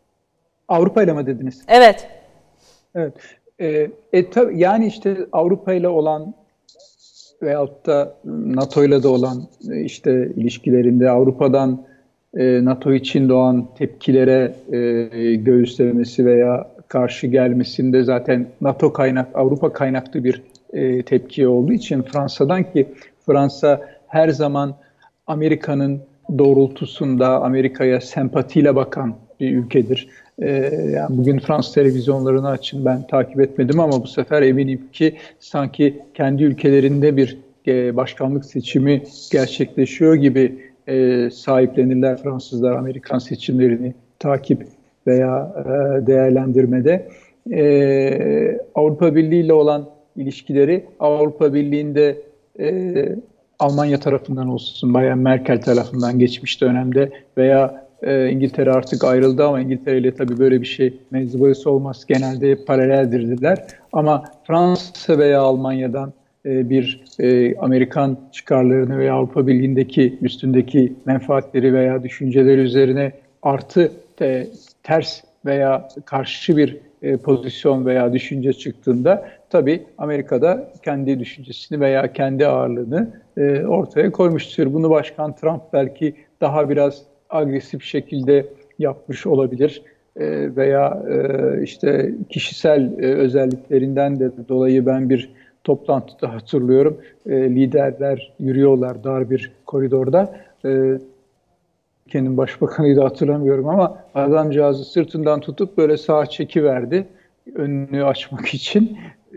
Avrupa ile mi dediniz? Evet. Evet. E, e, tabii, yani işte Avrupa ile olan veyahut da NATO ile de olan işte ilişkilerinde Avrupa'dan e, NATO için doğan tepkilere e, göğüslemesi veya karşı gelmesinde zaten NATO kaynak, Avrupa kaynaklı bir e, tepki olduğu için Fransa'dan, ki Fransa her zaman Amerika'nın doğrultusunda Amerika'ya sempatiyle bakan bir ülkedir. Ee, yani bugün Fransız televizyonlarını açın, ben takip etmedim ama bu sefer eminim ki sanki kendi ülkelerinde bir e, başkanlık seçimi gerçekleşiyor gibi e, sahiplenirler Fransızlar Amerikan seçimlerini takip veya e, değerlendirmede. E, Avrupa Birliği ile olan ilişkileri Avrupa Birliği'nde e, Almanya tarafından olsun, Bayan Merkel tarafından geçmiş dönemde veya e, İngiltere artık ayrıldı ama İngiltere ile tabii böyle bir şey mevzu bahis olmaz. Genelde paraleldirdiler. Ama Fransa veya Almanya'dan e, bir e, Amerikan çıkarlarını veya Avrupa Birliği'ndeki üstündeki menfaatleri veya düşünceleri üzerine artı te, ters veya karşı bir e, pozisyon veya düşünce çıktığında tabii Amerika'da kendi düşüncesini veya kendi ağırlığını e, ortaya koymuştur. Bunu Başkan Trump belki daha biraz agresif şekilde yapmış olabilir e, veya e, işte kişisel e, özelliklerinden de dolayı ben bir toplantıda hatırlıyorum. E, liderler yürüyorlar dar bir koridorda. E, Kendim başbakanıydı hatırlamıyorum ama adamcağızı sırtından tutup böyle sağa çekiverdi önünü açmak için.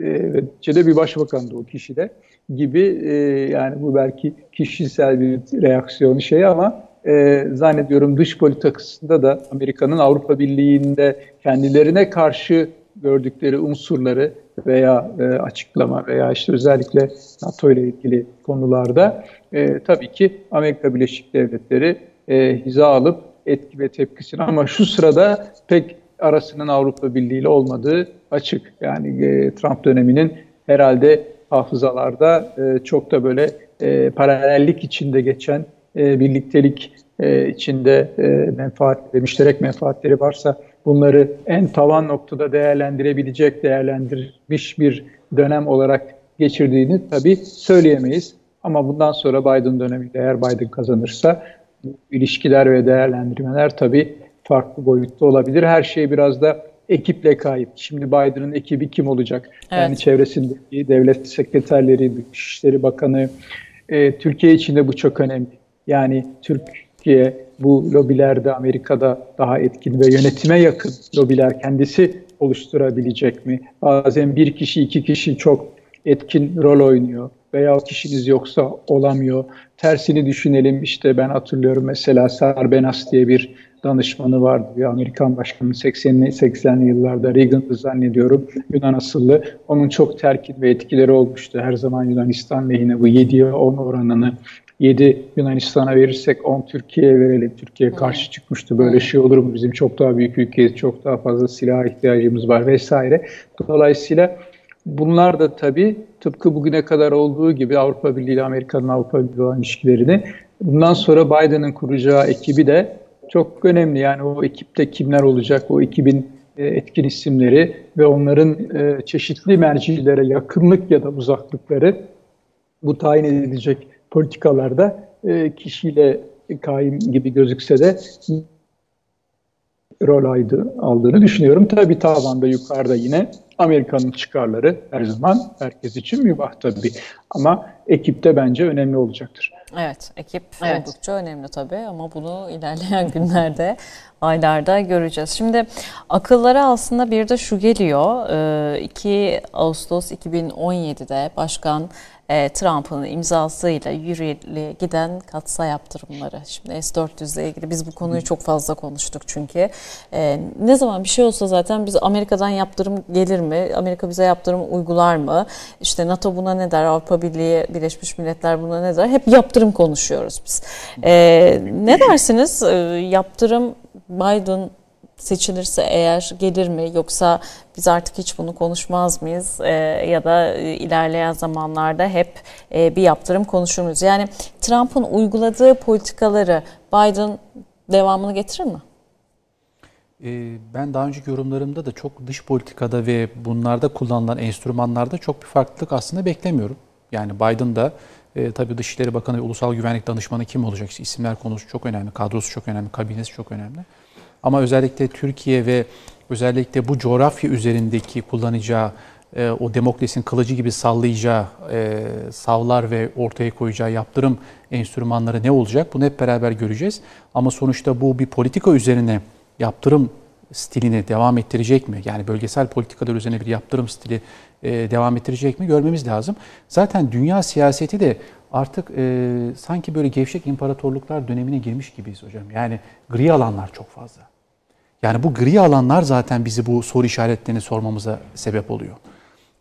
Ee, de bir başbakandı o kişi de gibi e, yani bu belki kişisel bir reaksiyon şey ama e, zannediyorum dış politikasında da Amerika'nın Avrupa Birliği'nde kendilerine karşı gördükleri unsurları veya e, açıklama veya işte özellikle NATO ile ilgili konularda e, tabii ki Amerika Birleşik Devletleri E, hiza alıp etki ve tepkisini ama şu sırada pek arasının Avrupa Birliği ile olmadığı açık. Yani e, Trump döneminin herhalde hafızalarda e, çok da böyle e, paralellik içinde geçen e, birliktelik e, içinde e, menfaat, müşterek menfaatleri varsa bunları en tavan noktada değerlendirebilecek, değerlendirmiş bir dönem olarak geçirdiğini tabii söyleyemeyiz. Ama bundan sonra Biden döneminde eğer Biden kazanırsa ilişkiler ve değerlendirmeler tabii farklı boyutta olabilir. Her şey biraz da ekiple kayıp. Şimdi Biden'ın ekibi kim olacak? Evet. Yani çevresindeki devlet sekreterleri, Dışişleri Bakanı, e, Türkiye için de bu çok önemli. Yani Türkiye bu lobilerde Amerika'da daha etkin ve yönetime yakın lobiler kendisi oluşturabilecek mi? Bazen bir kişi, iki kişi çok etkin rol oynuyor veya o kişiniz yoksa olamıyor. Tersini düşünelim, işte ben hatırlıyorum mesela Sarbenas diye bir danışmanı vardı. Bir Amerikan başkanı seksenli seksenli yıllarda Reagan'dı zannediyorum. Yunan asıllı. Onun çok terkin ve etkileri olmuştu. Her zaman Yunanistan lehine bu yediye on oranını yedi Yunanistan'a verirsek on Türkiye'ye verelim. Türkiye karşı çıkmıştı. Böyle şey olur mu? Bizim çok daha büyük ülkeyiz. Çok daha fazla silaha ihtiyacımız var vesaire. Dolayısıyla bunlar da tabii tıpkı bugüne kadar olduğu gibi Avrupa Birliği ile Amerika'nın Avrupa Birliği olan ilişkilerini bundan sonra Biden'ın kuracağı ekibi de çok önemli. Yani o ekipte kimler olacak, o ekibin etkin isimleri ve onların çeşitli mercilere yakınlık ya da uzaklıkları bu tayin edilecek politikalarda kişiyle kaim gibi gözükse de rol aldı, aldığını düşünüyorum. Tabii tavanda yukarıda yine Amerika'nın çıkarları her zaman herkes için mübah tabii. Ama ekipte bence önemli olacaktır. Evet, ekip evet. oldukça önemli tabii ama bunu ilerleyen günlerde, aylarda göreceğiz. Şimdi akıllara aslında bir de şu geliyor. iki Ağustos iki bin on yedi'de Başkan Trump'ın imzasıyla yürürlüğe giden katsayı yaptırımları. Şimdi S dört yüz ile ilgili biz bu konuyu çok fazla konuştuk çünkü. Ee, ne zaman bir şey olsa zaten biz Amerika'dan yaptırım gelir mi? Amerika bize yaptırım uygular mı? İşte NATO buna ne der? Avrupa Birliği, Birleşmiş Milletler buna ne der? Hep yaptırım konuşuyoruz biz. Ee, ne dersiniz? Ee, yaptırım Biden seçilirse eğer gelir mi, yoksa biz artık hiç bunu konuşmaz mıyız ee, ya da ilerleyen zamanlarda hep e, bir yaptırım konuşur muyuz? Yani Trump'ın uyguladığı politikaları Biden devamını getirir mi? Ben daha önceki yorumlarımda da çok dış politikada ve bunlarda kullanılan enstrümanlarda çok bir farklılık aslında beklemiyorum. Yani Biden da e, tabii Dışişleri Bakanı ve Ulusal Güvenlik Danışmanı kim olacak? İşte isimler konusu çok önemli, kadrosu çok önemli, kabinesi çok önemli. Ama özellikle Türkiye ve özellikle bu coğrafya üzerindeki kullanacağı e, o demokrasinin kılıcı gibi sallayacağı e, savlar ve ortaya koyacağı yaptırım enstrümanları ne olacak? Bunu hep beraber göreceğiz. Ama sonuçta bu bir politika üzerine yaptırım stilini devam ettirecek mi? Yani bölgesel politikalar üzerine bir yaptırım stili e, devam ettirecek mi? Görmemiz lazım. Zaten dünya siyaseti de artık e, sanki böyle gevşek imparatorluklar dönemine girmiş gibiyiz hocam. Yani gri alanlar çok fazla. Yani bu gri alanlar zaten bizi bu soru işaretlerini sormamıza sebep oluyor.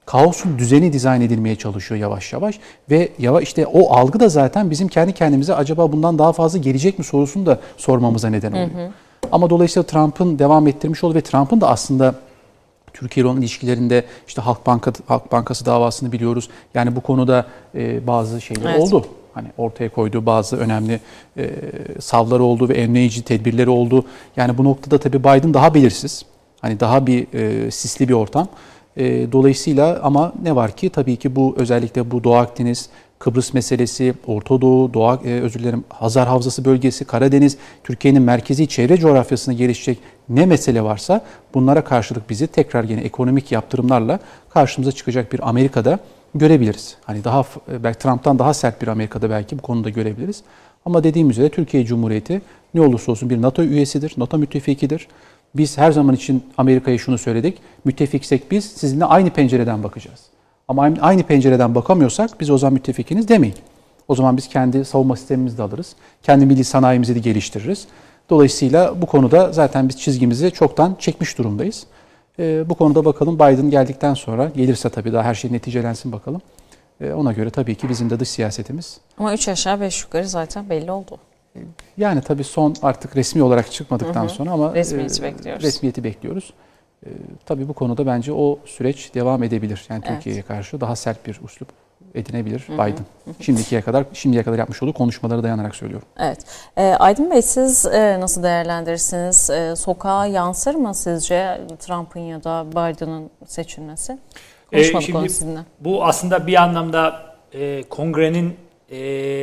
kaosun düzeni dizayn edilmeye çalışıyor yavaş yavaş ve yavaş işte o algı da zaten bizim kendi kendimize acaba bundan daha fazla gelecek mi sorusunu da sormamıza neden oluyor. Hı hı. Ama dolayısıyla Trump'ın devam ettirmiş olduğu ve Trump'ın da aslında Türkiye ile olan ilişkilerinde işte Halk Banka Halk Bankası davasını biliyoruz. Yani bu konuda e, bazı şeyler evet. oldu. Hani ortaya koyduğu bazı önemli e, savları oldu ve önleyici tedbirleri oldu. Yani bu noktada tabii Biden daha belirsiz. Hani daha bir e, sisli bir ortam. E, dolayısıyla ama ne var ki tabii ki bu özellikle bu Doğu Akdeniz, Kıbrıs meselesi, Orta Doğu, Doğu, e, özür dilerim Hazar Havzası bölgesi, Karadeniz, Türkiye'nin merkezi çevre coğrafyasına gelişecek ne mesele varsa bunlara karşılık bizi tekrar yine ekonomik yaptırımlarla karşımıza çıkacak bir Amerika'da görebiliriz. Hani daha belki Trump'tan daha sert bir Amerika'da belki bu konuda görebiliriz. Ama dediğim üzere Türkiye Cumhuriyeti ne olursa olsun bir NATO üyesidir, NATO müttefikidir. Biz her zaman için Amerika'ya şunu söyledik, müttefiksek biz sizinle aynı pencereden bakacağız. Ama aynı pencereden bakamıyorsak biz o zaman müttefikiniz demeyin. O zaman biz kendi savunma sistemimizi de alırız, kendi milli sanayimizi de geliştiririz. Dolayısıyla bu konuda zaten biz çizgimizi çoktan çekmiş durumdayız. Ee, bu konuda bakalım Biden geldikten sonra, gelirse tabii daha her şey neticelensin bakalım. Ee, ona göre tabii ki bizim de dış siyasetimiz. Ama üç aşağı beş yukarı zaten belli oldu. Yani tabii son artık resmi olarak çıkmadıktan hı hı. sonra ama resmiyeti bekliyoruz. Resmiyeti bekliyoruz. Ee, tabii bu konuda bence o süreç devam edebilir. Yani evet. Türkiye'ye karşı daha sert bir üslup edinebilir hı hı. Biden. Hı hı. Şimdiye kadar şimdiye kadar yapmış olduğu konuşmalara dayanarak söylüyorum. Evet. E, Aydın Bey siz e, nasıl değerlendirirsiniz? E, sokağa yansır mı sizce Trump'ın ya da Biden'ın seçilmesi? Konuşmadık e, onu sizinle. Bu aslında bir anlamda e, kongrenin e,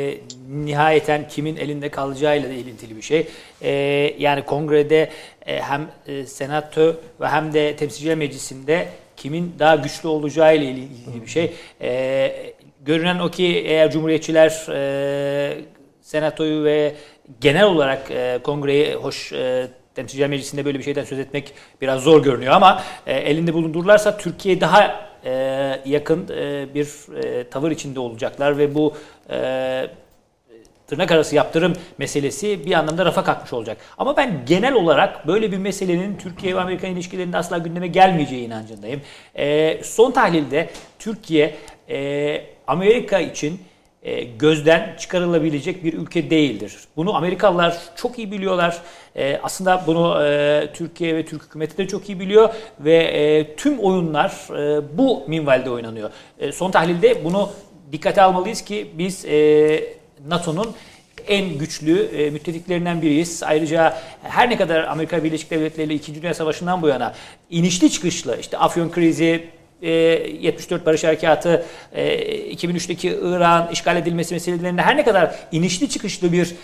nihayeten kimin elinde kalacağıyla da ilintili bir şey. E, yani kongrede e, hem e, senato ve hem de temsilciler meclisinde kimin daha güçlü olacağıyla ilgili bir şey. E, görünen o ki eğer Cumhuriyetçiler e, senatoyu ve genel olarak e, kongreyi hoş e, temsilciler meclisinde böyle bir şeyden söz etmek biraz zor görünüyor ama e, elinde bulundururlarsa Türkiye daha e, yakın e, bir e, tavır içinde olacaklar ve bu e, tırnak arası yaptırım meselesi bir anlamda rafa kalkmış olacak. Ama ben genel olarak böyle bir meselenin Türkiye ve Amerika ilişkilerinde asla gündeme gelmeyeceği inancındayım. E, son tahlilde Türkiye e, Amerika için e, gözden çıkarılabilecek bir ülke değildir. Bunu Amerikalılar çok iyi biliyorlar. E, aslında bunu e, Türkiye ve Türk hükümeti de çok iyi biliyor ve e, tüm oyunlar e, bu minvalde oynanıyor. E, son tahlilde bunu dikkate almalıyız ki biz e, NATO'nun en güçlü e, müttefiklerinden biriyiz. Ayrıca her ne kadar Amerika Birleşik Devletleri ile İkinci Dünya Savaşı'ndan bu yana inişli çıkışlı, işte Afyon krizi, e, yetmiş dört Barış Harekatı, e, iki bin üçteki İran işgal edilmesi meselelerinde her ne kadar inişli çıkışlı bir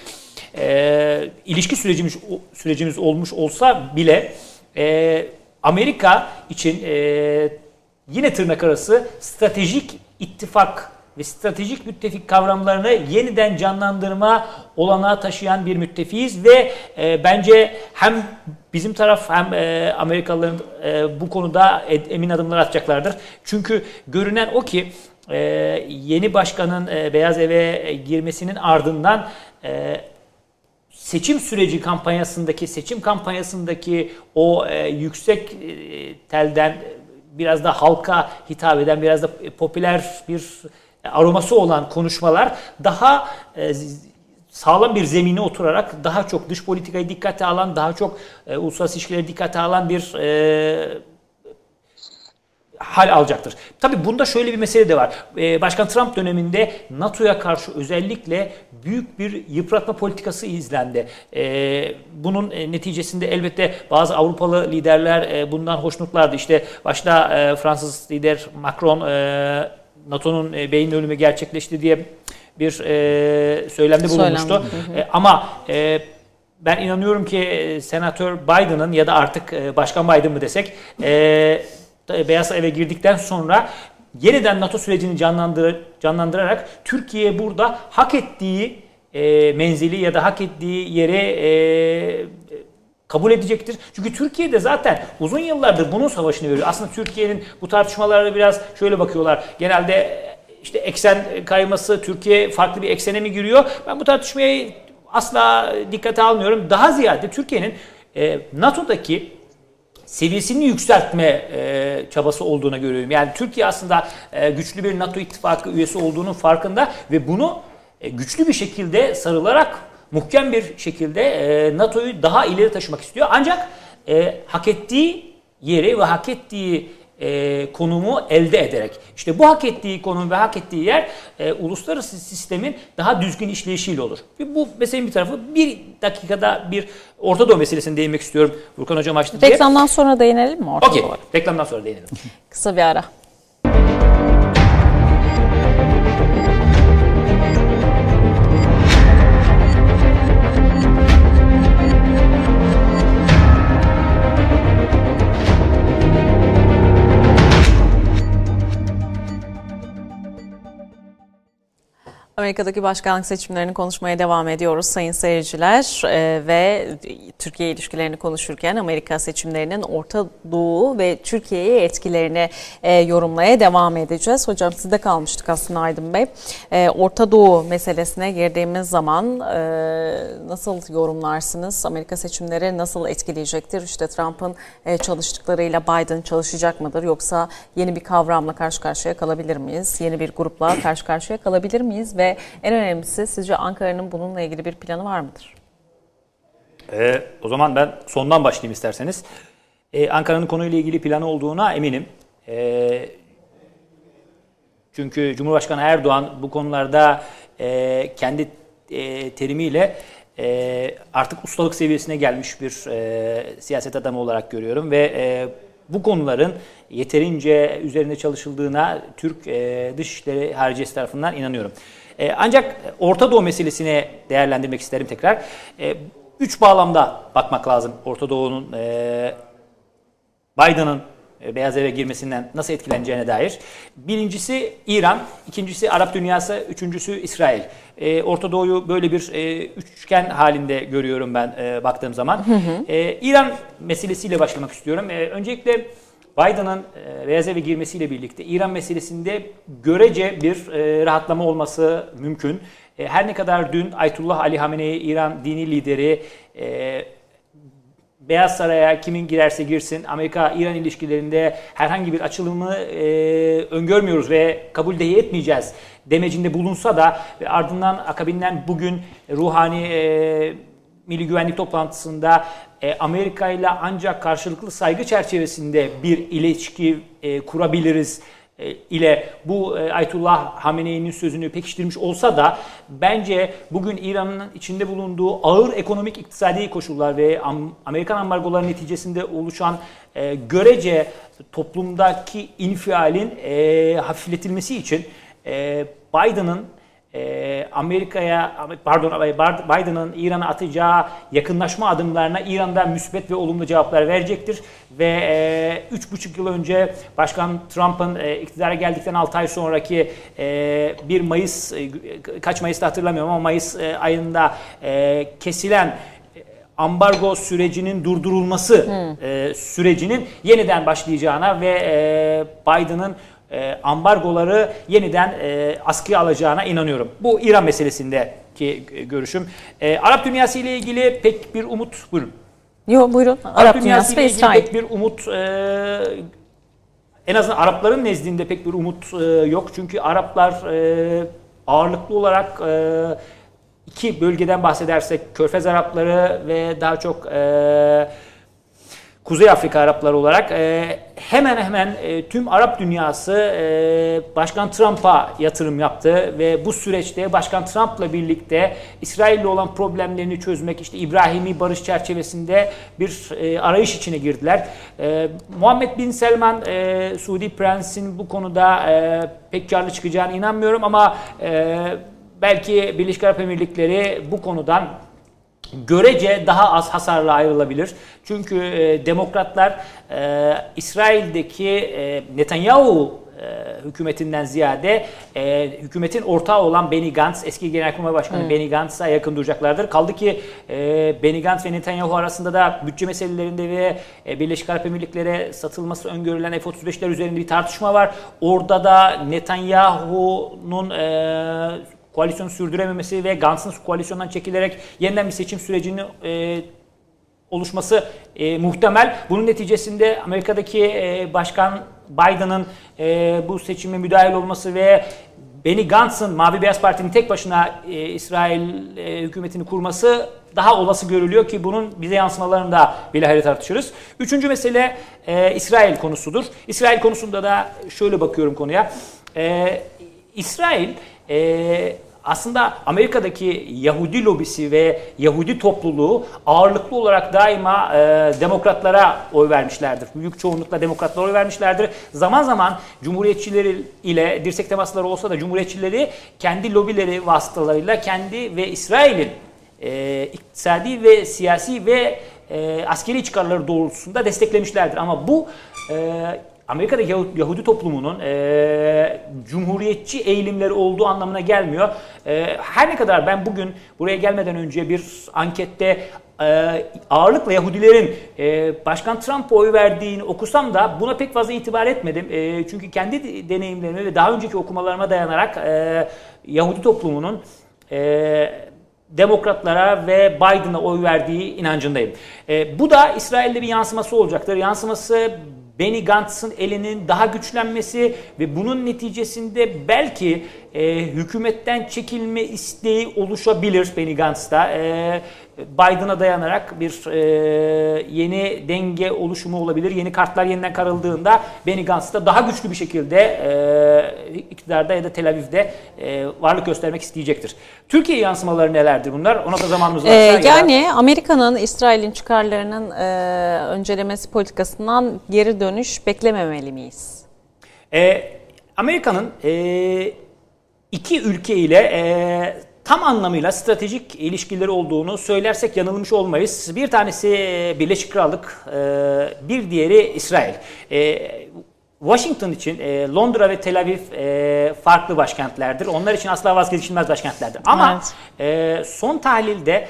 e, ilişki sürecimiz sürecimiz olmuş olsa bile e, Amerika için e, yine tırnak arası stratejik ittifak ve stratejik müttefik kavramlarını yeniden canlandırma olanağı taşıyan bir müttefiyiz ve e, bence hem bizim taraf hem e, Amerikalıların e, bu konuda emin adımlar atacaklardır. Çünkü görünen o ki e, yeni başkanın e, Beyaz Ev'e girmesinin ardından e, seçim süreci kampanyasındaki, seçim kampanyasındaki o e, yüksek e, telden biraz da halka hitap eden, biraz da popüler bir aroması olan konuşmalar daha e, sağlam bir zemine oturarak daha çok dış politikayı dikkate alan, daha çok e, uluslararası ilişkileri dikkate alan bir e, hal alacaktır. Tabii bunda şöyle bir mesele de var. E, Başkan Trump döneminde NATO'ya karşı özellikle büyük bir yıpratma politikası izlendi. E, bunun e, neticesinde elbette bazı Avrupalı liderler e, bundan hoşnutlardı. İşte başta e, Fransız lider Macron e, NATO'nun e, beyin ölümü gerçekleşti diye bir e, söylemde bulunmuştu. Hı hı. E, ama e, ben inanıyorum ki e, Senatör Biden'ın ya da artık e, Başkan Biden mı desek e, Beyaz Ev'e girdikten sonra yeniden NATO sürecini canlandır, canlandırarak Türkiye burada hak ettiği e, menzili ya da hak ettiği yere e, kabul edecektir. Çünkü Türkiye'de zaten uzun yıllardır bunun savaşını veriyor. Aslında Türkiye'nin bu tartışmalara biraz şöyle bakıyorlar. Genelde işte eksen kayması, Türkiye farklı bir eksene mi giriyor? Ben bu tartışmayı asla dikkate almıyorum. Daha ziyade Türkiye'nin e, NATO'daki seviyesini yükseltme e, çabası olduğuna görüyorum. Yani Türkiye aslında e, güçlü bir NATO ittifakı üyesi olduğunun farkında ve bunu e, güçlü bir şekilde sarılarak muhkem bir şekilde e, NATO'yu daha ileri taşımak istiyor. Ancak e, hak ettiği yeri ve hak ettiği e, konumu elde ederek. İşte bu hak ettiği konum ve hak ettiği yer e, uluslararası sistemin daha düzgün işleyişiyle olur. Ve bu meselenin bir tarafı. Bir dakikada bir Orta Doğu meselesine değinmek istiyorum. Furkan Hocam açtı diye. Reklamdan sonra değinelim mi Orta Okey. Doğu'ya? Reklamdan sonra değinelim. Kısa bir ara. Amerika'daki başkanlık seçimlerini konuşmaya devam ediyoruz sayın seyirciler ee, ve Türkiye ilişkilerini konuşurken Amerika seçimlerinin Orta Doğu ve Türkiye'ye etkilerini e, yorumlamaya devam edeceğiz. Hocam sizde kalmıştık aslında Aydın Bey. E, Orta Doğu meselesine girdiğimiz zaman e, nasıl yorumlarsınız? Amerika seçimleri nasıl etkileyecektir? İşte Trump'ın e, çalıştıklarıyla Biden çalışacak mıdır? Yoksa yeni bir kavramla karşı karşıya kalabilir miyiz? Yeni bir grupla karşı karşıya kalabilir miyiz? Ve en önemlisi sizce Ankara'nın bununla ilgili bir planı var mıdır? Ee, o zaman ben sondan başlayayım isterseniz. Ee, Ankara'nın konuyla ilgili planı olduğuna eminim. Ee, çünkü Cumhurbaşkanı Erdoğan bu konularda e, kendi e, terimiyle e, artık ustalık seviyesine gelmiş bir e, siyaset adamı olarak görüyorum ve e, bu konuların yeterince üzerinde çalışıldığına Türk e, Dışişleri Hariciyesi tarafından inanıyorum. E, ancak Orta Doğu meselesini değerlendirmek isterim tekrar. E, üç bağlamda bakmak lazım Orta Doğu'nun e, Biden'ın e, Beyaz Ev'e girmesinden nasıl etkileneceğine dair. Birincisi İran, ikincisi Arap dünyası, üçüncüsü İsrail. E, Orta Doğu'yu böyle bir e, üçgen halinde görüyorum ben e, baktığım zaman. Hı hı. E, İran meselesiyle başlamak istiyorum. E, öncelikle Biden'ın e, Beyaz Ev'e girmesiyle birlikte İran meselesinde görece bir e, rahatlama olması mümkün. E, her ne kadar dün Ayetullah Ali Hamenei, İran dini lideri, e, Beyaz Saray'a kimin girerse girsin Amerika-İran ilişkilerinde herhangi bir açılımı e, öngörmüyoruz ve kabul dahi etmeyeceğiz demecinde bulunsa da ve ardından akabinden bugün Ruhani e, Milli Güvenlik toplantısında e, Amerika ile ancak karşılıklı saygı çerçevesinde bir ilişki e, kurabiliriz e, ile bu e, Ayetullah Hamenei'nin sözünü pekiştirmiş olsa da bence bugün İran'ın içinde bulunduğu ağır ekonomik iktisadi koşullar ve am, Amerikan ambargoları neticesinde oluşan e, görece toplumdaki infialin e, hafifletilmesi için e, Biden'ın Amerika'ya, pardon Biden'ın İran'a atacağı yakınlaşma adımlarına İran'da müsbet ve olumlu cevaplar verecektir. Ve üç buçuk yıl önce Başkan Trump'ın e, iktidara geldikten altı ay sonraki e, bir Mayıs, e, kaç Mayıs'ta hatırlamıyorum ama Mayıs e, ayında e, kesilen ambargo sürecinin durdurulması hmm. e, sürecinin yeniden başlayacağına ve e, Biden'ın E, ambargoları yeniden e, askıya alacağına inanıyorum. Bu İran meselesindeki e, görüşüm. E, Arap dünyası ile ilgili pek bir umut... Buyurun. Yok buyurun. Arap, Arap dünyası ile ilgili İsrail. Pek bir umut... E, en azından Arapların nezdinde pek bir umut e, yok. Çünkü Araplar e, ağırlıklı olarak e, iki bölgeden bahsedersek Körfez Arapları ve daha çok... E, Kuzey Afrika Arapları olarak e, hemen hemen e, tüm Arap dünyası e, Başkan Trump'a yatırım yaptı ve bu süreçte Başkan Trump'la birlikte İsrail'le olan problemlerini çözmek, işte İbrahimi barış çerçevesinde bir e, arayış içine girdiler. E, Muhammed Bin Selman, e, Suudi Prens'in bu konuda e, pek karlı çıkacağına inanmıyorum ama e, belki Birleşik Arap Emirlikleri bu konudan görece daha az hasarla ayrılabilir. Çünkü e, demokratlar e, İsrail'deki e, Netanyahu e, hükümetinden ziyade e, hükümetin ortağı olan Benny Gantz, eski Genelkurmay Başkanı hmm. Benny Gantz'a yakın duracaklardır. Kaldı ki e, Benny Gantz ve Netanyahu arasında da bütçe meselelerinde ve e, Birleşik Arap Emirlikleri'ne satılması öngörülen F otuz beşler üzerinde bir tartışma var. Orada da Netanyahu'nun e, koalisyonu sürdürememesi ve Gantz'ın koalisyondan çekilerek yeniden bir seçim sürecini e, oluşması e, muhtemel. Bunun neticesinde Amerika'daki e, Başkan Biden'ın e, bu seçime müdahil olması ve Benny Gantz'ın Mavi Beyaz Parti'nin tek başına e, İsrail e, hükümetini kurması daha olası görülüyor ki bunun bize yansımalarını da bilahare tartışırız. Üçüncü mesele e, İsrail konusudur. İsrail konusunda da şöyle bakıyorum konuya. E, İsrail e, aslında Amerika'daki Yahudi lobisi ve Yahudi topluluğu ağırlıklı olarak daima e, demokratlara oy vermişlerdir. Büyük çoğunlukla demokratlara oy vermişlerdir. Zaman zaman Cumhuriyetçileri ile dirsek temasları olsa da Cumhuriyetçileri kendi lobileri vasıtalarıyla kendi ve İsrail'in e, iktisadi ve siyasi ve e, askeri çıkarları doğrultusunda desteklemişlerdir. Ama bu e, Amerika'da Yahudi toplumunun e, cumhuriyetçi eğilimleri olduğu anlamına gelmiyor. E, her ne kadar ben bugün buraya gelmeden önce bir ankette e, ağırlıkla Yahudilerin e, Başkan Trump'a oy verdiğini okusam da buna pek fazla itibar etmedim. E, çünkü kendi deneyimlerime ve daha önceki okumalarıma dayanarak e, Yahudi toplumunun e, demokratlara ve Biden'a oy verdiği inancındayım. E, bu da İsrail'de bir yansıması olacaktır. Yansıması Benny Gantz'ın elinin daha güçlenmesi ve bunun neticesinde belki e, hükümetten çekilme isteği oluşabilir Benny Gantz'ta. E, Biden'a dayanarak bir e, yeni denge oluşumu olabilir. Yeni kartlar yeniden karıldığında Benny Gantz'ta daha güçlü bir şekilde e, iktidarda ya da Tel Aviv'de e, varlık göstermek isteyecektir. Türkiye yansımaları nelerdir bunlar? Ona da zamanımız var. Ee, yani da... Amerika'nın İsrail'in çıkarlarının e, öncelemesi politikasından geri dönüş beklememeli miyiz? E, Amerika'nın e, iki ülke ile e, tam anlamıyla stratejik ilişkileri olduğunu söylersek yanılmış olmayız. Bir tanesi Birleşik Krallık, bir diğeri İsrail. Washington için Londra ve Tel Aviv farklı başkentlerdir. Onlar için asla vazgeçilmez başkentlerdir. Ama evet. son tahlilde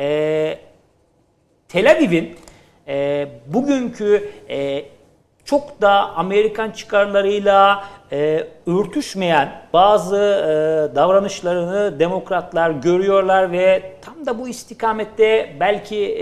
Tel Aviv'in bugünkü çok da Amerikan çıkarlarıyla e, örtüşmeyen bazı e, davranışlarını demokratlar görüyorlar ve tam da bu istikamette belki e,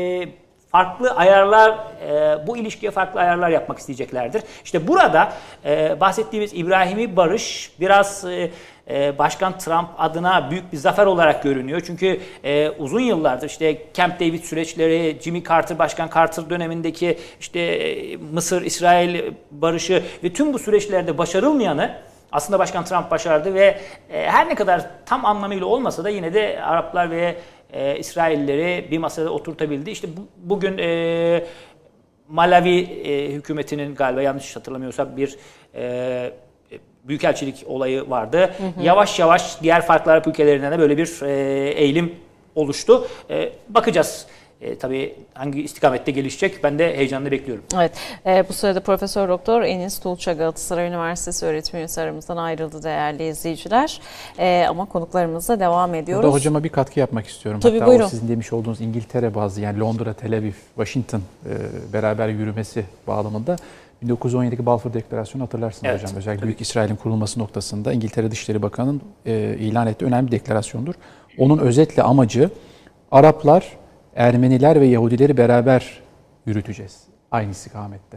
farklı ayarlar, e, bu ilişkiye farklı ayarlar yapmak isteyeceklerdir. İşte burada e, bahsettiğimiz İbrahimi barış biraz e, Başkan Trump adına büyük bir zafer olarak görünüyor. Çünkü e, uzun yıllardır işte Camp David süreçleri, Jimmy Carter, Başkan Carter dönemindeki işte e, Mısır-İsrail barışı ve tüm bu süreçlerde başarılmayanı aslında Başkan Trump başardı ve e, her ne kadar tam anlamıyla olmasa da yine de Araplar ve e, İsraillileri bir masada oturtabildi. İşte bu, bugün e, Malawi e, hükümetinin galiba yanlış hatırlamıyorsam bir e, büyükelçilik olayı vardı. Hı hı. Yavaş yavaş diğer farklı Arap ülkelerinden de böyle bir e, eğilim oluştu. E, bakacağız. E, tabii hangi istikamette gelişecek ben de heyecanla bekliyorum. Evet. E, bu sırada Profesör Doktor Enis Tuğça Galatasaray Üniversitesi öğretim üyesi aramızdan ayrıldı değerli izleyiciler. E, ama konuklarımızla devam ediyoruz. Burada hocama bir katkı yapmak istiyorum. Tabii, Hatta buyurun. o sizin demiş olduğunuz İngiltere bazlı yani Londra, Tel Aviv, Washington e, beraber yürümesi bağlamında bin dokuz yüz on yedideki Balfour Deklarasyonu hatırlarsınız evet, hocam. Özellikle tabii. Büyük İsrail'in kurulması noktasında İngiltere Dışişleri Bakanı'nın e, ilan ettiği önemli bir deklarasyondur. Onun özetle amacı Araplar, Ermeniler ve Yahudileri beraber yürüteceğiz. Aynı istikamette.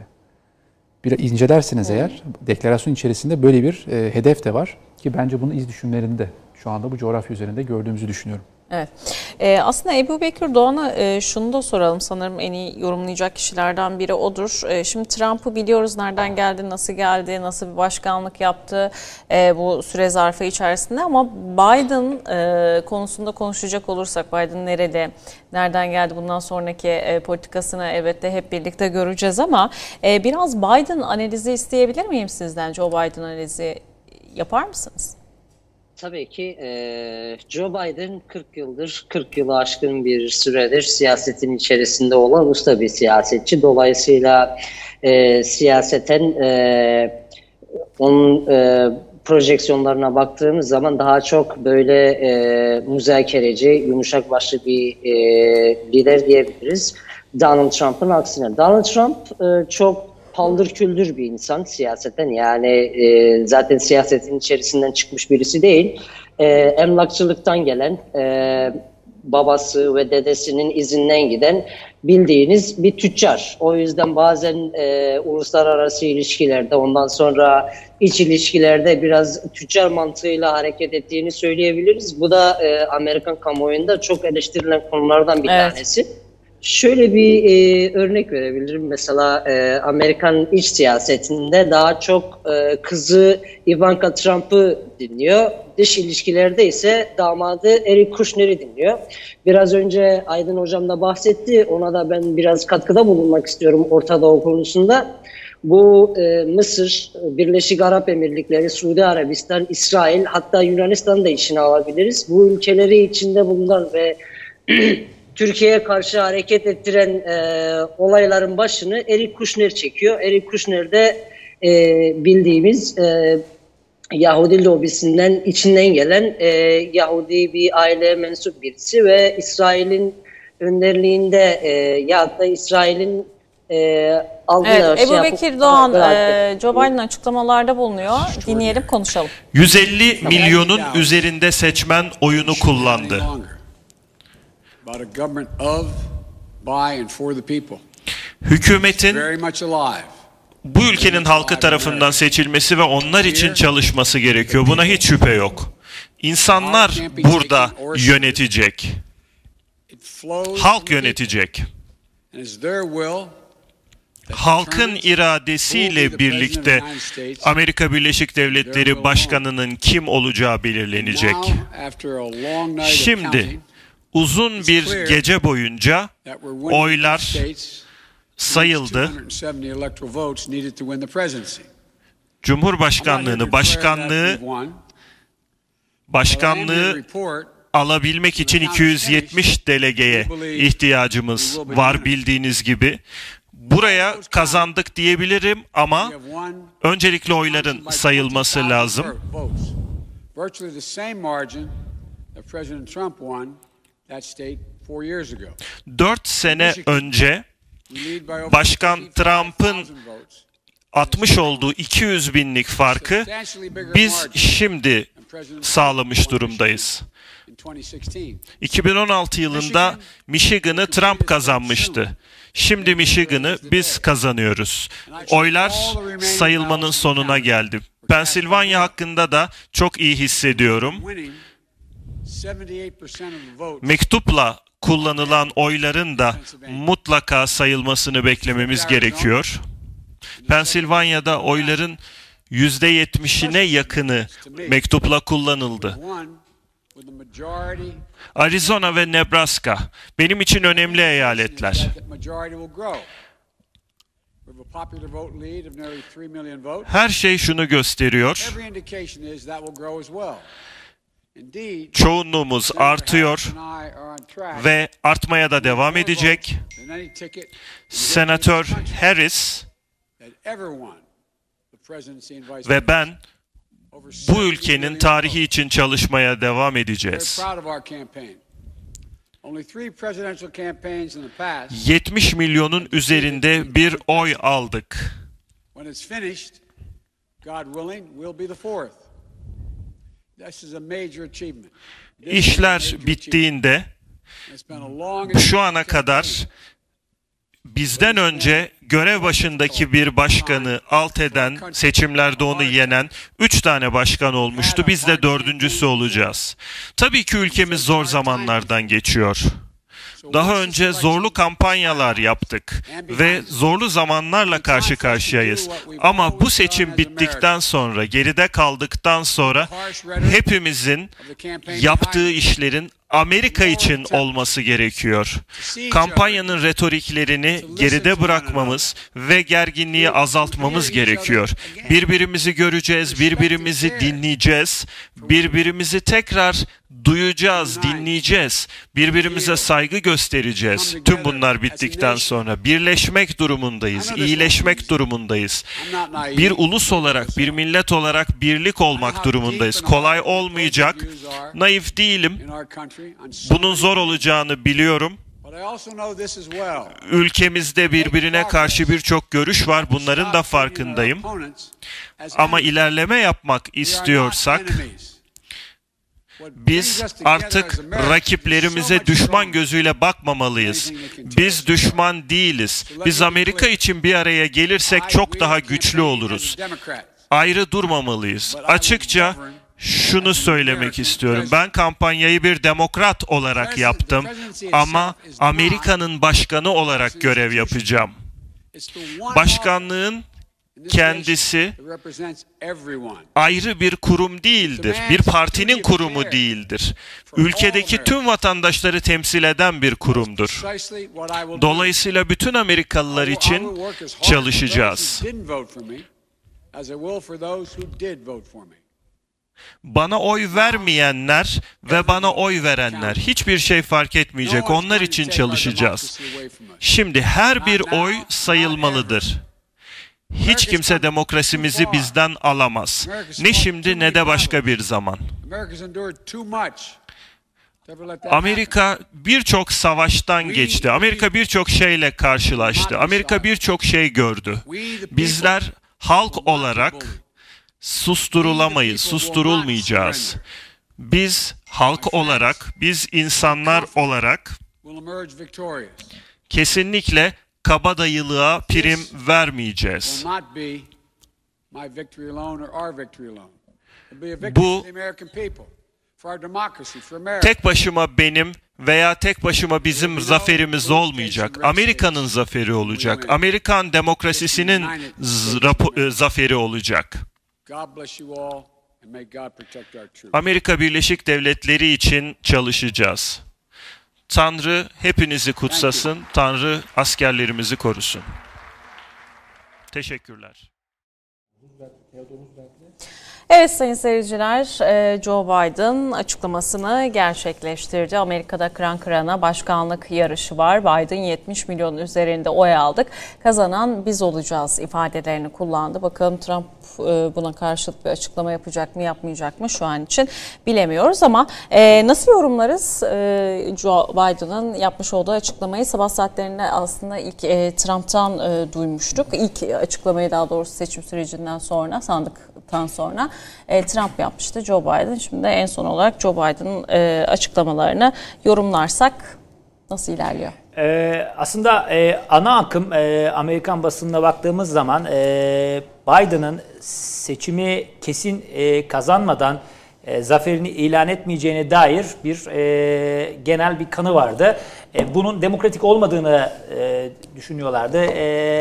Bir incelerseniz hmm. eğer deklarasyon içerisinde böyle bir e, hedef de var ki bence bunun iz düşümlerini de şu anda bu coğrafya üzerinde gördüğümüzü düşünüyorum. Evet. Ee, aslında Ebubekir Doğan'a e, şunu da soralım. Sanırım en iyi yorumlayacak kişilerden biri odur. E, şimdi Trump'ı biliyoruz nereden geldi, nasıl geldi, nasıl bir başkanlık yaptı e, bu süre zarfı içerisinde. Ama Biden e, konusunda konuşacak olursak, Biden nerede, nereden geldi, bundan sonraki e, politikasını elbette hep birlikte göreceğiz. Ama e, biraz Biden analizi isteyebilir miyim sizden? Joe Biden analizi yapar mısınız? Tabii ki e, Joe Biden kırk yıldır, kırk yılı aşkın bir süredir siyasetin içerisinde olan usta bir siyasetçi. Dolayısıyla e, siyaseten e, onun e, projeksiyonlarına baktığımız zaman daha çok böyle e, müzakereci, yumuşak başlı bir e, lider diyebiliriz. Donald Trump'ın aksine. Donald Trump e, çok paldır küldür bir insan siyaseten, yani e, zaten siyasetin içerisinden çıkmış birisi değil. E, emlakçılıktan gelen, e, babası ve dedesinin izinden giden bildiğiniz bir tüccar. O yüzden bazen e, uluslararası ilişkilerde, ondan sonra iç ilişkilerde biraz tüccar mantığıyla hareket ettiğini söyleyebiliriz. Bu da e, Amerikan kamuoyunda çok eleştirilen konulardan bir Evet. tanesi. Şöyle bir e, örnek verebilirim. Mesela e, Amerikan iç siyasetinde daha çok e, kızı Ivanka Trump'ı dinliyor. Dış ilişkilerde ise damadı Eric Kushner'i dinliyor. Biraz önce Aydın Hocam da bahsetti. Ona da ben biraz katkıda bulunmak istiyorum Orta Doğu konusunda. Bu e, Mısır, Birleşik Arap Emirlikleri, Suudi Arabistan, İsrail, hatta Yunanistan'ı da içine alabiliriz. Bu ülkeleri içinde bulunan ve Türkiye'ye karşı hareket ettiren e, olayların başını Eric Kushner çekiyor. Eric Kushner de e, bildiğimiz e, Yahudi lobisinden, içinden gelen e, Yahudi bir aileye mensup birisi ve İsrail'in önderliğinde e, ya da İsrail'in e, altına Evet, şey Ebu yapıp- Bekir Doğan bırakıp- e, Joe Biden açıklamalarda bulunuyor. Dinleyelim, konuşalım. yüz elli milyonun üzerinde seçmen oyunu kullandı. About a government of, by and for the people. Hükümetin Very much alive. bu ülkenin halkı tarafından seçilmesi ve onlar için çalışması gerekiyor. Buna hiç şüphe yok. İnsanlar burada yönetecek. It flows Halk from the yönetecek. people. And it's their will that Halkın determines who will be iradesiyle the birlikte president of the United States. Amerika Birleşik Devletleri Başkanı'nın kim olacağı belirlenecek. Now, after a long night of Şimdi counting, uzun bir gece boyunca that we're winning the oylar states, sayıldı. two hundred seventy electoral votes needed to win the presidency. Cumhurbaşkanlığını, başkanlığı, başkanlığı alabilmek için iki yüz yetmiş delegeye ihtiyacımız var bildiğiniz gibi. Buraya kazandık diyebilirim ama öncelikle oyların sayılması lazım. Virtually the same margin that President Trump won that state four years ago. Dört sene önce Başkan Trump'ın atmış olduğu iki yüz binlik farkı biz şimdi sağlamış durumdayız. iki bin on altı yılında Michigan'ı Trump kazanmıştı. Şimdi Michigan'ı biz kazanıyoruz. Oylar sayılmanın sonuna geldi. Pensilvanya hakkında da çok iyi hissediyorum. Mektupla kullanılan oyların da mutlaka sayılmasını beklememiz gerekiyor. Pensilvanya'da oyların yüzde yetmişine yakını mektupla kullanıldı. Arizona ve Nebraska benim için önemli eyaletler. Her şey şunu gösteriyor. Çoğunluğumuz artıyor ve artmaya da devam edecek. Senatör Harris ve ben bu ülkenin tarihi için çalışmaya devam edeceğiz. yetmiş milyonun üzerinde bir oy aldık. İşler bittiğinde şu ana kadar bizden önce görev başındaki bir başkanı alt eden, seçimlerde onu yenen üç tane başkan olmuştu. Biz de dördüncüsü olacağız. Tabii ki ülkemiz zor zamanlardan geçiyor. Daha önce zorlu kampanyalar yaptık ve zorlu zamanlarla karşı karşıyayız. Ama bu seçim bittikten sonra, geride kaldıktan sonra hepimizin yaptığı işlerin Amerika için olması gerekiyor. Kampanyanın retoriklerini geride bırakmamız ve gerginliği azaltmamız gerekiyor. Birbirimizi göreceğiz, birbirimizi dinleyeceğiz, birbirimizi tekrar duyacağız, dinleyeceğiz, birbirimize saygı göstereceğiz. Tüm bunlar bittikten sonra birleşmek durumundayız, iyileşmek durumundayız. Bir ulus olarak, bir millet olarak birlik olmak durumundayız. Kolay olmayacak, naif değilim. Bunun zor olacağını biliyorum. Ülkemizde birbirine karşı birçok görüş var. Bunların da farkındayım. Ama ilerleme yapmak istiyorsak Biz artık rakiplerimize düşman gözüyle bakmamalıyız. Biz düşman değiliz. Biz Amerika için bir araya gelirsek çok daha güçlü oluruz. Ayrı durmamalıyız. Açıkça şunu söylemek istiyorum. Ben kampanyayı bir demokrat olarak yaptım ama Amerika'nın başkanı olarak görev yapacağım. Başkanlığın kendisi ayrı bir kurum değildir. Bir partinin kurumu değildir. Ülkedeki tüm vatandaşları temsil eden bir kurumdur. Dolayısıyla bütün Amerikalılar için çalışacağız. Bana oy vermeyenler ve bana oy verenler, hiçbir şey fark etmeyecek. Onlar için çalışacağız. Şimdi her bir oy sayılmalıdır. Hiç kimse demokrasimizi bizden alamaz. Ne şimdi ne de başka bir zaman. Amerika birçok savaştan geçti. Amerika birçok şeyle karşılaştı. Amerika birçok şey gördü. Bizler halk olarak susturulamayız, susturulmayacağız. Biz halk olarak, biz insanlar olarak kesinlikle kabadayılığa prim vermeyeceğiz. Bu tek başıma benim veya tek başıma bizim zaferimiz olmayacak. Amerika'nın zaferi olacak. Amerikan demokrasisinin zaferi olacak. Amerika Birleşik Devletleri için çalışacağız. Tanrı hepinizi kutsasın. Tanrı askerlerimizi korusun. Teşekkürler. Evet sayın seyirciler, Joe Biden açıklamasını gerçekleştirdi. Amerika'da kıran kırana başkanlık yarışı var. Biden yetmiş milyon üzerinde oy aldık. Kazanan biz olacağız ifadelerini kullandı. Bakalım Trump buna karşılık bir açıklama yapacak mı yapmayacak mı şu an için bilemiyoruz ama nasıl yorumlarız Joe Biden'ın yapmış olduğu açıklamayı? Sabah saatlerinde aslında ilk Trump'tan duymuştuk. İlk açıklamayı daha doğrusu seçim sürecinden sonra, sandıktan sonra Trump yapmıştı, Joe Biden. Şimdi en son olarak Joe Biden'ın açıklamalarını yorumlarsak nasıl ilerliyor? Ee, aslında e, ana akım e, Amerikan basınına baktığımız zaman e, Biden'ın seçimi kesin e, kazanmadan e, zaferini ilan etmeyeceğine dair bir e, genel bir kanı vardı. E, bunun demokratik olmadığını e, düşünüyorlardı. E,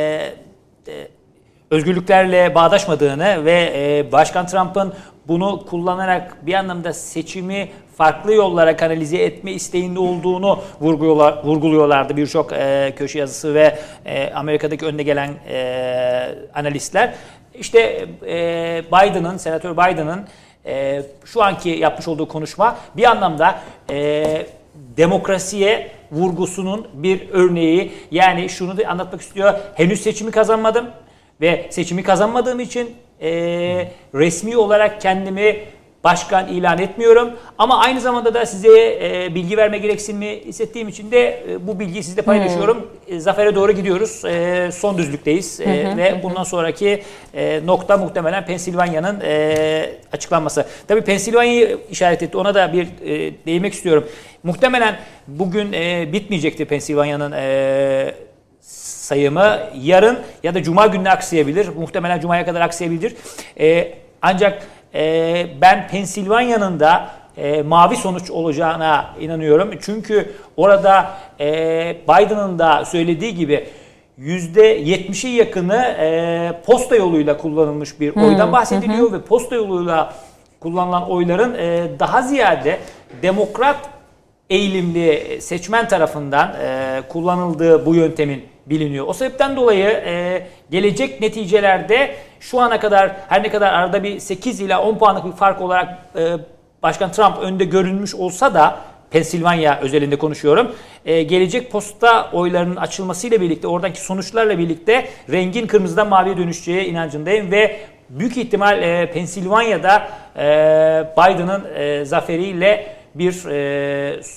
e, özgürlüklerle bağdaşmadığını ve e, Başkan Trump'ın bunu kullanarak bir anlamda seçimi farklı yollara kanalize etme isteğinde olduğunu vurguluyorlar, vurguluyorlardı birçok e, köşe yazısı ve e, Amerika'daki önde gelen e, analistler. İşte e, Biden'ın, Senatör Biden'ın e, şu anki yapmış olduğu konuşma bir anlamda e, demokrasiye vurgusunun bir örneği. Yani şunu da anlatmak istiyor, henüz seçimi kazanmadım ve seçimi kazanmadığım için e, resmi olarak kendimi başkan ilan etmiyorum ama aynı zamanda da size e, bilgi verme gereksinimi hissettiğim için de e, bu bilgiyi sizle paylaşıyorum. Hmm. E, zafere doğru gidiyoruz. E, son düzlükteyiz e, hı hı, ve hı. bundan sonraki e, nokta muhtemelen Pensilvanya'nın e, açıklanması. Tabii Pensilvanya'yı işaret etti. Ona da bir e, değinmek istiyorum. Muhtemelen bugün e, bitmeyecektir Pensilvanya'nın e, sayımı. Yarın ya da Cuma gününe aksayabilir. Muhtemelen Cuma'ya kadar aksayabilir. E, ancak Ee, ben Pensilvanya'nın da e, mavi sonuç olacağına inanıyorum. Çünkü orada e, Biden'ın da söylediği gibi yüzde yetmişe yakını e, posta yoluyla kullanılmış bir oydan bahsediliyor. Hı hı. Ve posta yoluyla kullanılan oyların e, daha ziyade demokrat eğilimli seçmen tarafından e, kullanıldığı bu yöntemin biliniyor. O sebepten dolayı e, gelecek neticelerde şu ana kadar her ne kadar arada bir sekiz ila on puanlık bir fark olarak e, Başkan Trump önde görünmüş olsa da Pensilvanya özelinde konuşuyorum. E, gelecek posta oylarının açılmasıyla birlikte oradaki sonuçlarla birlikte rengin kırmızıdan maviye dönüşeceği inancındayım ve büyük ihtimal e, Pensilvanya'da e, Biden'ın e, zaferiyle bir e,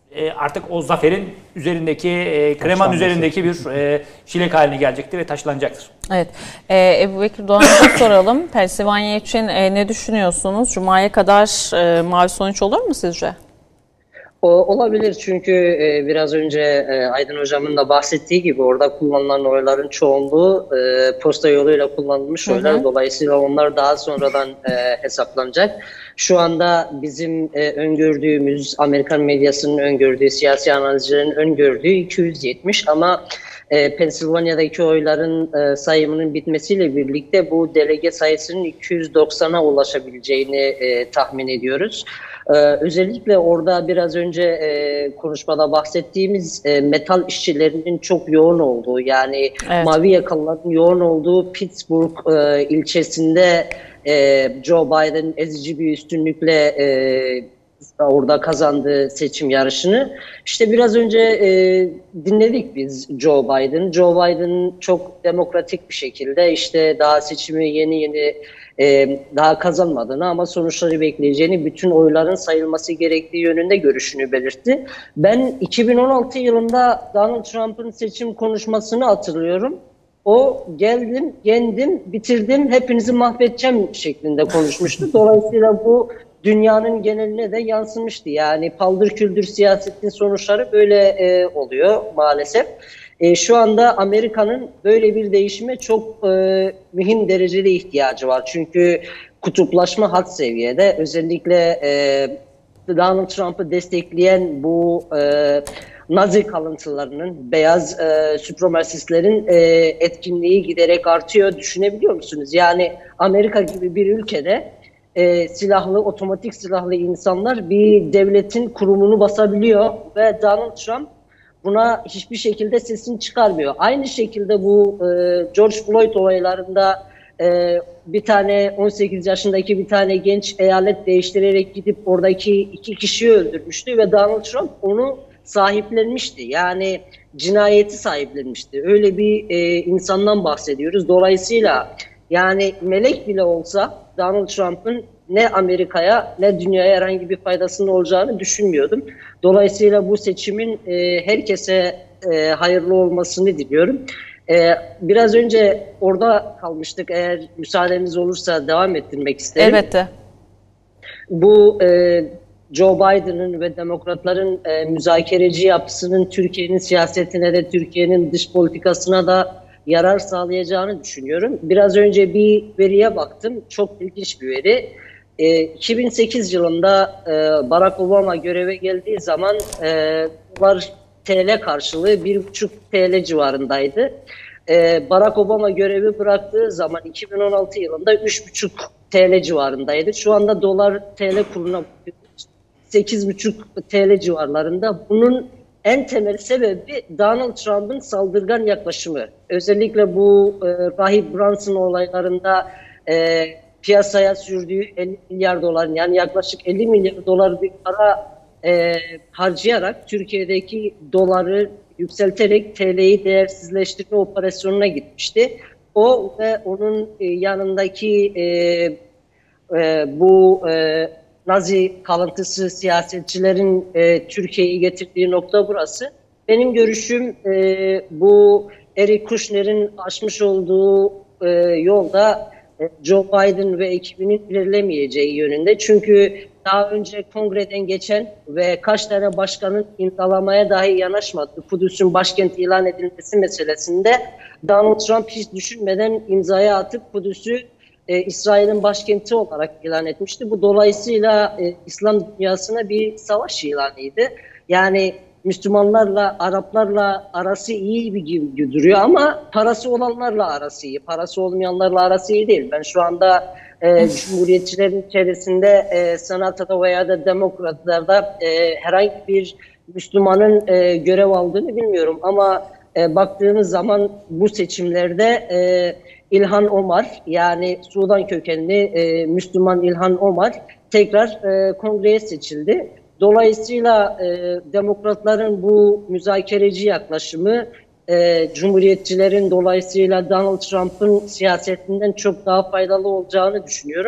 e, artık o zaferin üzerindeki, e, kremanın üzerindeki bir e, çilek haline gelecektir ve taşlanacaktır. Evet. Ee, Ebu Bekir Doğan'a soralım. Pensilvanya için e, ne düşünüyorsunuz? Cuma'ya kadar e, mavi sonuç olur mu sizce? O, olabilir çünkü e, biraz önce e, Aydın Hocam'ın da bahsettiği gibi orada kullanılan oyların çoğunluğu e, posta yoluyla kullanılmış oylar. Hı hı. Dolayısıyla onlar daha sonradan e, hesaplanacak. Şu anda bizim e, öngördüğümüz, Amerikan medyasının öngördüğü, siyasi analizcilerin öngördüğü iki yüz yetmiş ama e, Pensilvanya'daki oyların e, sayımının bitmesiyle birlikte bu delege sayısının iki yüz doksana ulaşabileceğini e, tahmin ediyoruz. Ee, özellikle orada biraz önce e, konuşmada bahsettiğimiz e, metal işçilerinin çok yoğun olduğu, yani evet. mavi yakalıların yoğun olduğu Pittsburgh e, ilçesinde e, Joe Biden ezici bir üstünlükle e, orada kazandığı seçim yarışını. İşte biraz önce e, dinledik biz Joe Biden. Joe Biden çok demokratik bir şekilde işte daha seçimi yeni yeni Ee, daha kazanmadığını ama sonuçları bekleyeceğini, bütün oyların sayılması gerektiği yönünde görüşünü belirtti. Ben iki bin on altı yılında Donald Trump'ın seçim konuşmasını hatırlıyorum. O geldim, yendim, bitirdim, hepinizi mahvedeceğim şeklinde konuşmuştu. Dolayısıyla bu dünyanın geneline de yansımıştı. Yani paldır küldür siyasetin sonuçları böyle e, oluyor maalesef. E, şu anda Amerika'nın böyle bir değişime çok e, mühim derecede ihtiyacı var. Çünkü kutuplaşma had seviyede. Özellikle e, Donald Trump'ı destekleyen bu e, Nazi kalıntılarının, beyaz e, supremacistlerin e, etkinliği giderek artıyor. Düşünebiliyor musunuz? Yani Amerika gibi bir ülkede e, silahlı, otomatik silahlı insanlar bir devletin kurumunu basabiliyor ve Donald Trump buna hiçbir şekilde sesini çıkarmıyor. Aynı şekilde bu e, George Floyd olaylarında e, bir tane on sekiz yaşındaki bir tane genç eyalet değiştirerek gidip oradaki iki kişiyi öldürmüştü ve Donald Trump onu sahiplenmişti. Yani cinayeti sahiplenmişti. Öyle bir e, insandan bahsediyoruz. Dolayısıyla yani melek bile olsa Donald Trump'ın ne Amerika'ya ne dünyaya herhangi bir faydasının olacağını düşünmüyordum. Dolayısıyla bu seçimin e, herkese e, hayırlı olmasını diliyorum. E, biraz önce orada kalmıştık. Eğer müsaadeniz olursa devam ettirmek isterim. Elbette. Bu e, Joe Biden'ın ve demokratların e, müzakereci yapısının Türkiye'nin siyasetine de Türkiye'nin dış politikasına da yarar sağlayacağını düşünüyorum. Biraz önce bir veriye baktım. Çok ilginç bir veri. E, iki bin sekiz yılında e, Barack Obama göreve geldiği zaman e, dolar T L karşılığı bir buçuk T L civarındaydı. E, Barack Obama görevi bıraktığı zaman iki bin on altı yılında üç buçuk T L civarındaydı. Şu anda dolar T L kuruna sekiz buçuk T L civarlarında. Bunun en temel sebebi Donald Trump'ın saldırgan yaklaşımı. Özellikle bu e, Rahip Brunson olaylarında e, piyasaya sürdüğü elli milyar dolar, yani yaklaşık elli milyar dolar bir para e, harcayarak Türkiye'deki doları yükselterek T L'yi değersizleştirme operasyonuna gitmişti. O ve onun e, yanındaki e, e, bu e, Nazi kalıntısı siyasetçilerin e, Türkiye'yi getirdiği nokta burası. Benim görüşüm e, bu Eric Kushner'in açmış olduğu e, yolda e, Joe Biden ve ekibinin ilerlemeyeceği yönünde. Çünkü daha önce kongreden geçen ve kaç tane başkanın imzalamaya dahi yanaşmadı Kudüs'ün başkent ilan edilmesi meselesinde Donald Trump hiç düşünmeden imzaya atıp Kudüs'ü e, İsrail'in başkenti olarak ilan etmişti. Bu dolayısıyla e, İslam dünyasına bir savaş ilanıydı. Yani Müslümanlarla, Araplarla arası iyi bir gibi duruyor ama parası olanlarla arası iyi. Parası olmayanlarla arası iyi değil. Ben şu anda e, Cumhuriyetçilerin içerisinde e, Senato'da veya da Demokratlarda e, herhangi bir Müslümanın e, görev aldığını bilmiyorum. Ama e, baktığımız zaman bu seçimlerde e, İlhan Omar, yani Sudan kökenli e, Müslüman İlhan Omar tekrar e, kongreye seçildi. Dolayısıyla e, demokratların bu müzakereci yaklaşımı e, Cumhuriyetçilerin dolayısıyla Donald Trump'ın siyasetinden çok daha faydalı olacağını düşünüyorum.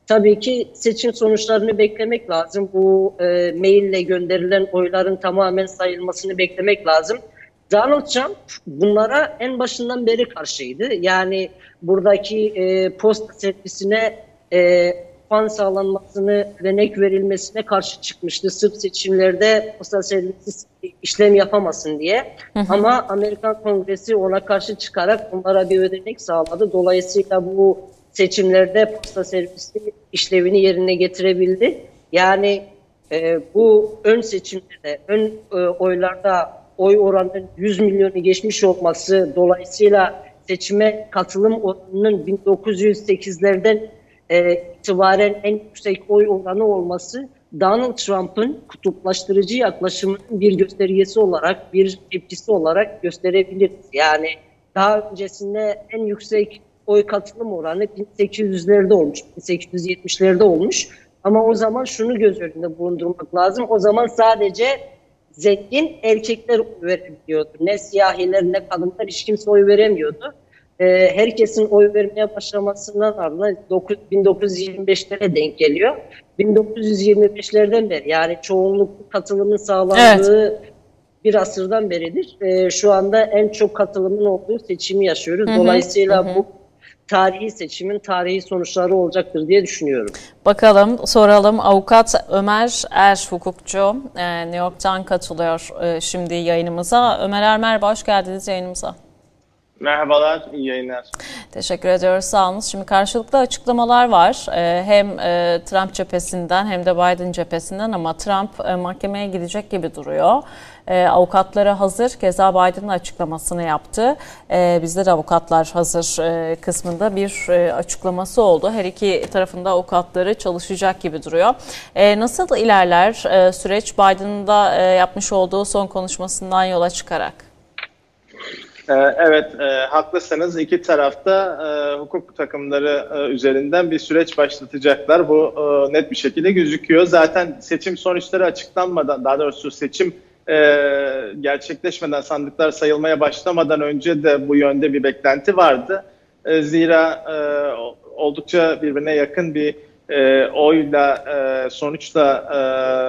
tabii ki seçim sonuçlarını beklemek lazım. Bu e, maille gönderilen oyların tamamen sayılmasını beklemek lazım. Donald Trump bunlara en başından beri karşıydı. Yani buradaki e, posta servisine e, puan sağlanmasını, ödenek verilmesine karşı çıkmıştı. Sırf seçimlerde posta servisi işlem yapamasın diye. Hı hı. Ama Amerikan Kongresi ona karşı çıkarak onlara bir ödenek sağladı. Dolayısıyla bu seçimlerde posta servisi işlevini yerine getirebildi. Yani e, bu ön seçimlerde, ön e, oylarda oy oranının yüz milyonu geçmiş olması, dolayısıyla seçime katılım oranının bin dokuz yüz sekizlerden e, itibaren en yüksek oy oranı olması Donald Trump'ın kutuplaştırıcı yaklaşımının bir göstergesi olarak, bir tepkisi olarak gösterebiliriz. Yani daha öncesinde en yüksek oy katılım oranı bin sekiz yüzlerde olmuş, bin sekiz yüz yetmişlerde olmuş. Ama o zaman şunu göz önünde bulundurmak lazım. O zaman sadece zengin erkekler oy verebiliyordu. Ne siyahiler ne kadınlar, hiç kimse oy veremiyordu. Ee, herkesin oy vermeye başlamasından ardından bin dokuz yüz yirmi beşlere denk geliyor. bin dokuz yüz yirmi beşlerden beri, yani çoğunluklu katılımın sağlandığı evet. bir asırdan beridir. Ee, şu anda en çok katılımın olduğu seçimi yaşıyoruz. Hı hı, Dolayısıyla hı. bu tarihi seçimin tarihi sonuçları olacaktır diye düşünüyorum. Bakalım, soralım. Avukat Ömer Er, hukukçu, New York'tan katılıyor şimdi yayınımıza. Ömer Er, merhaba, hoş geldiniz yayınımıza. Merhabalar, iyi yayınlar. Teşekkür ediyoruz, sağ olun. Şimdi karşılıklı açıklamalar var. Hem Trump cephesinden hem de Biden cephesinden, ama Trump mahkemeye gidecek gibi duruyor. Avukatları hazır. Keza Biden'ın açıklamasını yaptı. Bizde de avukatlar hazır kısmında bir açıklaması oldu. Her iki tarafında avukatları çalışacak gibi duruyor. Nasıl ilerler süreç, Biden'ın da yapmış olduğu son konuşmasından yola çıkarak? Evet, e, haklısınız. İki tarafta e, hukuk takımları e, üzerinden bir süreç başlatacaklar. Bu e, net bir şekilde gözüküyor. Zaten seçim sonuçları açıklanmadan, daha doğrusu seçim e, gerçekleşmeden, sandıklar sayılmaya başlamadan önce de bu yönde bir beklenti vardı. E, zira e, oldukça birbirine yakın bir e, oyla, e, sonuçla e,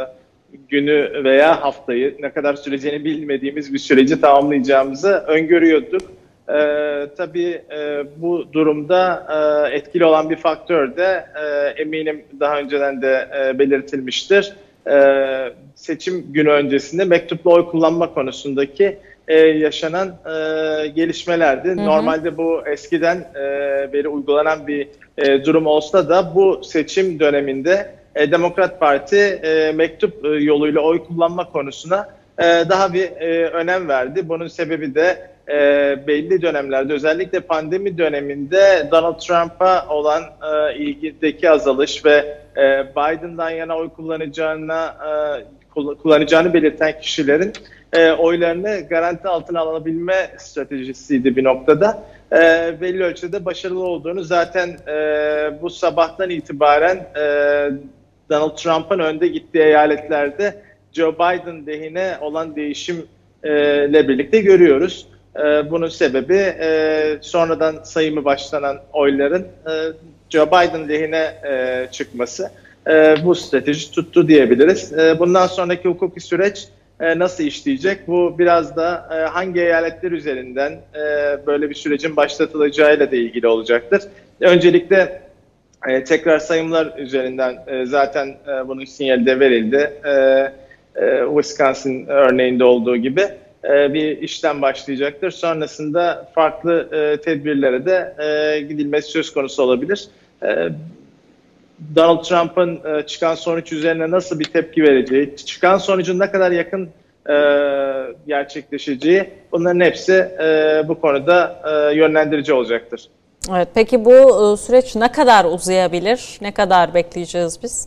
günü veya haftayı, ne kadar süreceğini bilmediğimiz bir süreci tamamlayacağımızı öngörüyorduk. Ee, tabii e, bu durumda e, etkili olan bir faktör de e, eminim daha önceden de e, belirtilmiştir. E, seçim günü öncesinde mektuplu oy kullanma konusundaki e, yaşanan e, gelişmelerdi. Hı hı. Normalde bu eskiden e, beri uygulanan bir e, durum olsa da bu seçim döneminde E, Demokrat Parti e, mektup e, yoluyla oy kullanma konusuna e, daha bir e, önem verdi. Bunun sebebi de e, belli dönemlerde, özellikle pandemi döneminde Donald Trump'a olan e, ilgideki azalış ve e, Biden'dan yana oy kullanacağına e, kullanacağını belirten kişilerin e, oylarını garanti altına alabilme stratejisiydi bir noktada. E, belli ölçüde başarılı olduğunu zaten e, bu sabahtan itibaren e, Donald Trump'ın önde gittiği eyaletlerde Joe Biden lehine olan değişimle birlikte görüyoruz. Bunun sebebi sonradan sayımı başlanan oyların Joe Biden lehine çıkması. Bu strateji tuttu diyebiliriz. Bundan sonraki hukuki süreç nasıl işleyecek? Bu biraz da hangi eyaletler üzerinden böyle bir sürecin başlatılacağıyla da ilgili olacaktır. Öncelikle Ee, tekrar sayımlar üzerinden e, zaten e, bunun sinyali de verildi. E, e, Wisconsin örneğinde olduğu gibi e, bir işlem başlayacaktır. Sonrasında farklı e, tedbirlere de e, gidilmesi söz konusu olabilir. E, Donald Trump'ın e, çıkan sonuç üzerine nasıl bir tepki vereceği, çıkan sonucun ne kadar yakın e, gerçekleşeceği, bunların hepsi e, bu konuda e, yönlendirici olacaktır. Evet, peki bu süreç ne kadar uzayabilir? Ne kadar bekleyeceğiz biz?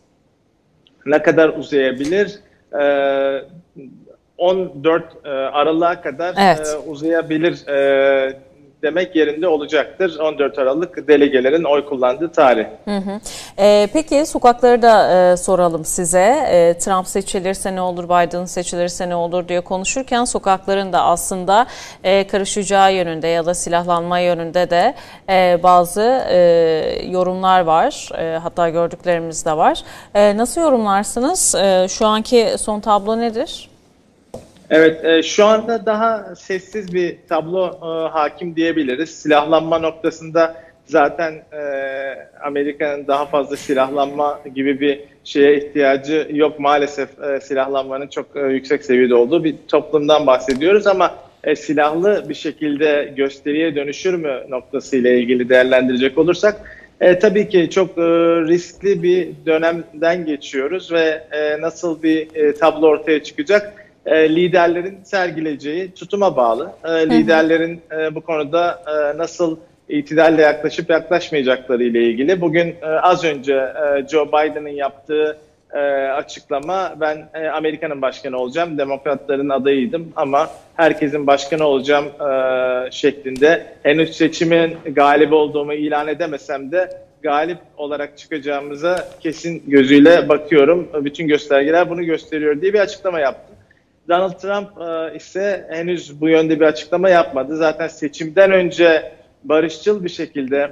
Ne kadar uzayabilir? Ee, on dört Aralık'a kadar evet. e, uzayabilir e, demek yerinde olacaktır. on dört Aralık delegelerin oy kullandığı tarih. Hı hı. E, peki sokakları da e, soralım size. E, Trump seçilirse ne olur, Biden seçilirse ne olur diye konuşurken sokakların da aslında e, karışacağı yönünde ya da silahlanma yönünde de e, bazı e, yorumlar var. E, hatta gördüklerimiz de var. E, nasıl yorumlarsınız? E, şu anki son tablo nedir? Evet, e, şu anda daha sessiz bir tablo e, hakim diyebiliriz. Silahlanma noktasında zaten e, Amerika'nın daha fazla silahlanma gibi bir şeye ihtiyacı yok. Maalesef e, silahlanmanın çok e, yüksek seviyede olduğu bir toplumdan bahsediyoruz ama e, silahlı bir şekilde gösteriye dönüşür mü noktasıyla ilgili değerlendirecek olursak e, tabii ki çok e, riskli bir dönemden geçiyoruz ve e, nasıl bir e, tablo ortaya çıkacak? E, liderlerin sergileceği tutuma bağlı. E, liderlerin e, bu konuda e, nasıl itidalle yaklaşıp yaklaşmayacakları ile ilgili. Bugün e, az önce e, Joe Biden'ın yaptığı e, açıklama, ben e, Amerika'nın başkanı olacağım, demokratların adayıydım ama herkesin başkanı olacağım e, şeklinde. Henüz seçimin galibi olduğumu ilan edemesem de galip olarak çıkacağımıza kesin gözüyle bakıyorum. Bütün göstergeler bunu gösteriyor diye bir açıklama yaptı. Donald Trump e, ise henüz bu yönde bir açıklama yapmadı. Zaten seçimden önce barışçıl bir şekilde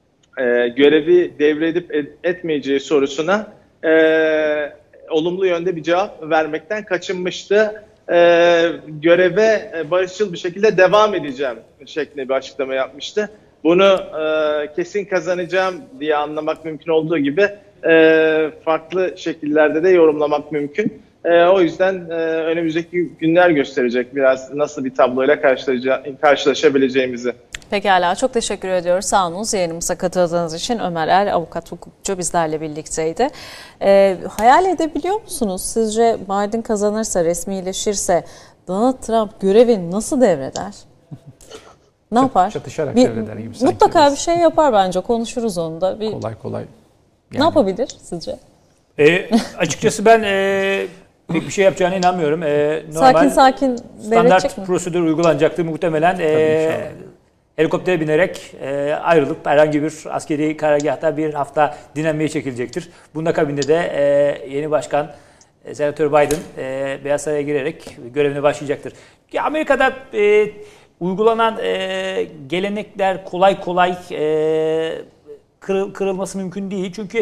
e, görevi devredip et, etmeyeceği sorusuna e, olumlu yönde bir cevap vermekten kaçınmıştı. E, göreve e, barışçıl bir şekilde devam edeceğim şeklinde bir açıklama yapmıştı. Bunu e, kesin kazanacağım diye anlamak mümkün olduğu gibi e, farklı şekillerde de yorumlamak mümkün. E, o yüzden e, önümüzdeki günler gösterecek biraz nasıl bir tabloyla karşılaşabileceğimizi. Pekala, çok teşekkür ediyoruz. Sağ olunuz yayınımıza katıldığınız için. Ömer Er, avukat hukukçu bizlerle birlikteydi. E, hayal edebiliyor musunuz? Sizce Biden kazanırsa, resmileşirse Donald Trump görevi nasıl devreder? Ne yapar? Çatışarak bir, devreder gibi. Mutlaka biraz bir şey yapar bence. Konuşuruz onu da. Bir, kolay kolay. Yani. Ne yapabilir sizce? E, açıkçası ben e, pek bir şey yapacağına inanmıyorum. E, normal, sakin sakin standart prosedür uygulanacaktır muhtemelen. E, helikoptere binerek e, ayrılıp herhangi bir askeri karargahta bir hafta dinlenmeye çekilecektir. Bunun akabinde de e, yeni başkan e, Senatör Biden e, Beyaz Saray'a girerek görevine başlayacaktır. Ki Amerika'da e, uygulanan e, gelenekler kolay kolay e, kırıl, kırılması mümkün değil. Çünkü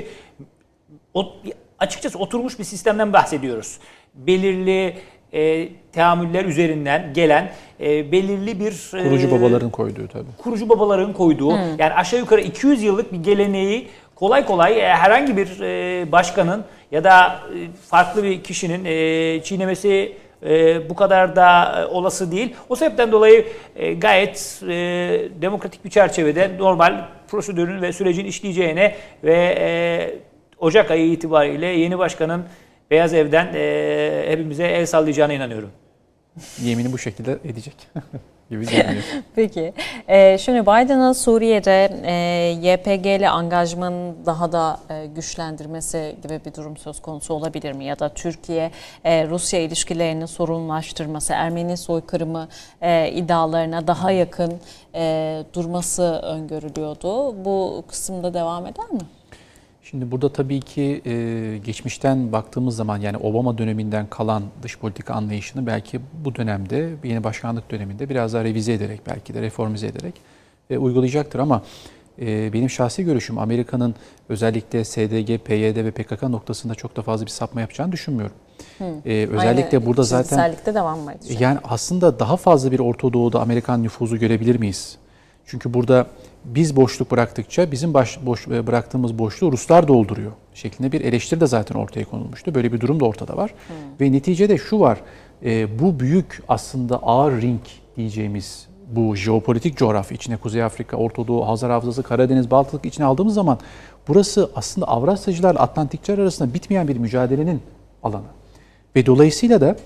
o, açıkçası oturmuş bir sistemden bahsediyoruz. Belirli e, teamüller üzerinden gelen e, belirli bir... E, kurucu babaların koyduğu tabii. Kurucu babaların koyduğu, hmm. yani aşağı yukarı iki yüz yıllık bir geleneği kolay kolay e, herhangi bir e, başkanın ya da e, farklı bir kişinin e, çiğnemesi e, bu kadar da e, olası değil. O sebepten dolayı e, gayet e, demokratik bir çerçevede normal prosedürün ve sürecin işleyeceğine ve e, Ocak ayı itibariyle yeni başkanın Beyaz Ev'den e, hepimize el sallayacağına inanıyorum. Yemini bu şekilde edecek gibi görünüyor. Peki. Ee, şimdi Biden'ın Suriye'de e, Y P G ile angajmanı daha da e, güçlendirmesi gibi bir durum söz konusu olabilir mi? Ya da Türkiye-Rusya e, ilişkilerini sorunlaştırması, Ermeni soykırımı e, iddialarına daha yakın e, durması öngörülüyordu. Bu kısımda devam eder mi? Şimdi burada tabii ki e, geçmişten baktığımız zaman, yani Obama döneminden kalan dış politika anlayışını belki bu dönemde, yeni başkanlık döneminde biraz daha revize ederek, belki de reformize ederek e, uygulayacaktır. Ama e, benim şahsi görüşüm, Amerika'nın özellikle S D G, P Y D ve P K K noktasında çok da fazla bir sapma yapacağını düşünmüyorum. E, özellikle Aynı burada zaten devam mı edecek? Yani aslında daha fazla bir Orta Doğu'da Amerikan nüfuzu görebilir miyiz? Çünkü burada biz boşluk bıraktıkça bizim baş, boş bıraktığımız boşluğu Ruslar dolduruyor şeklinde bir eleştiri de zaten ortaya konulmuştu. Böyle bir durum da ortada var. Hmm. Ve neticede şu var, e, bu büyük aslında ağır ring diyeceğimiz bu jeopolitik coğrafya içine Kuzey Afrika, Orta Doğu, Hazar Havzası, Karadeniz, Baltık içine aldığımız zaman burası aslında Avrasyacılarla Atlantikçiler arasında bitmeyen bir mücadelenin alanı. Ve dolayısıyla da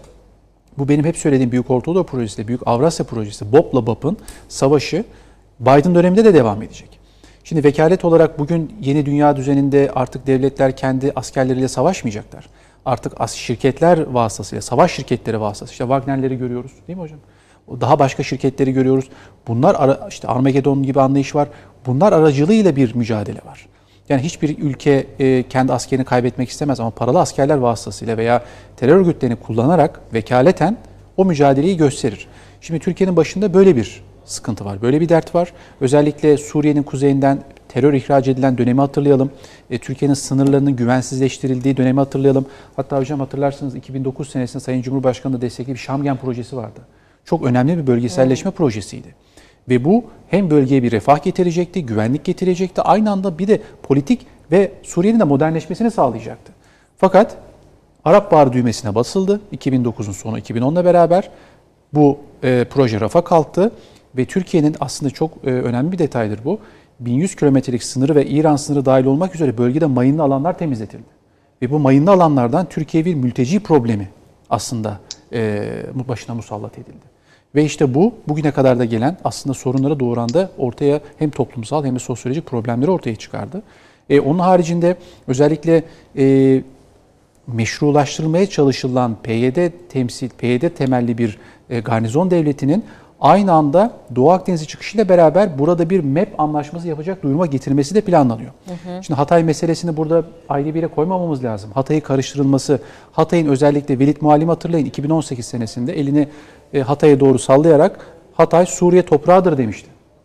bu benim hep söylediğim Büyük Orta Doğu projesi, Büyük Avrasya projesi, B O P'la B A P'ın savaşı Biden döneminde de devam edecek. Şimdi vekalet olarak bugün yeni dünya düzeninde artık devletler kendi askerleriyle savaşmayacaklar. Artık şirketler vasıtasıyla, savaş şirketleri vasıtasıyla, işte Wagner'leri görüyoruz değil mi hocam? Daha başka şirketleri görüyoruz. Bunlar ara, işte Armageddon gibi anlayış var. Bunlar aracılığıyla bir mücadele var. Yani hiçbir ülke e, kendi askerini kaybetmek istemez ama paralı askerler vasıtasıyla veya terör örgütlerini kullanarak vekaleten o mücadeleyi gösterir. Şimdi Türkiye'nin başında böyle bir sıkıntı var, böyle bir dert var. Özellikle Suriye'nin kuzeyinden terör ihraç edilen dönemi hatırlayalım. E, Türkiye'nin sınırlarının güvensizleştirildiği dönemi hatırlayalım. Hatta hocam hatırlarsınız iki bin dokuz senesinde Sayın Cumhurbaşkanı'nın desteklediği bir Şamgen projesi vardı. Çok önemli bir bölgeselleşme hmm. projesiydi. Ve bu hem bölgeye bir refah getirecekti, güvenlik getirecekti. Aynı anda bir de politik ve Suriye'nin de modernleşmesini sağlayacaktı. Fakat Arap Baharı düğmesine basıldı. iki bin dokuzun sonu iki bin onla beraber bu e, proje rafa kalktı. Ve Türkiye'nin aslında çok e, önemli bir detaydır bu. bin yüz kilometrelik sınırı ve İran sınırı dahil olmak üzere bölgede mayınlı alanlar temizletildi. Ve bu mayınlı alanlardan Türkiye bir mülteci problemi aslında e, başına musallat edildi. Ve işte bu bugüne kadar da gelen aslında sorunlara doğuran da ortaya hem toplumsal hem de sosyolojik problemleri ortaya çıkardı. E, onun haricinde özellikle e, meşrulaştırılmaya çalışılan P Y D temsil, P Y D temelli bir e, garnizon devletinin aynı anda Doğu Akdeniz'e çıkışıyla beraber burada bir M E P anlaşması yapacak duruma getirmesi de planlanıyor. Hı hı. Şimdi Hatay meselesini burada ayrı bir yere koymamamız lazım. Hatay'ın karıştırılması, Hatay'ın özellikle Velid Muallim'i hatırlayın iki bin on sekiz senesinde elini e, Hatay'a doğru sallayarak Hatay Suriye toprağıdır demişti.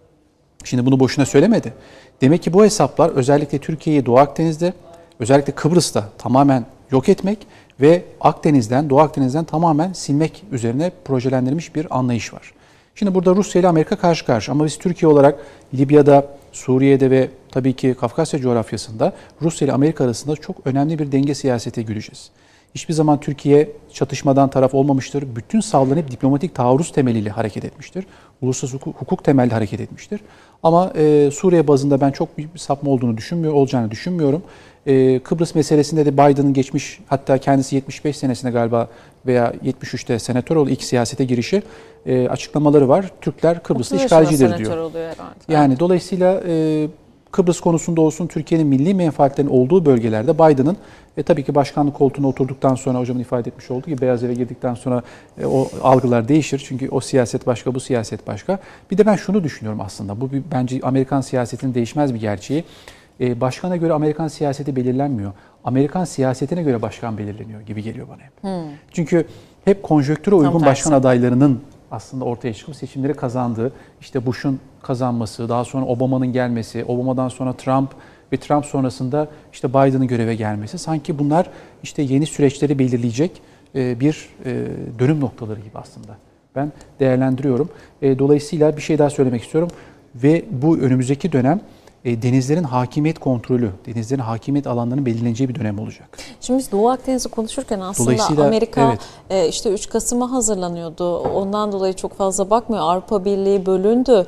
Şimdi bunu boşuna söylemedi. Demek ki bu hesaplar özellikle Türkiye'yi Doğu Akdeniz'de, özellikle Kıbrıs'ta tamamen yok etmek ve Akdeniz'den, Doğu Akdeniz'den tamamen silmek üzerine projelendirilmiş bir anlayış var. Şimdi burada Rusya ile Amerika karşı karşı ama biz Türkiye olarak Libya'da, Suriye'de ve tabii ki Kafkasya coğrafyasında Rusya ile Amerika arasında çok önemli bir denge siyasete gireceğiz. Hiçbir zaman Türkiye çatışmadan taraf olmamıştır. Bütün saldırı hep diplomatik taarruz temeliyle hareket etmiştir. Uluslararası hukuk, hukuk temelli hareket etmiştir. Ama e, Suriye bazında ben çok büyük bir sapma olduğunu düşünmüyor, olacağını düşünmüyorum. E, Kıbrıs meselesinde de Biden'ın geçmiş, hatta kendisi yetmiş beş senesinde galiba veya yetmiş üçte senatör oldu, ilk siyasete girişi e, açıklamaları var. Türkler Kıbrıs'ta işgalcidir diyor. Yani evet. Dolayısıyla e, Kıbrıs konusunda olsun Türkiye'nin milli menfaatlerinin olduğu bölgelerde Biden'ın e, tabii ki başkanlık koltuğuna oturduktan sonra hocamın ifade etmiş olduğu gibi Beyaz Eve girdikten sonra e, o algılar değişir. Çünkü o siyaset başka, bu siyaset başka. Bir de ben şunu düşünüyorum aslında. Bu bir, bence Amerikan siyasetinin değişmez bir gerçeği. E, başkana göre Amerikan siyaseti belirlenmiyor. Amerikan siyasetine göre başkan belirleniyor gibi geliyor bana hep. Hmm. Çünkü hep konjonktüre uygun başkan adaylarının aslında ortaya çıkıp seçimleri kazandığı, işte Bush'un kazanması, daha sonra Obama'nın gelmesi, Obama'dan sonra Trump ve Trump sonrasında işte Biden'ın göreve gelmesi, sanki bunlar işte yeni süreçleri belirleyecek bir dönüm noktaları gibi aslında. Ben değerlendiriyorum. Dolayısıyla bir şey daha söylemek istiyorum ve bu önümüzdeki dönem denizlerin hakimiyet kontrolü, denizlerin hakimiyet alanlarının belirleneceği bir dönem olacak. Şimdi biz Doğu Akdeniz'i konuşurken aslında Amerika evet. işte üç Kasım'a hazırlanıyordu. Ondan dolayı çok fazla bakmıyor. Avrupa Birliği bölündü.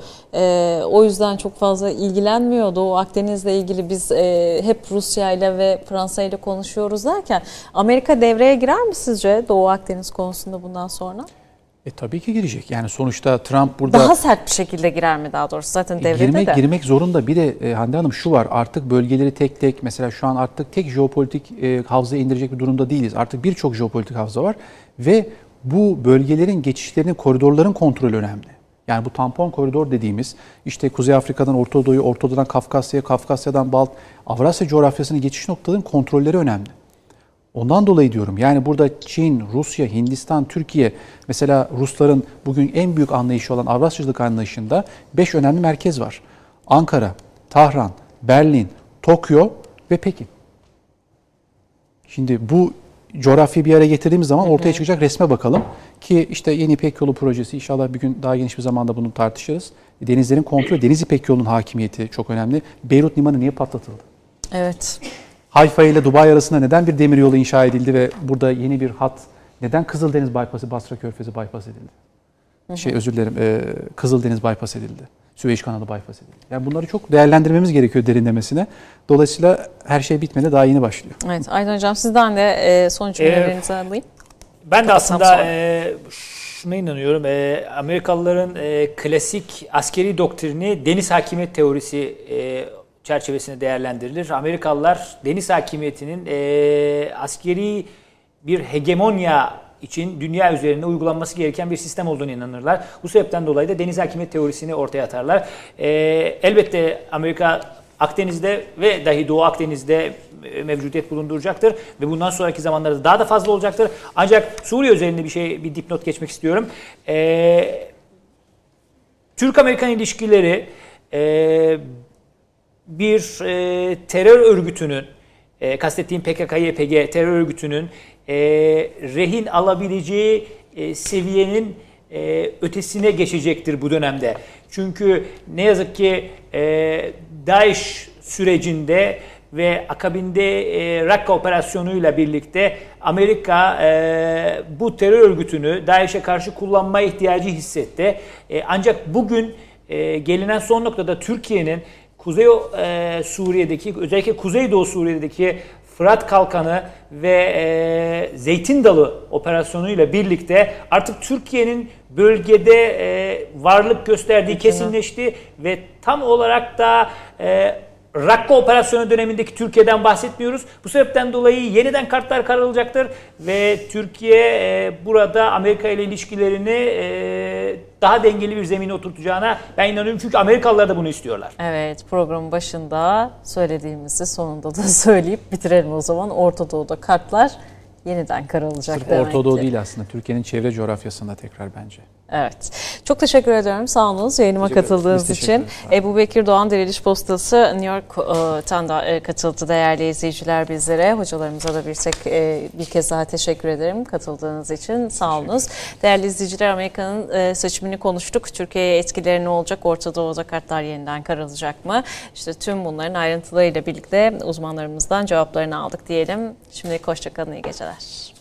O yüzden çok fazla ilgilenmiyor. Doğu Akdeniz'le ilgili biz hep Rusya ile ve Fransa ile konuşuyoruz derken Amerika devreye girer mi sizce Doğu Akdeniz konusunda bundan sonra? E tabii ki girecek. Yani sonuçta Trump burada... Daha sert bir şekilde girer mi daha doğrusu zaten devrede e, girmek, de? Girmek zorunda. Bir de e, Hande Hanım şu var, artık bölgeleri tek tek, mesela şu an artık tek jeopolitik e, havzaya indirecek bir durumda değiliz. Artık birçok jeopolitik havza var ve bu bölgelerin geçişlerinin, koridorların kontrolü önemli. Yani bu tampon koridor dediğimiz işte Kuzey Afrika'dan Orta Doğu'ya, Orta Doğu'dan Kafkasya'ya, Kafkasya'dan Balt, Avrasya coğrafyasının geçiş noktalarının kontrolleri önemli. Ondan dolayı diyorum, yani burada Çin, Rusya, Hindistan, Türkiye, mesela Rusların bugün en büyük anlayışı olan Avrasyacılık anlayışında beş önemli merkez var. Ankara, Tahran, Berlin, Tokyo ve Pekin. Şimdi bu coğrafyayı bir araya getirdiğimiz zaman ortaya çıkacak resme bakalım. Ki işte yeni İpek Yolu projesi, inşallah bir gün daha geniş bir zamanda bunu tartışırız. Denizlerin kontrolü, Deniz İpek Yolu'nun hakimiyeti çok önemli. Beyrut Limanı niye patlatıldı? Evet. Hayfa ile Dubai arasında neden bir demiryolu inşa edildi ve burada yeni bir hat, neden Kızıldeniz bypass'ı, Basra Körfezi bypass edildi? Hı hı. Şey özür dilerim, e, Kızıldeniz bypass edildi. Süveyş kanalı bypass edildi. Yani bunları çok değerlendirmemiz gerekiyor derinlemesine. Dolayısıyla her şey bitmedi, daha yeni başlıyor. Evet, Aydın Hocam sizden de e, son cümlelerinizi ee, alayım. Ben de aslında e, şuna inanıyorum. E, Amerikalıların e, klasik askeri doktrini deniz hakimiyet teorisi e, çerçevesinde değerlendirilir. Amerikalılar deniz hakimiyetinin e, askeri bir hegemonya için dünya üzerinde uygulanması gereken bir sistem olduğunu inanırlar. Bu sebepten dolayı da deniz hakimiyet teorisini ortaya atarlar. E, elbette Amerika Akdeniz'de ve dahi Doğu Akdeniz'de mevcudiyet bulunduracaktır ve bundan sonraki zamanlarda daha da fazla olacaktır. Ancak Suriye üzerinde bir şey, bir dipnot geçmek istiyorum. E, Türk-Amerikan ilişkileri e, bir e, terör örgütünün, e, kastettiğim P K K Y P G terör örgütünün e, rehin alabileceği e, seviyenin e, ötesine geçecektir bu dönemde. Çünkü ne yazık ki e, DAEŞ sürecinde ve akabinde e, Rakka operasyonuyla birlikte Amerika e, bu terör örgütünü DAEŞ'e karşı kullanmaya ihtiyacı hissetti. E, ancak bugün e, gelinen son noktada Türkiye'nin Kuzey e, Suriye'deki, özellikle Kuzeydoğu Suriye'deki Fırat Kalkanı ve e, Zeytin Dalı operasyonuyla birlikte artık Türkiye'nin bölgede e, varlık gösterdiği kesinleşti ve tam olarak da e, Rakka operasyonu dönemindeki Türkiye'den bahsetmiyoruz. Bu sebepten dolayı yeniden kartlar karalacaktır ve Türkiye e, burada Amerika ile ilişkilerini e, daha dengeli bir zemine oturtacağına ben inanıyorum. Çünkü Amerikalılar da bunu istiyorlar. Evet, programın başında söylediğimizi sonunda da söyleyip bitirelim o zaman. Orta Doğu'da kartlar yeniden karalacak Sırf demek Orta Doğu ki. değil aslında. Türkiye'nin çevre coğrafyasında tekrar bence. Evet. Çok teşekkür ediyorum. Sağ olun yayınıma katıldığınız için. Ebu Bekir Doğan Diriliş Postası New York'tan da katıldı değerli izleyiciler bizlere. Hocalarımıza da bir, tek, bir kez daha teşekkür ederim katıldığınız için. Sağ olunuz. Değerli izleyiciler, Amerika'nın seçimini konuştuk. Türkiye'ye etkileri ne olacak? Orta Doğu'da kartlar yeniden karalacak mı? İşte tüm bunların ayrıntılarıyla birlikte uzmanlarımızdan cevaplarını aldık diyelim. Şimdilik hoşça kalın, iyi geceler.